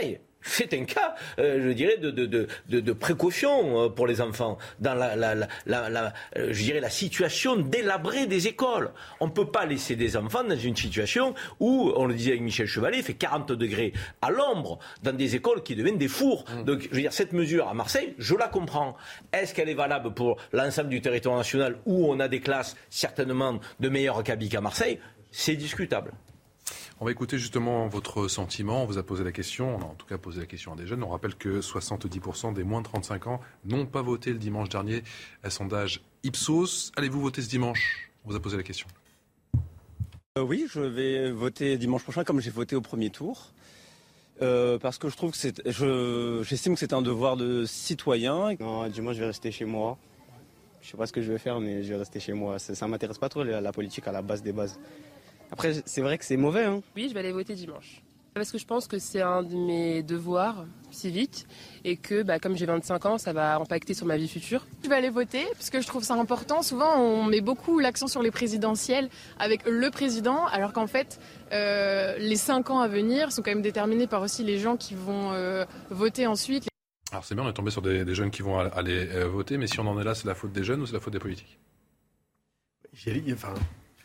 c'est un cas, euh, je dirais, de, de, de, de, de précaution pour les enfants dans la, la, la, la, la, je dirais, la situation délabrée des écoles. On ne peut pas laisser des enfants dans une situation où, on le disait avec Michel Chevalet, il fait quarante degrés à l'ombre dans des écoles qui deviennent des fours. Mmh. Donc, je veux dire, cette mesure à Marseille, je la comprends. Est-ce qu'elle est valable pour l'ensemble du territoire national où on a des classes certainement de meilleurs cabis qu'à Marseille? C'est discutable. On va écouter justement votre sentiment. On vous a posé la question, on a en tout cas posé la question à des jeunes. On rappelle que soixante-dix pour cent des moins de trente-cinq ans n'ont pas voté le dimanche dernier. Un sondage Ipsos. Allez-vous voter ce dimanche? On vous a posé la question. Euh, oui, je vais voter dimanche prochain comme j'ai voté au premier tour. Euh, parce que je trouve que c'est, je, j'estime que c'est un devoir de citoyen. Non, dimanche je vais rester chez moi. Je sais pas ce que je vais faire, mais je vais rester chez moi. Ça, ça m'intéresse pas trop la, la politique à la base des bases. Après, c'est vrai que c'est mauvais. Hein. Oui, je vais aller voter dimanche. Parce que je pense que c'est un de mes devoirs civiques et que, bah, comme j'ai vingt-cinq ans, ça va impacter sur ma vie future. Je vais aller voter parce que je trouve ça important. Souvent, on met beaucoup l'accent sur les présidentielles avec le président, alors qu'en fait, euh, les cinq ans à venir sont quand même déterminés par aussi les gens qui vont euh, voter ensuite. Alors c'est bien, on est tombé sur des, des jeunes qui vont aller euh, voter, mais si on en est là, c'est la faute des jeunes ou c'est la faute des politiques? Enfin...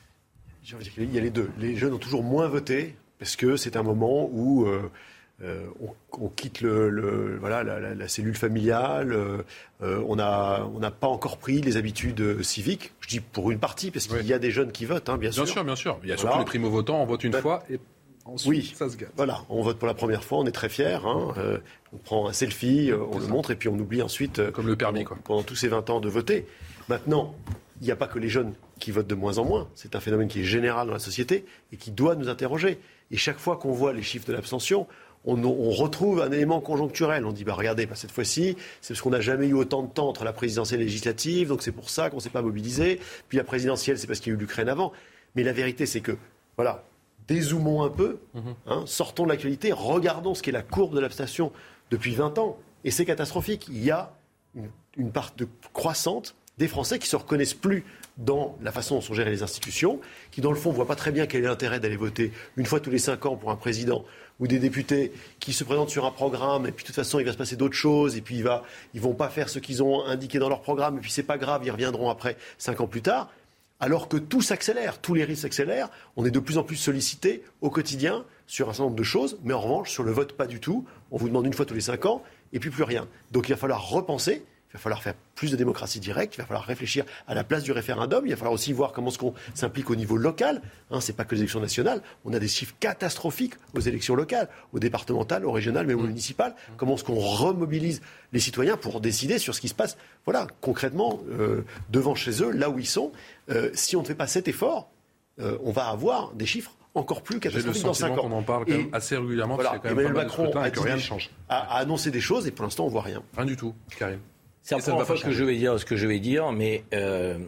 Il y a les deux. Les jeunes ont toujours moins voté parce que c'est un moment où euh, euh, on, on quitte le, le, voilà, la, la, la cellule familiale, euh, on n'a on n'a pas encore pris les habitudes civiques. Je dis pour une partie, parce qu'il oui. y a des jeunes qui votent, hein, bien sûr. Bien sûr, bien sûr. Il y a voilà. surtout les primo-votants, on vote une ben, fois et ensuite oui. ça se gâte. Voilà, on vote pour la première fois, on est très fiers. Hein, euh, on prend un selfie, euh, on c'est le ça. montre et puis on oublie ensuite, euh, comme le permis, pendant, quoi. pendant tous ces vingt ans de voter. Maintenant, il n'y a pas que les jeunes qui votent de moins en moins. C'est un phénomène qui est général dans la société et qui doit nous interroger. Et chaque fois qu'on voit les chiffres de l'abstention, on, on retrouve un élément conjoncturel. On dit, bah, regardez, bah, cette fois-ci, c'est parce qu'on n'a jamais eu autant de temps entre la présidentielle et la législative, donc c'est pour ça qu'on ne s'est pas mobilisé. Puis la présidentielle, c'est parce qu'il y a eu l'Ukraine avant. Mais la vérité, c'est que, voilà, dézoomons un peu, hein, sortons de l'actualité, regardons ce qu'est la courbe de l'abstention depuis vingt ans. Et c'est catastrophique. Il y a une, une part de croissante des Français qui ne se reconnaissent plus dans la façon dont sont gérées les institutions, qui dans le fond ne voient pas très bien quel est l'intérêt d'aller voter une fois tous les cinq ans pour un président ou des députés qui se présentent sur un programme et puis de toute façon il va se passer d'autres choses et puis il va, ils ne vont pas faire ce qu'ils ont indiqué dans leur programme et puis c'est pas grave, ils reviendront après cinq ans plus tard. Alors que tout s'accélère, tous les risques s'accélèrent, on est de plus en plus sollicité au quotidien sur un certain nombre de choses, mais en revanche sur le vote pas du tout. On vous demande une fois tous les cinq ans et puis plus rien. Donc il va falloir repenser. Il va falloir faire plus de démocratie directe, il va falloir réfléchir à la place du référendum, il va falloir aussi voir comment est-ce qu'on s'implique au niveau local. Hein, c'est pas que les élections nationales, on a des chiffres catastrophiques aux élections locales, aux départementales, aux régionales, mais aux municipales. Comment est-ce qu'on remobilise les citoyens pour décider sur ce qui se passe, voilà, concrètement, euh, devant chez eux, là où ils sont. Euh, si on ne fait pas cet effort, euh, on va avoir des chiffres encore plus catastrophiques dans cinq ans. Qu'on en parle quand même assez régulièrement, voilà, parce qu'il y a quand Emmanuel même pas mal de Macron a, et que rien ne dit, change. a, a annoncé des choses et pour l'instant on voit rien. Rien du tout, Karim. C'est la première fois que je vais dire ce que je vais dire, mais euh,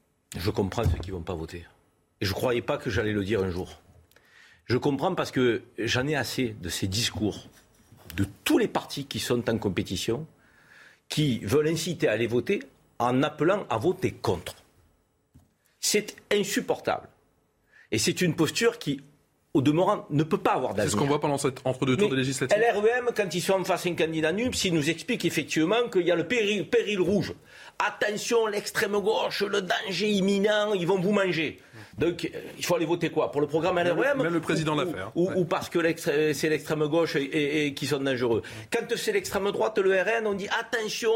je comprends ceux qui ne vont pas voter. Et je ne croyais pas que j'allais le dire un jour. Je comprends parce que j'en ai assez de ces discours de tous les partis qui sont en compétition, qui veulent inciter à aller voter en appelant à voter contre. C'est insupportable. Et c'est une posture qui, au demeurant, ne peut pas avoir d'avenir. C'est ce qu'on voit pendant cet entre-deux tours de législative. L R E M, quand ils sont en face d'un candidat N U P S, ils nous expliquent effectivement qu'il y a le péril, péril rouge. Attention, l'extrême gauche, le danger imminent, ils vont vous manger. Donc, il faut aller voter quoi? Pour le programme L R E M? Même le président l'a fait. Hein. Ou, ouais. ou parce que c'est l'extrême gauche et, et, et qui sont dangereux. Quand c'est l'extrême droite, le R N, on dit attention.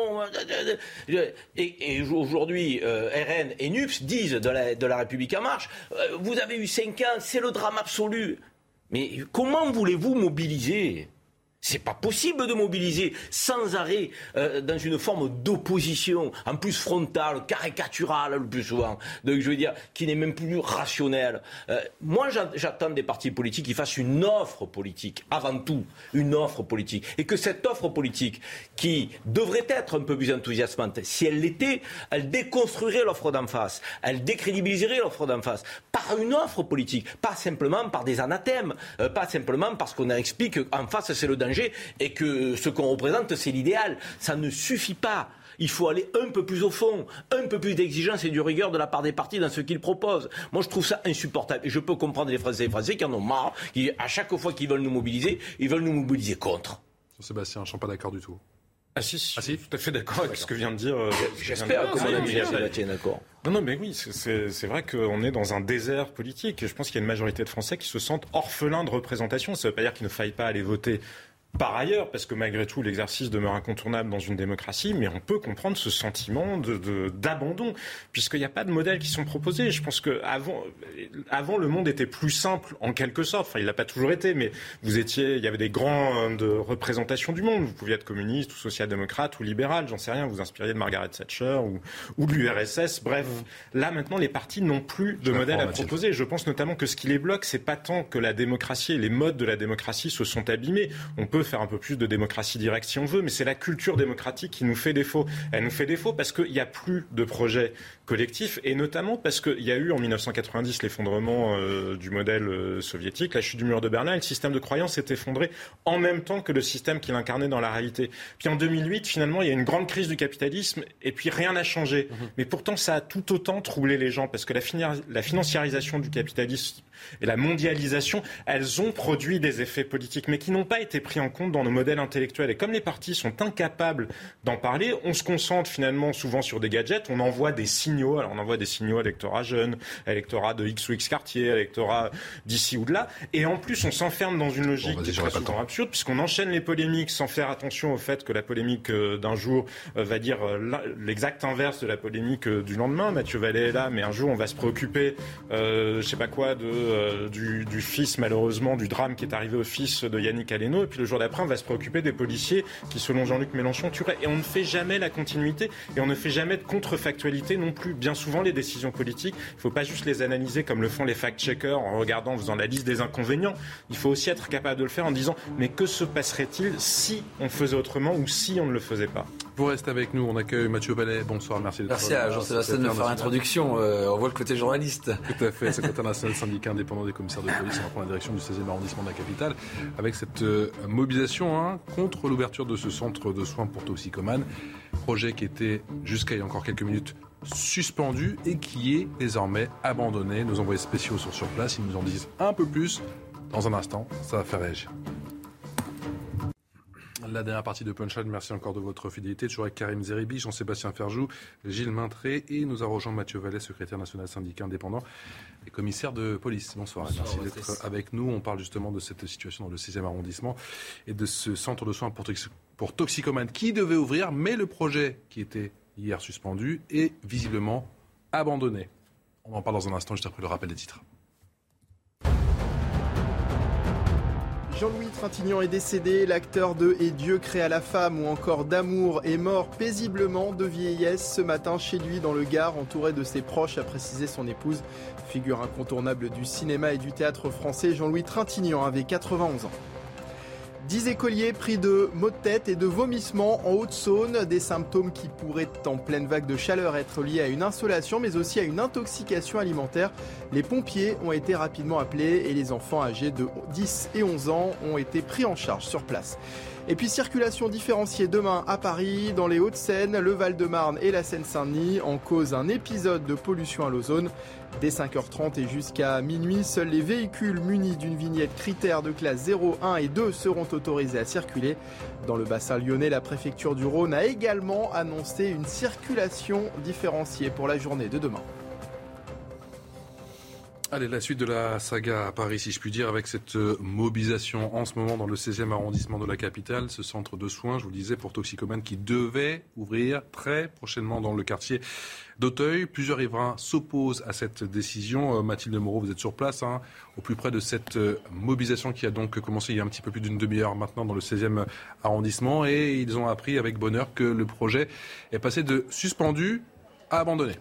Et, et aujourd'hui, euh, R N et N U P S disent de la, de la République en marche, euh, vous avez eu cinq ans, c'est le drame absolu. Mais comment voulez-vous mobiliser? C'est pas possible de mobiliser sans arrêt euh, dans une forme d'opposition, en plus frontale, caricaturale le plus souvent, donc je veux dire, qui n'est même plus rationnelle. Euh, moi, j'attends des partis politiques qui fassent une offre politique, avant tout, une offre politique. Et que cette offre politique, qui devrait être un peu plus enthousiasmante, si elle l'était, elle déconstruirait l'offre d'en face, elle décrédibiliserait l'offre d'en face, par une offre politique, pas simplement par des anathèmes, euh, pas simplement parce qu'on explique qu'en face c'est le danger, et que ce qu'on représente, c'est l'idéal. Ça ne suffit pas. Il faut aller un peu plus au fond, un peu plus d'exigence et de rigueur de la part des partis dans ce qu'ils proposent. Moi, je trouve ça insupportable. Et je peux comprendre les Français et les Français qui en ont marre, qui, à chaque fois qu'ils veulent nous mobiliser, ils veulent nous mobiliser contre. Jean-Sébastien, je ne suis pas d'accord du tout. Ah si, si, ah, si tout à fait d'accord avec ce que vient de dire. Euh, J'espère que mon ami Sébastien est d'accord. Non, non, mais oui, c'est, c'est vrai qu'on est dans un désert politique et je pense qu'il y a une majorité de Français qui se sentent orphelins de représentation. Ça ne veut pas dire qu'il ne faille pas aller voter par ailleurs, parce que malgré tout, l'exercice demeure incontournable dans une démocratie, mais on peut comprendre ce sentiment de, de, d'abandon, puisqu'il n'y a pas de modèles qui sont proposés. Je pense qu'avant, avant, le monde était plus simple, en quelque sorte. Enfin, il n'a pas toujours été, mais vous étiez, il y avait des grandes représentations du monde. Vous pouviez être communiste, ou social-démocrate, ou libéral, j'en sais rien. Vous inspiriez de Margaret Thatcher, ou, ou de l'U R S S. Bref, là, maintenant, les partis n'ont plus de modèle à proposer. Je pense notamment que ce qui les bloque, c'est pas tant que la démocratie et les modes de la démocratie se sont abîmés. On peut faire un peu plus de démocratie directe si on veut, mais c'est la culture démocratique qui nous fait défaut. Elle nous fait défaut parce qu'il n'y a plus de projet collectif et notamment parce qu'il y a eu en mille neuf cent quatre-vingt-dix l'effondrement euh, du modèle euh, soviétique, la chute du mur de Berlin, et le système de croyance s'est effondré en même temps que le système qu'il incarnait dans la réalité. Puis en deux mille huit, finalement, il y a une grande crise du capitalisme et puis rien n'a changé. Mmh. Mais pourtant, ça a tout autant troublé les gens parce que la, fina- la financiarisation du capitalisme et la mondialisation, elles ont produit des effets politiques, mais qui n'ont pas été pris en compte dans nos modèles intellectuels. Et comme les partis sont incapables d'en parler, on se concentre finalement souvent sur des gadgets, on envoie des signaux, alors on envoie des signaux à l'électorat jeune, à l'électorat de X ou X quartier, à l'électorat d'ici ou de là, et en plus on s'enferme dans une logique bon, qui est très souvent absurde, puisqu'on enchaîne les polémiques sans faire attention au fait que la polémique euh, d'un jour euh, va dire euh, l'exact inverse de la polémique euh, du lendemain. Mathieu Vallet est là, mais un jour on va se préoccuper, euh, je sais pas quoi, de Euh, du, du fils, malheureusement, du drame qui est arrivé au fils de Yannick Aleno. Et puis le jour d'après, on va se préoccuper des policiers qui, selon Jean-Luc Mélenchon, tueraient. Et on ne fait jamais la continuité et on ne fait jamais de contre-factualité non plus. Bien souvent, les décisions politiques, il ne faut pas juste les analyser comme le font les fact-checkers en regardant, en faisant la liste des inconvénients. Il faut aussi être capable de le faire en disant mais que se passerait-il si on faisait autrement ou si on ne le faisait pas. Vous restez avec nous, on accueille Mathieu Vallet. Bonsoir, merci d'être là. Merci à Jean-Sébastien de me faire l'introduction. Euh, on voit le côté journaliste. Tout à fait, secrétaire national syndicat indépendant des commissaires de police, on reprend la direction du seizième arrondissement de la capitale avec cette euh, mobilisation hein, contre l'ouverture de ce centre de soins pour toxicomanes. Projet qui était jusqu'à il y a encore quelques minutes suspendu et qui est désormais abandonné. Nos envoyés spéciaux sont sur place, ils nous en disent un peu plus. Dans un instant, ça va faire réagir. La dernière partie de Punchline, merci encore de votre fidélité. Toujours avec Karim Zeribi, Jean-Sébastien Ferjou, Gilles Maintré et nous a rejoint Mathieu Vallet, secrétaire national syndicat indépendant et commissaire de police. Bonsoir, Bonsoir merci d'être Patrice. Avec nous. On parle justement de cette situation dans le seizième arrondissement et de ce centre de soins pour, tox- pour toxicomanes qui devait ouvrir, mais le projet qui était hier suspendu est visiblement abandonné. On en parle dans un instant, juste après le rappel des titres. Jean-Louis Trintignant est décédé, l'acteur de Et Dieu créa la femme ou encore d'Amour est mort paisiblement de vieillesse ce matin chez lui dans le Gard, entouré de ses proches, a précisé son épouse. Figure incontournable du cinéma et du théâtre français, Jean-Louis Trintignant avait quatre-vingt-onze ans. dix écoliers pris de maux de tête et de vomissements en Haute-Saône, des symptômes qui pourraient en pleine vague de chaleur être liés à une insolation mais aussi à une intoxication alimentaire. Les pompiers ont été rapidement appelés et les enfants âgés de dix et onze ans ont été pris en charge sur place. Et puis circulation différenciée demain à Paris, dans les Hauts-de-Seine, le Val-de-Marne et la Seine-Saint-Denis, en cause un épisode de pollution à l'ozone. Dès cinq heures trente et jusqu'à minuit, seuls les véhicules munis d'une vignette critère de classe zéro, un et deux seront autorisés à circuler. Dans le bassin lyonnais, la préfecture du Rhône a également annoncé une circulation différenciée pour la journée de demain. Allez, la suite de la saga à Paris, si je puis dire, avec cette mobilisation en ce moment dans le seizième arrondissement de la capitale, ce centre de soins, je vous le disais, pour toxicomanes qui devait ouvrir très prochainement dans le quartier d'Auteuil. Plusieurs riverains s'opposent à cette décision. Mathilde Moreau, vous êtes sur place, hein, au plus près de cette mobilisation qui a donc commencé il y a un petit peu plus d'une demi-heure maintenant dans le seizième arrondissement. Et ils ont appris avec bonheur que le projet est passé de suspendu à abandonné.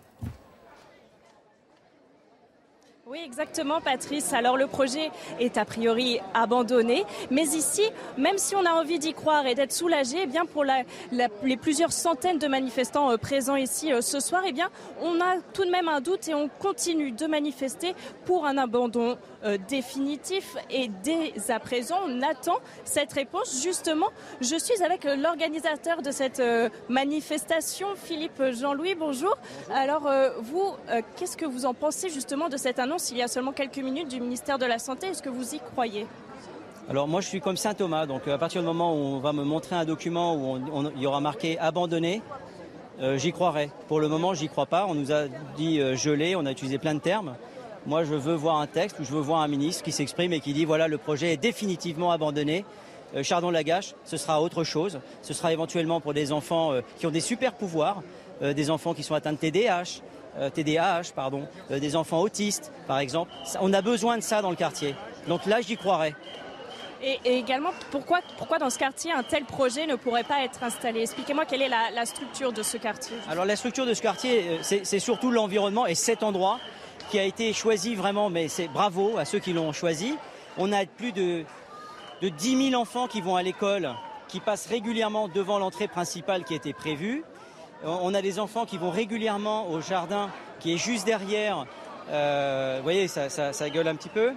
Oui, exactement, Patrice. Alors, le projet est a priori abandonné. Mais ici, même si on a envie d'y croire et d'être soulagé, eh bien, pour la, la, les plusieurs centaines de manifestants euh, présents ici euh, ce soir, eh bien, on a tout de même un doute et on continue de manifester pour un abandon euh, définitif. Et dès à présent, on attend cette réponse. Justement, je suis avec euh, l'organisateur de cette euh, manifestation, Philippe Jean-Louis. Bonjour. Alors, euh, vous, euh, qu'est-ce que vous en pensez justement de cette annonce il y a seulement quelques minutes du ministère de la Santé? Est-ce que vous y croyez? Alors moi je suis comme Saint Thomas, donc à partir du moment où on va me montrer un document où on, on, il y aura marqué abandonné, euh, j'y croirai. Pour le moment j'y crois pas, on nous a dit euh, gelé, on a utilisé plein de termes. Moi je veux voir un texte où je veux voir un ministre qui s'exprime et qui dit voilà le projet est définitivement abandonné. Euh, Chardon-Lagache, ce sera autre chose, ce sera éventuellement pour des enfants euh, qui ont des super pouvoirs, euh, des enfants qui sont atteints de T D A H, euh, T D A H pardon, euh, des enfants autistes par exemple. Ça, on a besoin de ça dans le quartier, donc là j'y croirai. Et, et également, pourquoi, pourquoi dans ce quartier, un tel projet ne pourrait pas être installé? Expliquez-moi quelle est la, la structure de ce quartier. Alors la structure de ce quartier, c'est, c'est surtout l'environnement et cet endroit qui a été choisi vraiment, mais c'est bravo à ceux qui l'ont choisi. On a plus de, de dix mille enfants qui vont à l'école, qui passent régulièrement devant l'entrée principale qui était prévue. On a des enfants qui vont régulièrement au jardin qui est juste derrière. Euh, vous voyez, ça, ça, ça gueule un petit peu.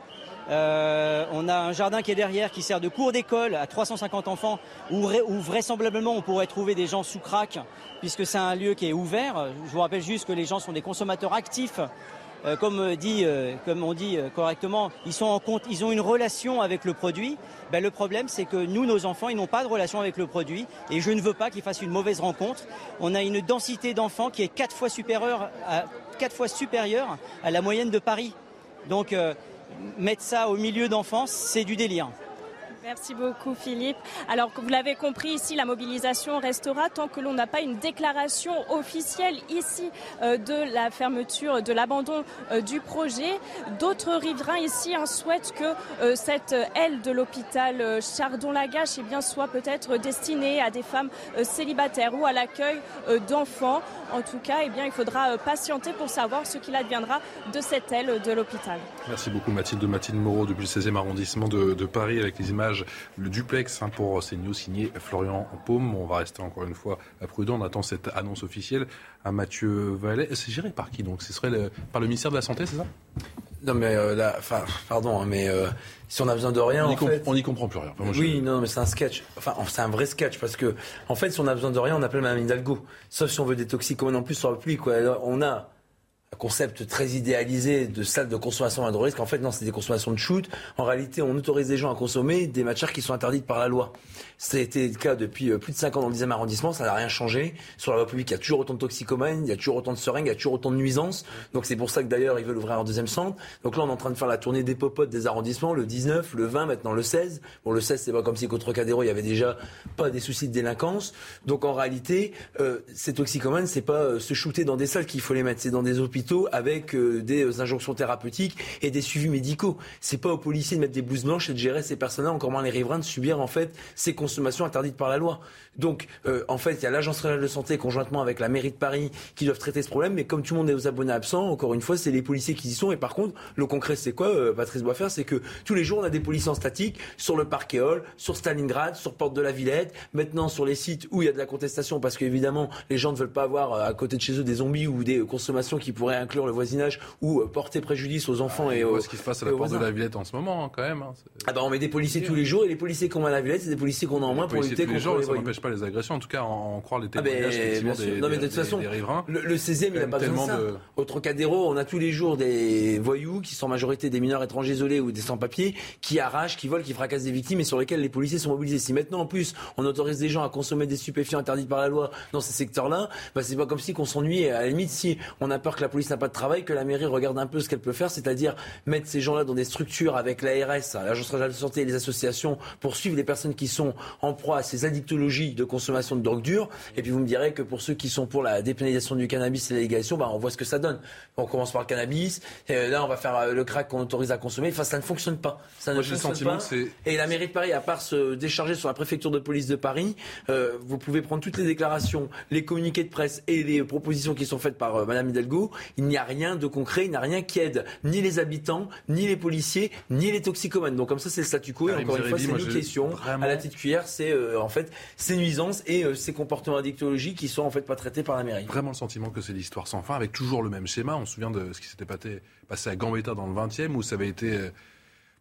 Euh, on a un jardin qui est derrière qui sert de cours d'école à trois cent cinquante enfants où, où vraisemblablement on pourrait trouver des gens sous crack puisque c'est un lieu qui est ouvert. Je vous rappelle juste que les gens sont des consommateurs actifs. Euh, comme, dit, euh, comme on dit euh, correctement, ils, sont en compte, ils ont une relation avec le produit. Ben, le problème, c'est que nous, nos enfants, ils n'ont pas de relation avec le produit. Et je ne veux pas qu'ils fassent une mauvaise rencontre. On a une densité d'enfants qui est quatre fois supérieure à, quatre fois supérieure à la moyenne de Paris. Donc, euh, mettre ça au milieu d'enfants, c'est du délire. Merci beaucoup Philippe. Alors vous l'avez compris ici, la mobilisation restera tant que l'on n'a pas une déclaration officielle ici euh, de la fermeture, de l'abandon euh, du projet. D'autres riverains ici hein, souhaitent que euh, cette aile de l'hôpital euh, Chardon-Lagache eh bien, soit peut-être destinée à des femmes euh, célibataires ou à l'accueil euh, d'enfants. En tout cas, eh bien, il faudra euh, patienter pour savoir ce qu'il adviendra de cette aile de l'hôpital. Merci beaucoup Mathilde. Mathilde Moreau depuis le seizième arrondissement de, de Paris avec les images. Le duplex hein, pour CNews signé Florian Paume. On va rester encore une fois prudent. On attend cette annonce officielle à Mathieu Vallet. C'est géré par qui donc? Ce serait le, par le ministère de la Santé, c'est ça? Non mais euh, là, enfin, pardon, hein, mais euh, si on a besoin de rien, on n'y en fait, comp- comprend plus rien. Enfin, moi, oui, je... non, mais c'est un sketch. Enfin, c'est un vrai sketch parce que, en fait, si on a besoin de rien, on appelle Mme Hidalgo. Sauf si on veut des toxicomanes en plus sur le pluie, quoi. Alors, on a un concept très idéalisé de salle de consommation à haut risque. En fait, non, c'est des consommations de shoot. En réalité, on autorise les gens à consommer des matières qui sont interdites par la loi. Ça a été le cas depuis plus de cinq ans dans le dixième arrondissement. Ça n'a rien changé. Sur la voie publique, il y a toujours autant de toxicomanes, il y a toujours autant de seringues, il y a toujours autant de nuisances. Donc c'est pour ça que d'ailleurs, ils veulent ouvrir un deuxième centre. Donc là, on est en train de faire la tournée des popotes des arrondissements, le dix-neuf, le vingt, maintenant le seize. Bon, le seize, c'est pas comme si qu'au Trocadéro, il y avait déjà pas des soucis de délinquance. Donc en réalité, euh, ces toxicomanes, c'est pas euh, se shooter dans des salles qu'il faut les mettre. C'est dans des hôpitaux avec euh, des injonctions thérapeutiques et des suivis médicaux. C'est pas aux policiers de mettre des blouses blanches et de gérer ces personnes-là, encore moins les riverains, de subir en fait ces consommations interdites par la loi. Donc euh, en fait, il y a l'Agence régionale de santé conjointement avec la mairie de Paris qui doivent traiter ce problème. Mais comme tout le monde est aux abonnés absents, encore une fois, c'est les policiers qui y sont. Et par contre, le concret, c'est quoi, euh, Patrice Boisfer? C'est que tous les jours, on a des policiers en statique sur le parc Éole, sur Stalingrad, sur Porte de la Villette, maintenant sur les sites où il y a de la contestation, parce qu'évidemment, les gens ne veulent pas avoir euh, à côté de chez eux des zombies ou des euh, consommations qui pourraient inclure le voisinage ou euh, porter préjudice aux enfants ah, et aux. Ce qui se passe à la Porte de la Villette en ce moment, hein, quand même. Hein, ah bah on met des policiers tous les jours et les policiers qu'on a à la Villette, c'est des policiers qu'on a en moins pour lutter contre les voyous. Ça n'empêche pas les agressions, en tout cas, en, en croire les témoignages ah ben, des, non, mais de toute des, façon, des riverains. Le, le seizième, il n'a pas besoin de ça. De... Au Trocadéro, on a tous les jours des voyous qui sont en majorité des mineurs étrangers isolés ou des sans-papiers qui arrachent, qui volent, qui fracassent des victimes et sur lesquels les policiers sont mobilisés. Si maintenant, en plus, on autorise des gens à consommer des stupéfiants interdits par la loi dans ces secteurs-là, bah, c'est pas comme si qu'on s'ennuie. À la limite, si on a peur que la police n'a pas de travail, que la mairie regarde un peu ce qu'elle peut faire, c'est-à-dire mettre ces gens-là dans des structures avec l'A R S, l'Agence régionale de santé et les associations pour suivre les personnes qui sont en proie à ces addictologies de consommation de drogue dure. Et puis vous me direz que pour ceux qui sont pour la dépénalisation du cannabis et la légalisation, bah on voit ce que ça donne. On commence par le cannabis, et là on va faire le crack qu'on autorise à consommer. Enfin, ça ne fonctionne pas. Ça Moi, ne j'ai fonctionne le sentiment pas. que c'est... Et la mairie de Paris, à part se décharger sur la préfecture de police de Paris, euh, vous pouvez prendre toutes les déclarations, les communiqués de presse et les propositions qui sont faites par euh, Madame Hidalgo. Il n'y a rien de concret, il n'y a rien qui aide ni les habitants, ni les policiers, ni les toxicomanes. Donc comme ça, c'est le statu quo. Et encore une fois, c'est une question vraiment... à la petite cuillère, c'est euh, en fait ces nuisances et euh, ces comportements addictologiques qui sont en fait pas traités par la mairie. Vraiment le sentiment que c'est l'histoire sans fin, avec toujours le même schéma. On se souvient de ce qui s'était passé à Gambetta dans le vingtième, où ça avait été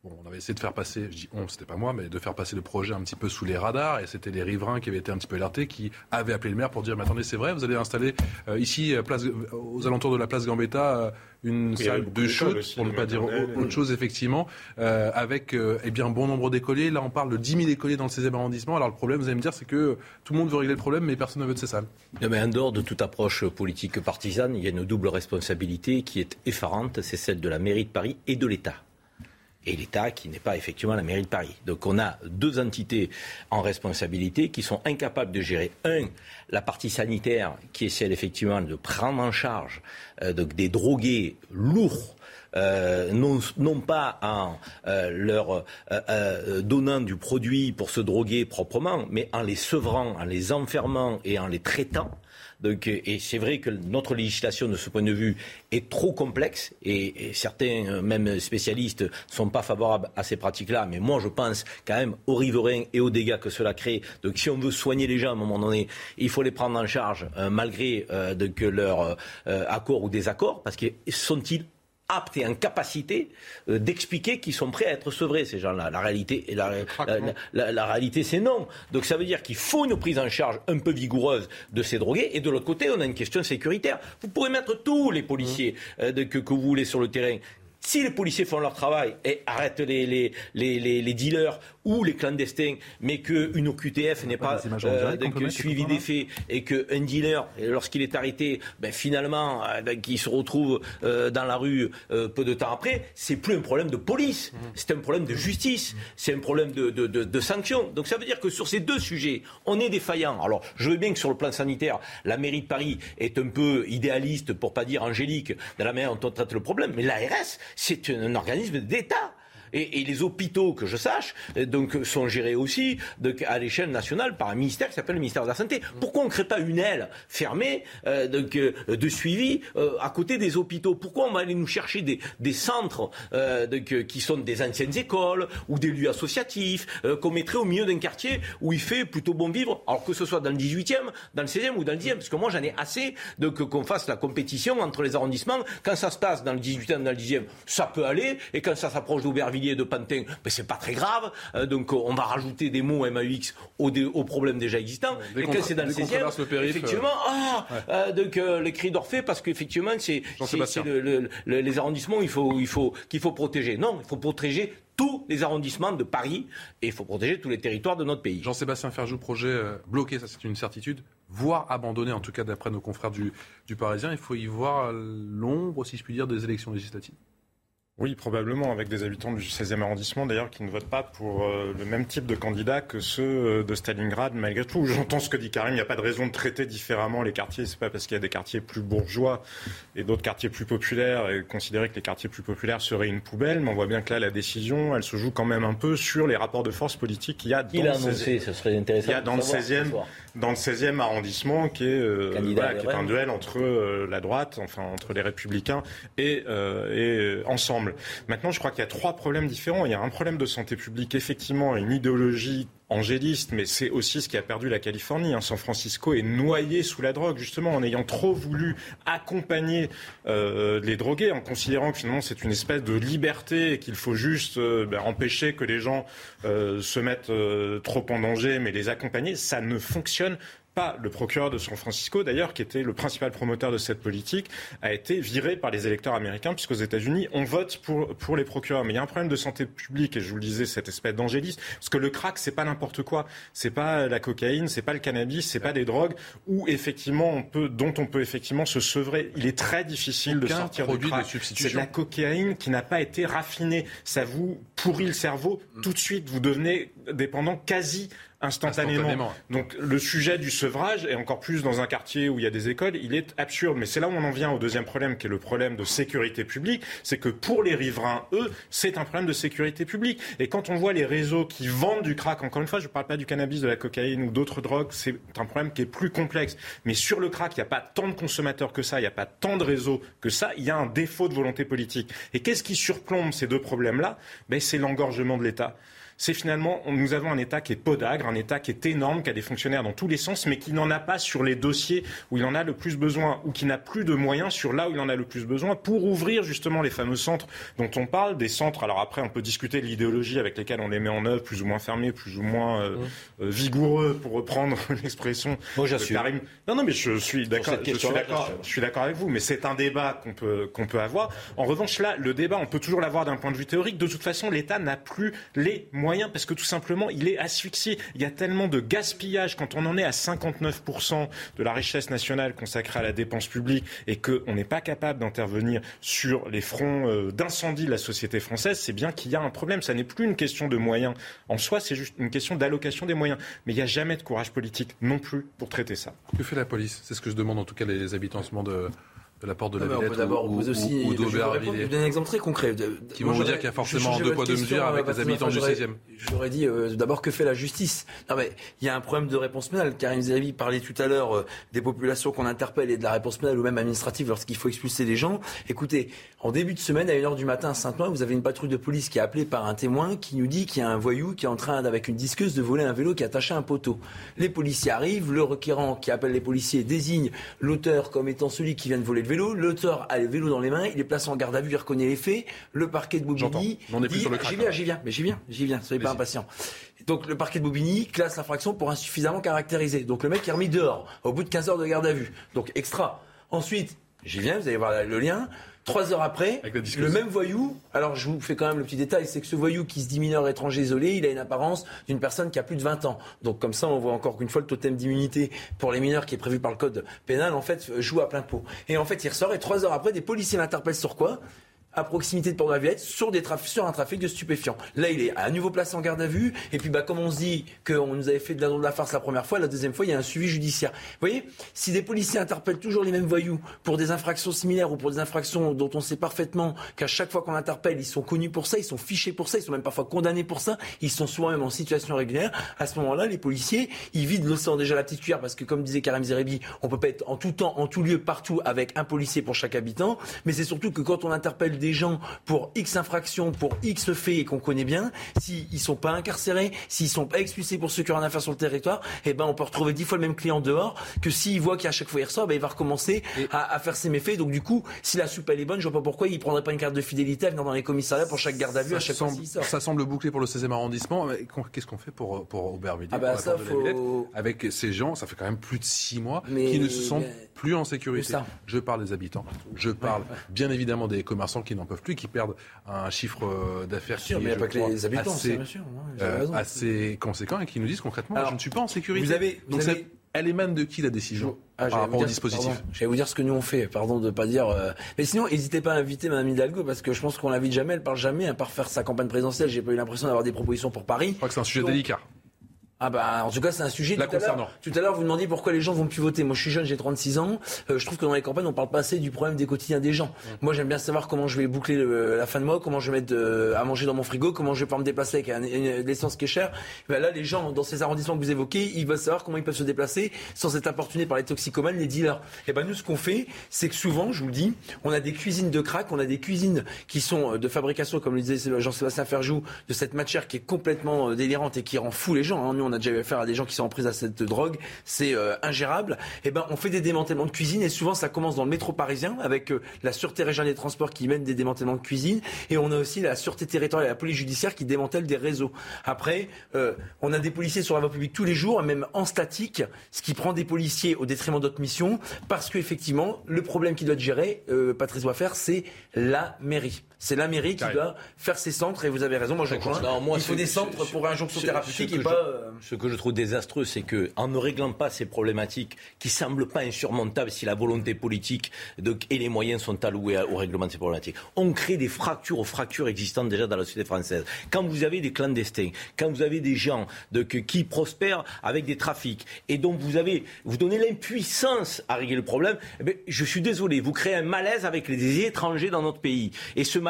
Bon, on avait essayé de faire passer, je dis on, c'était pas moi, mais de faire passer le projet un petit peu sous les radars, et c'était les riverains qui avaient été un petit peu alertés, qui avaient appelé le maire pour dire, mais attendez, c'est vrai, vous allez installer euh, ici, place, aux alentours de la place Gambetta, euh, une oui, salle de shoot, pour ne pas dire autre chose, effectivement, euh, avec euh, eh bien, bon nombre d'écoliers. Là, on parle de dix mille écoliers dans le seizième arrondissement. Alors le problème, vous allez me dire, c'est que tout le monde veut régler le problème, mais personne ne veut de ces salles. Non, mais en dehors de toute approche politique partisane, il y a une double responsabilité qui est effarante, c'est celle de la mairie de Paris et de l'État. Et l'État qui n'est pas effectivement la mairie de Paris. Donc on a deux entités en responsabilité qui sont incapables de gérer, un, la partie sanitaire qui est celle effectivement de prendre en charge euh, donc des drogués lourds, Euh, non, non pas en euh, leur euh, euh, donnant du produit pour se droguer proprement, mais en les sevrant, en les enfermant et en les traitant. Donc, et c'est vrai que notre législation de ce point de vue est trop complexe et, et certains, euh, même spécialistes, ne sont pas favorables à ces pratiques-là. Mais moi, je pense quand même aux riverains et aux dégâts que cela crée. Donc si on veut soigner les gens à un moment donné, il faut les prendre en charge euh, malgré euh, donc, leur euh, accord ou désaccord, parce que sont-ils aptes et en capacité euh, d'expliquer qu'ils sont prêts à être sevrés, ces gens-là. La réalité, la, la, la, la, la réalité, c'est non. Donc ça veut dire qu'il faut une prise en charge un peu vigoureuse de ces drogués. Et de l'autre côté, on a une question sécuritaire. Vous pourrez mettre tous les policiers euh, de, que, que vous voulez sur le terrain. Si les policiers font leur travail et arrêtent les, les, les, les, les dealers ou les clandestins, mais qu'une O Q T F n'est pas euh, donc, suivi des faits et qu'un dealer, lorsqu'il est arrêté, ben, finalement, euh, ben, qu'il se retrouve euh, dans la rue euh, peu de temps après, c'est plus un problème de police, mmh. c'est un problème de justice, c'est un problème de, de, de, de sanctions. Donc ça veut dire que sur ces deux sujets, on est défaillant. Alors je veux bien que sur le plan sanitaire, la mairie de Paris est un peu idéaliste, pour pas dire angélique, de la manière dont on traite le problème, mais l'A R S, c'est un organisme d'État. Et, et les hôpitaux, que je sache, donc, sont gérés aussi donc, à l'échelle nationale par un ministère qui s'appelle le ministère de la Santé. Pourquoi on ne crée pas une aile fermée euh, donc, euh, de suivi euh, à côté des hôpitaux? Pourquoi on va aller nous chercher des, des centres euh, donc, euh, qui sont des anciennes écoles ou des lieux associatifs euh, qu'on mettrait au milieu d'un quartier où il fait plutôt bon vivre, alors que ce soit dans le dix-huitième, dans le seizième ou dans le dixième? Parce que moi, j'en ai assez donc, qu'on fasse la compétition entre les arrondissements. Quand ça se passe dans le dix-huitième, dans le dixième, ça peut aller. Et quand ça s'approche d'Aubervilliers, de Pantin, ben c'est pas très grave. Euh, donc on va rajouter des mots M A U X aux, aux problèmes déjà existants. Dès et quand c'est dans le seizième, le périph, effectivement, euh... ah, ouais. euh, donc euh, les cris d'Orphée, parce qu'effectivement, c'est, c'est, c'est le, le, le, les arrondissements il faut, il faut, qu'il faut protéger. Non, il faut protéger tous les arrondissements de Paris et il faut protéger tous les territoires de notre pays. Jean-Sébastien Ferjou, projet euh, bloqué, ça c'est une certitude, voire abandonné, en tout cas d'après nos confrères du, du Parisien. Il faut y voir l'ombre, si je puis dire, des élections législatives. Oui, probablement, avec des habitants du seizième arrondissement, d'ailleurs, qui ne votent pas pour euh, le même type de candidat que ceux euh, de Stalingrad, malgré tout. J'entends ce que dit Karim, il n'y a pas de raison de traiter différemment les quartiers. C'est pas parce qu'il y a des quartiers plus bourgeois et d'autres quartiers plus populaires, et considérer que les quartiers plus populaires seraient une poubelle, mais on voit bien que là, la décision, elle se joue quand même un peu sur les rapports de force politiques qu'il y a dans il a le annoncé, seizième. Ce serait intéressant. Il y a dans le seizième, dans le seizième arrondissement, qui est, euh, voilà, qui est un duel entre euh, la droite, enfin, entre les Républicains et, euh, et Ensemble. Maintenant, je Je crois qu'il y a trois problèmes différents. Il y a un problème de santé publique, effectivement, une idéologie angéliste, mais c'est aussi ce qui a perdu la Californie. Hein. San Francisco est noyé sous la drogue, justement, en ayant trop voulu accompagner euh, les drogués, en considérant que finalement c'est une espèce de liberté et qu'il faut juste euh, ben, empêcher que les gens euh, se mettent euh, trop en danger, mais les accompagner. Ça ne fonctionne pas. Le procureur de San Francisco, d'ailleurs, qui était le principal promoteur de cette politique, a été viré par les électeurs américains, puisqu'aux États-Unis, on vote pour, pour les procureurs. Mais il y a un problème de santé publique, et je vous le disais, cette espèce d'angélisme, parce que le crack, c'est pas n'importe quoi. C'est pas la cocaïne, c'est pas le cannabis, c'est pas des drogues où, effectivement, on peut, dont on peut effectivement se sevrer. Il est très difficile Aucun de sortir du crack. C'est de la cocaïne qui n'a pas été raffinée. Ça vous pourrit le cerveau tout de suite. Vous devenez dépendant quasi Instantanément. Instantanément. Donc le sujet du sevrage, et encore plus dans un quartier où il y a des écoles, il est absurde. Mais c'est là où on en vient au deuxième problème, qui est le problème de sécurité publique. C'est que pour les riverains, eux, c'est un problème de sécurité publique. Et quand on voit les réseaux qui vendent du crack, encore une fois, je ne parle pas du cannabis, de la cocaïne ou d'autres drogues, c'est un problème qui est plus complexe. Mais sur le crack, il n'y a pas tant de consommateurs que ça, il n'y a pas tant de réseaux que ça, il y a un défaut de volonté politique. Et qu'est-ce qui surplombe ces deux problèmes-là ? Ben, c'est l'engorgement de l'État. c'est finalement, nous avons un État qui est podagre, un État qui est énorme, qui a des fonctionnaires dans tous les sens, mais qui n'en a pas sur les dossiers où il en a le plus besoin, ou qui n'a plus de moyens sur là où il en a le plus besoin pour ouvrir justement les fameux centres dont on parle, des centres, alors après on peut discuter de l'idéologie avec lesquelles on les met en œuvre, plus ou moins fermés, plus ou moins euh, euh, vigoureux, pour reprendre l'expression Moi, de Karim. Non, non, mais je suis d'accord, je suis d'accord, j'assure. je suis d'accord avec vous, mais c'est un débat qu'on peut, qu'on peut avoir. En revanche, là, le débat, on peut toujours l'avoir d'un point de vue théorique. De toute façon, l'État n'a plus les moyens parce que tout simplement, il est asphyxié. Il y a tellement de gaspillage quand on en est à cinquante-neuf pour cent de la richesse nationale consacrée à la dépense publique et qu'on n'est pas capable d'intervenir sur les fronts euh, d'incendie de la société française, c'est bien qu'il y a un problème. Ça n'est plus une question de moyens en soi, c'est juste une question d'allocation des moyens. Mais il n'y a jamais de courage politique non plus pour traiter ça. Que fait la police ? C'est ce que je demande en tout cas les habitants en ce moment de... de la porte de la Non, Villette on peut d'abord ou, vous aussi, ou, ou je vais répondre, d'Aubervilliers. vous donner un exemple très concret. De, de, Qui vont vous dire qu'il y a forcément deux poids deux mesures avec les habitants du seizième. J'aurais dit euh, d'abord que fait la justice. Non mais il y a un problème de réponse pénale. Karim Zeribi parlait tout à l'heure euh, des populations qu'on interpelle et de la réponse pénale ou même administrative lorsqu'il faut expulser des gens. Écoutez, en début de semaine à une heure du matin à Saint-Ouen, vous avez une patrouille de police qui est appelée par un témoin qui nous dit qu'il y a un voyou qui est en train avec une disqueuse de voler un vélo qui est attaché à un poteau. Les policiers arrivent, le requérant qui appelle les policiers désigne l'auteur comme étant celui qui vient de voler le vélo. L'auteur a le vélo dans les mains, il est placé en garde à vue, il reconnaît les faits. Le parquet de Bobigny on n'est plus dit, sur le crack, j'y viens, j'y viens, mais j'y viens, j'y viens, soyez pas impatients. Donc le parquet de Bobigny classe l'infraction pour insuffisamment caractérisé. Donc le mec est remis dehors au bout de quinze heures de garde à vue. Donc extra. Ensuite, j'y viens, vous allez voir le lien. Trois heures après, le même voyou, alors je vous fais quand même le petit détail, c'est que ce voyou qui se dit mineur étranger isolé, il a une apparence d'une personne qui a plus de vingt ans. Donc comme ça, on voit encore une fois le totem d'immunité pour les mineurs qui est prévu par le code pénal, en fait, joue à plein pot. Et en fait, il ressort et trois heures après, des policiers l'interpellent sur quoi ? À proximité de Port de la Villette, sur, des traf- sur un trafic de stupéfiants. Là, il est à nouveau placé en garde à vue. Et puis, bah, comme on se dit qu'on nous avait fait de la, de la farce la première fois, la deuxième fois, il y a un suivi judiciaire. Vous voyez, si des policiers interpellent toujours les mêmes voyous pour des infractions similaires ou pour des infractions dont on sait parfaitement qu'à chaque fois qu'on interpelle, ils sont connus pour ça, ils sont fichés pour ça, ils sont même parfois condamnés pour ça, ils sont souvent même en situation régulière, à ce moment-là, les policiers, ils vident l'océan déjà la petite cuillère parce que, comme disait Karim Zeribi, on peut pas être en tout temps, en tout lieu, partout avec un policier pour chaque habitant. Mais c'est surtout que quand on interpelle des gens pour X infractions, pour X faits et qu'on connaît bien, s'ils ne sont pas incarcérés, s'ils ne sont pas expulsés pour ceux qui ont rien à faire sur le territoire, eh ben on peut retrouver dix fois le même client dehors que s'il voit qu'à chaque fois il ressort, ben il va recommencer à, à faire ses méfaits. Donc du coup, si la soupe elle est bonne, je vois pas pourquoi il prendrait pas une carte de fidélité à venir dans les commissariats pour chaque garde à vue ça à chaque semble, fois qu'il sort. Ça semble bouclé pour le seizième arrondissement. Mais qu'est-ce qu'on fait pour, pour Aubervilliers, ah bah pour ça, la porte de la Villette, faut... avec ces gens, ça fait quand même plus de six mois, mais... qui ne se sentent mais... plus en sécurité. Je parle des habitants, je parle ouais, ouais. bien évidemment des commerçants qui n'en peuvent plus, qui perdent un chiffre d'affaires sûr, qui mais est, il n'y a pas que les habitants, assez, bien sûr, ouais, euh, assez conséquent et qui nous disent concrètement Alors, je ne suis pas en sécurité. Vous avez, vous Donc avez... ça, elle émane de qui la décision ah, par rapport au dire, dispositif? pardon, je vais vous dire ce que nous on fait, pardon de ne pas dire. Euh... Mais sinon, n'hésitez pas à inviter Mme Hidalgo parce que je pense qu'on l'invite jamais, elle parle jamais, à part faire sa campagne présidentielle. J'ai pas eu l'impression d'avoir des propositions pour Paris. Je crois que c'est un sujet Donc... délicat. Ah bah en tout cas c'est un sujet la tout, à concernant. tout à l'heure vous demandiez pourquoi les gens vont plus voter. Moi je suis jeune, j'ai trente-six ans, euh, je trouve que dans les campagnes on parle pas assez du problème des quotidiens des gens. Mmh. Moi j'aime bien savoir comment je vais boucler le, la fin de mois, comment je vais mettre de, à manger dans mon frigo, comment je vais pouvoir me déplacer avec un, une, une essence qui est chère. Ben là les gens dans ces arrondissements que vous évoquez, ils veulent savoir comment ils peuvent se déplacer sans être importunés par les toxicomanes, les dealers. Et ben nous ce qu'on fait, c'est que souvent, je vous le dis, on a des cuisines de crack, on a des cuisines qui sont de fabrication, comme le disait Jean-Sébastien Ferjou, de cette matière qui est complètement délirante et qui rend fou les gens. Hein. Nous on a déjà eu affaire à des gens qui sont en prise à cette drogue, c'est euh, ingérable. Et ben on fait des démantèlements de cuisine et souvent ça commence dans le métro parisien avec euh, la sûreté régionale des transports qui mène des démantèlements de cuisine et on a aussi la sûreté territoriale et la police judiciaire qui démantèle des réseaux. Après, euh, on a des policiers sur la voie publique tous les jours, même en statique, ce qui prend des policiers au détriment d'autres missions parce que effectivement le problème qui doit être géré, euh, Patrice doit faire, c'est la mairie. C'est la mairie qui doit faire ses centres et vous avez raison, moi je crois. Il faut des centres pour injonction thérapeutique et pas. Euh... Ce que je trouve désastreux, c'est que en ne réglant pas ces problématiques qui semblent pas insurmontables si la volonté politique de, et les moyens sont alloués à, au règlement de ces problématiques, on crée des fractures aux fractures existantes déjà dans la société française. Quand vous avez des clandestins, quand vous avez des gens de, que, qui prospèrent avec des trafics et donc vous avez, vous donnez l'impuissance à régler le problème, eh bien, je suis désolé, vous créez un malaise avec les étrangers dans notre pays et ce malaise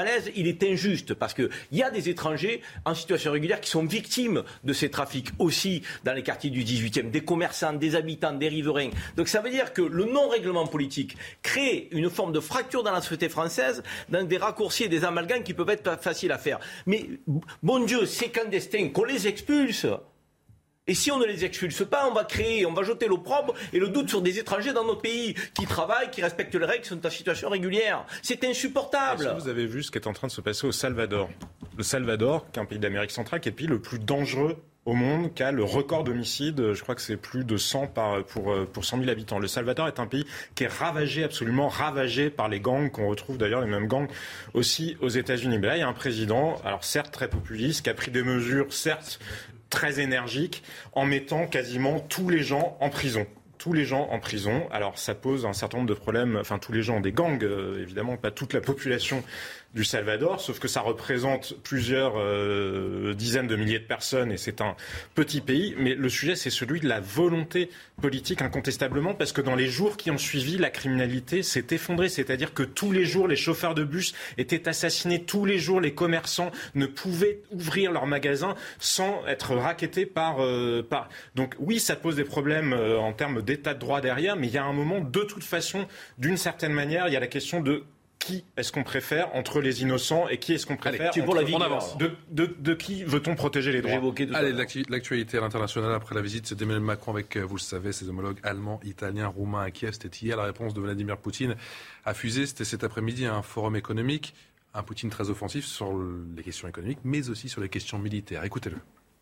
malaise, il est injuste parce qu'il y a des étrangers en situation régulière qui sont victimes de ces trafics aussi dans les quartiers du dix-huitième, des commerçants, des habitants, des riverains. Donc ça veut dire que le non-règlement politique crée une forme de fracture dans la société française, dans des raccourcis et des amalgames qui peuvent être faciles à faire. Mais bon Dieu, ces clandestins, qu'on les expulse. Et si on ne les expulse pas, on va créer, on va jeter l'opprobre et le doute sur des étrangers dans notre pays qui travaillent, qui respectent les règles, qui sont en situation régulière. C'est insupportable. Est-ce que vous avez vu ce qui est en train de se passer au Salvador ? Le Salvador, qui est un pays d'Amérique centrale, qui est le pays le plus dangereux au monde, qui a le record d'homicides, je crois que c'est plus de cent par, pour, pour cent mille habitants. Le Salvador est un pays qui est ravagé, absolument ravagé par les gangs, qu'on retrouve d'ailleurs les mêmes gangs aussi aux États-Unis. Mais là, il y a un président, alors certes très populiste, qui a pris des mesures, certes très énergiques, en mettant quasiment tous les gens en prison. Tous les gens en prison. Alors ça pose un certain nombre de problèmes, enfin tous les gens des gangs, euh, évidemment, pas toute la population du Salvador, sauf que ça représente plusieurs euh, dizaines de milliers de personnes et c'est un petit pays. Mais le sujet, c'est celui de la volonté politique, incontestablement, parce que dans les jours qui ont suivi, la criminalité s'est effondrée. C'est-à-dire que tous les jours, les chauffeurs de bus étaient assassinés. Tous les jours, les commerçants ne pouvaient ouvrir leurs magasins sans être rackettés par... Euh, par... Donc oui, ça pose des problèmes euh, en termes d'état de droit derrière, mais il y a un moment, de toute façon, d'une certaine manière, il y a la question de qui est-ce qu'on préfère entre les innocents et qui est-ce qu'on préfère Allez, pour la vie, de, de, de qui veut-on protéger les droits? Allez, l'actualité à l'international après la visite d'Emmanuel Macron avec, vous le savez, ses homologues allemands, italiens, roumains à Kiev. C'était hier. La réponse de Vladimir Poutine a fusé. C'était cet après-midi un forum économique. Un Poutine très offensif sur les questions économiques, mais aussi sur les questions militaires. Écoutez-le.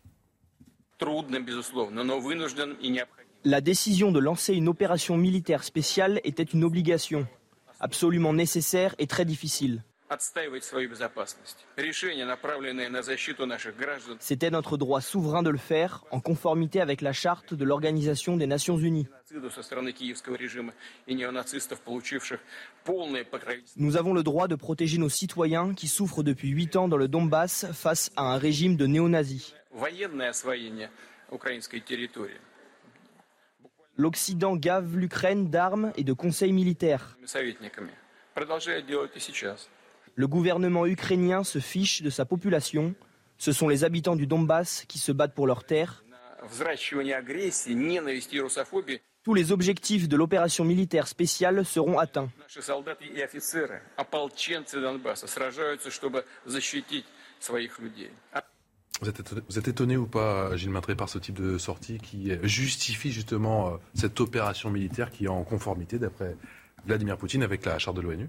La décision de lancer une opération militaire spéciale était une obligation, absolument nécessaire et très difficile. C'était notre droit souverain de le faire, en conformité avec la charte de l'Organisation des Nations Unies. Nous avons le droit de protéger nos citoyens qui souffrent depuis huit ans dans le Donbass face à un régime de néo-nazis. L'Occident gave l'Ukraine d'armes et de conseils militaires. Le gouvernement ukrainien se fiche de sa population. Ce sont les habitants du Donbass qui se battent pour leurs terres. Tous les objectifs de l'opération militaire spéciale seront atteints. Vous êtes, étonné, vous êtes étonné ou pas, Gilles Maintré, par ce type de sortie qui justifie justement euh, cette opération militaire qui est en conformité, d'après Vladimir Poutine, avec la charte de l'ONU?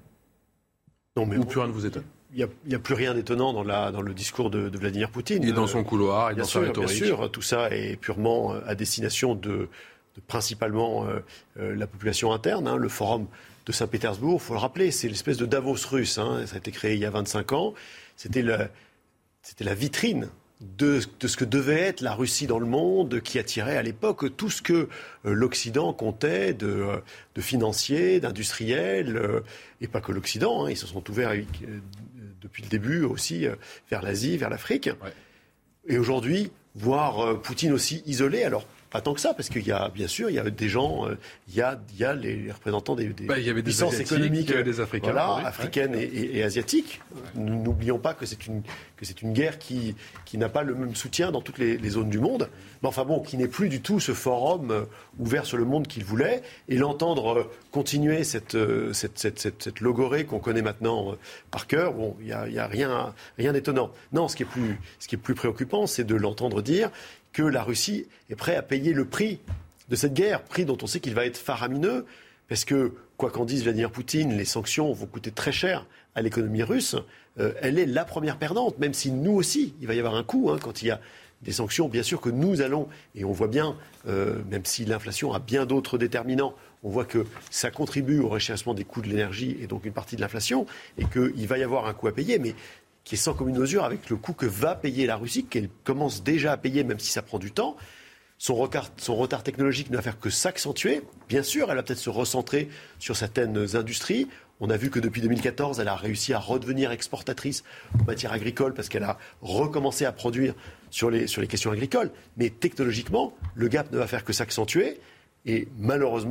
Non, mais ou plus rien ne vous étonne? Il n'y a, a plus rien d'étonnant dans, la, dans le discours de, de Vladimir Poutine. Et dans son couloir, et bien dans sûr, sa rhétorique. Bien sûr, tout ça est purement à destination de, de principalement euh, euh, la population interne. Hein, le forum de Saint-Pétersbourg, il faut le rappeler, c'est l'espèce de Davos russe. Hein, ça a été créé il y a vingt-cinq ans. C'était la, c'était la vitrine De, de ce que devait être la Russie dans le monde, qui attirait à l'époque tout ce que euh, l'Occident comptait de, euh, de financiers, d'industriels, euh, et pas que l'Occident, hein, ils se sont ouverts avec, euh, depuis le début aussi euh, vers l'Asie, vers l'Afrique. Ouais. Et aujourd'hui, voir euh, Poutine aussi isolé, alors pas tant que ça, parce qu'il y a, bien sûr, il y a des gens, euh, il, y a, il y a les représentants des, des bah, il y avait des puissances économiques, il y avait des Africains, voilà, oui, africaines ouais. et, et, et asiatiques. Ouais. Nous n'oublions pas que c'est une, que c'est une guerre qui, qui n'a pas le même soutien dans toutes les, les zones du monde. Mais enfin bon, qui n'est plus du tout ce forum euh, ouvert sur le monde qu'il voulait. Et l'entendre euh, continuer cette, euh, cette, cette, cette, cette logorée qu'on connaît maintenant euh, par cœur, bon, il n'y a, y a rien, rien d'étonnant. Non, ce qui est plus, ce qui est plus préoccupant, c'est de l'entendre dire que la Russie est prête à payer le prix de cette guerre, prix dont on sait qu'il va être faramineux, parce que, quoi qu'en dise Vladimir Poutine, les sanctions vont coûter très cher à l'économie russe. Euh, elle est la première perdante, même si nous aussi, il va y avoir un coût hein, quand il y a des sanctions. Bien sûr que nous allons, et on voit bien, euh, même si l'inflation a bien d'autres déterminants, on voit que ça contribue au réchauffement des coûts de l'énergie et donc une partie de l'inflation, et qu'il va y avoir un coût à payer, mais qui est sans commune mesure avec le coût que va payer la Russie, qu'elle commence déjà à payer, même si ça prend du temps. Son retard, son retard technologique ne va faire que s'accentuer. Bien sûr, elle va peut-être se recentrer sur certaines industries. On a vu que depuis deux mille quatorze, elle a réussi à redevenir exportatrice en matière agricole parce qu'elle a recommencé à produire sur les, sur les questions agricoles. Mais technologiquement, le gap ne va faire que s'accentuer. Et malheureusement,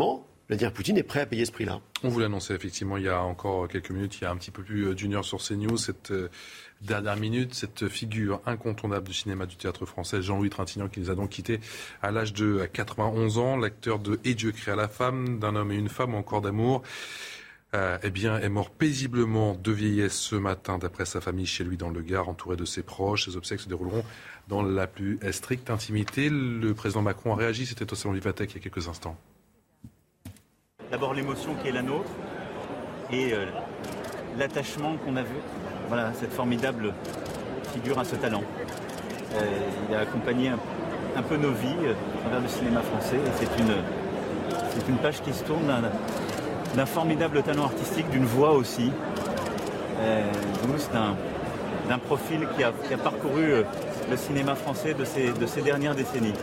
Vladimir Poutine est prêt à payer ce prix-là. On vous l'annonçait effectivement il y a encore quelques minutes, il y a un petit peu plus d'une heure sur CNews, cette euh, dernière minute, cette figure incontournable du cinéma du théâtre français, Jean-Louis Trintignant, qui nous a donc quittés à l'âge de quatre-vingt-onze ans, l'acteur de Et Dieu créa la femme, D'un homme et une femme, ou encore d'Amour. Euh, eh bien, est mort paisiblement de vieillesse ce matin, d'après sa famille, chez lui dans le Gard, entouré de ses proches. Ses obsèques se dérouleront dans la plus stricte intimité. Le président Macron a réagi, c'était au Salon Vivatech il y a quelques instants. D'abord l'émotion qui est la nôtre et euh, l'attachement qu'on a vu. Voilà, cette formidable figure à ce talent. Euh, il a accompagné un, un peu nos vies euh, à travers le cinéma français. Et c'est une, c'est une page qui se tourne d'un, d'un formidable talent artistique, d'une voix aussi. Euh, c'est un, d'un profil qui a, qui a parcouru euh, le cinéma français de ces, de ces dernières décennies.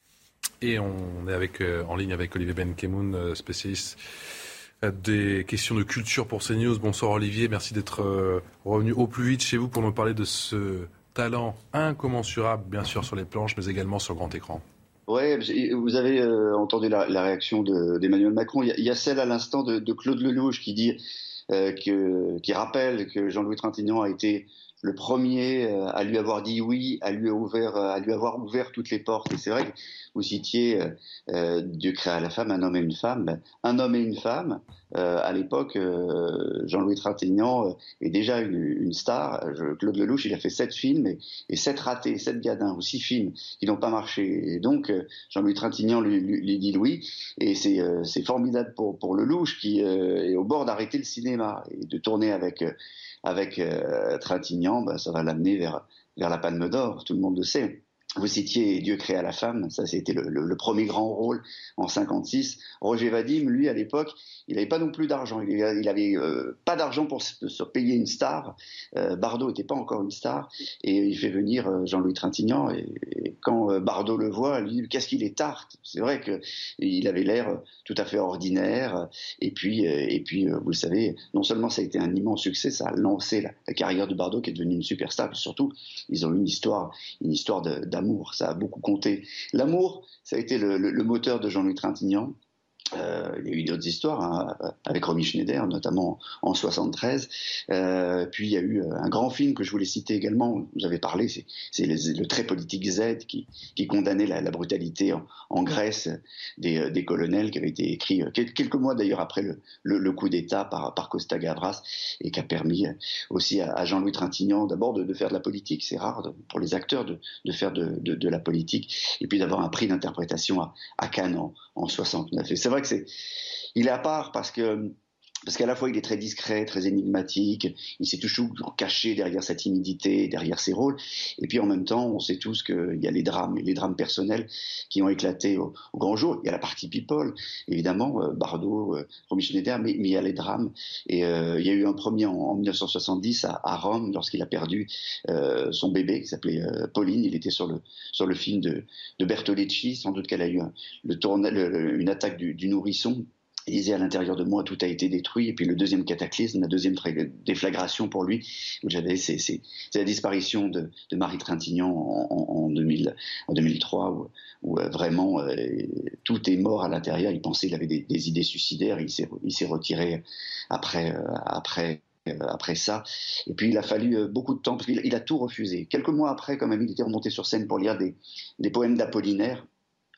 Et on est avec, euh, en ligne avec Olivier Benkemoun, euh, spécialiste euh, des questions de culture pour CNews. Bonsoir Olivier, merci d'être euh, revenu au plus vite chez vous pour nous parler de ce talent incommensurable, bien sûr sur les planches, mais également sur grand écran. Oui, vous avez euh, entendu la, la réaction de, d'Emmanuel Macron. Il y, a, il y a celle à l'instant de, de Claude Lelouch qui dit, euh, que, qui rappelle que Jean-Louis Trintignant a été le premier à lui avoir dit oui, à lui, ouvert, à lui avoir ouvert toutes les portes. Et c'est vrai que vous citiez euh, Dieu créa la femme, un homme et une femme. Un homme et une femme, euh, à l'époque, euh, Jean-Louis Trintignant euh, est déjà une, une star. Je, Claude Lelouch, il a fait sept films et, et sept ratés, sept gadins, ou six films qui n'ont pas marché. Et donc, euh, Jean-Louis Trintignant lui, lui, lui dit oui. Et c'est, euh, c'est formidable pour, pour Lelouch qui euh, est au bord d'arrêter le cinéma et de tourner avec... Euh, Avec euh, Trintignant, bah, ça va l'amener vers, vers la Palme d'Or, tout le monde le sait. Vous citiez Dieu créa la femme, ça c'était le, le, le premier grand rôle en cinquante-six. Roger Vadim, lui, à l'époque, il n'avait pas non plus d'argent. Il avait, il avait euh, pas d'argent pour se, se payer une star. Euh, Bardot n'était pas encore une star. Et il fait venir euh, Jean-Louis Trintignant. Et, et quand euh, Bardot le voit, lui dit « Qu'est-ce qu'il est tarte ?» C'est vrai qu'il avait l'air tout à fait ordinaire. Et puis, euh, et puis euh, vous le savez, non seulement ça a été un immense succès, ça a lancé la, la carrière de Bardot qui est devenue une superstar. Et surtout, ils ont eu une histoire, une histoire de, d'amour. Ça a beaucoup compté. L'amour, ça a été le, le, le moteur de Jean-Louis Trintignant. Euh, il y a eu d'autres histoires hein, avec Romy Schneider, notamment en soixante-treize. Euh, puis il y a eu un grand film que je voulais citer également. Vous avez parlé, c'est, c'est les, le très politique Z qui, qui condamnait la, la brutalité en, en Grèce des, des colonels, qui avait été écrit quelques mois d'ailleurs après le, le, le coup d'État par, par Costa Gavras et qui a permis aussi à, à Jean-Louis Trintignant d'abord de, de faire de la politique. C'est rare de, pour les acteurs de, de faire de, de, de la politique et puis d'avoir un prix d'interprétation à, à Cannes en, en soixante-neuf. Et c'est vrai que c'est, il est à part parce que Parce qu'à la fois, il est très discret, très énigmatique, il s'est toujours caché derrière sa timidité, derrière ses rôles. Et puis en même temps, on sait tous qu'il y a les drames, les drames personnels qui ont éclaté au, au grand jour. Il y a la partie people, évidemment, euh, Bardot, euh, Romy Schneider, mais, mais il y a les drames. Et euh, il y a eu un premier en, en dix-neuf cent soixante-dix à, à Rome, lorsqu'il a perdu euh, son bébé, qui s'appelait euh, Pauline. Il était sur le, sur le film de, de Bertolucci. Sans doute qu'elle a eu un, le tourna, le, une attaque du, du nourrisson. Il disait à l'intérieur de moi tout a été détruit. Et puis le deuxième cataclysme, la deuxième déflagration pour lui, où j'avais c'est, c'est, c'est la disparition de, de Marie Trintignant en, en, en, deux mille, en deux mille trois, où, où euh, vraiment euh, tout est mort à l'intérieur. Il pensait qu'il avait des, des idées suicidaires. Il s'est, il s'est retiré après, euh, après. après ça. Et puis il a fallu beaucoup de temps parce qu'il il a tout refusé. Quelques mois après, quand même, il était remonté sur scène pour lire des, des poèmes d'Apollinaire.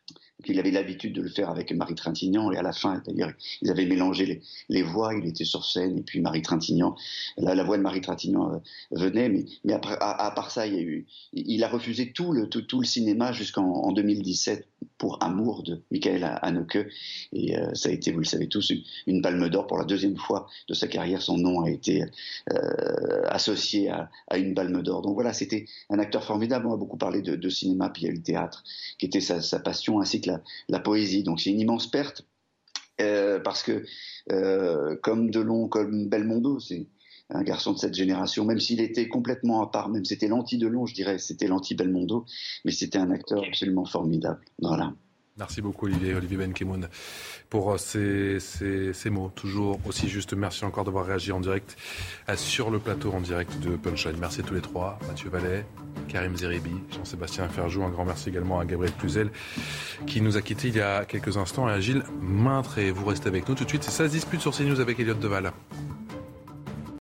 Il avait l'habitude de le faire avec Marie Trintignant et à la fin, d'ailleurs, ils avaient mélangé les, les voix, il était sur scène et puis Marie Trintignant, la, la voix de Marie Trintignant euh, venait, mais, mais après, à, à part ça, il, y a eu, il a refusé tout le, tout, tout le cinéma jusqu'en en deux mille dix-sept pour Amour de Michael Haneke et euh, ça a été, vous le savez tous, une, une palme d'or pour la deuxième fois de sa carrière. Son nom a été euh, associé à, à une palme d'or. Donc voilà, c'était un acteur formidable. On a beaucoup parlé de, de cinéma, puis il y a eu le théâtre qui était sa, sa passion, ainsi que La, la poésie. Donc c'est une immense perte euh, parce que euh, comme Delon, comme Belmondo, c'est un garçon de cette génération, même s'il était complètement à part, même c'était l'anti-Delon, je dirais, c'était l'anti-Belmondo, mais c'était un acteur absolument formidable. Voilà. Merci beaucoup Olivier, Olivier Benkemoun, pour ces, ces, ces mots, toujours aussi justes. Merci encore d'avoir réagi en direct sur le plateau en direct de Punchline. Merci à tous les trois, Mathieu Vallet, Karim Zeribi, Jean-Sébastien Ferjou. Un grand merci également à Gabriel Cluzel qui nous a quittés il y a quelques instants, et à Gilles Maintré. Vous restez avec nous tout de suite, c'est Ça se dispute sur CNews avec Elliott Deval.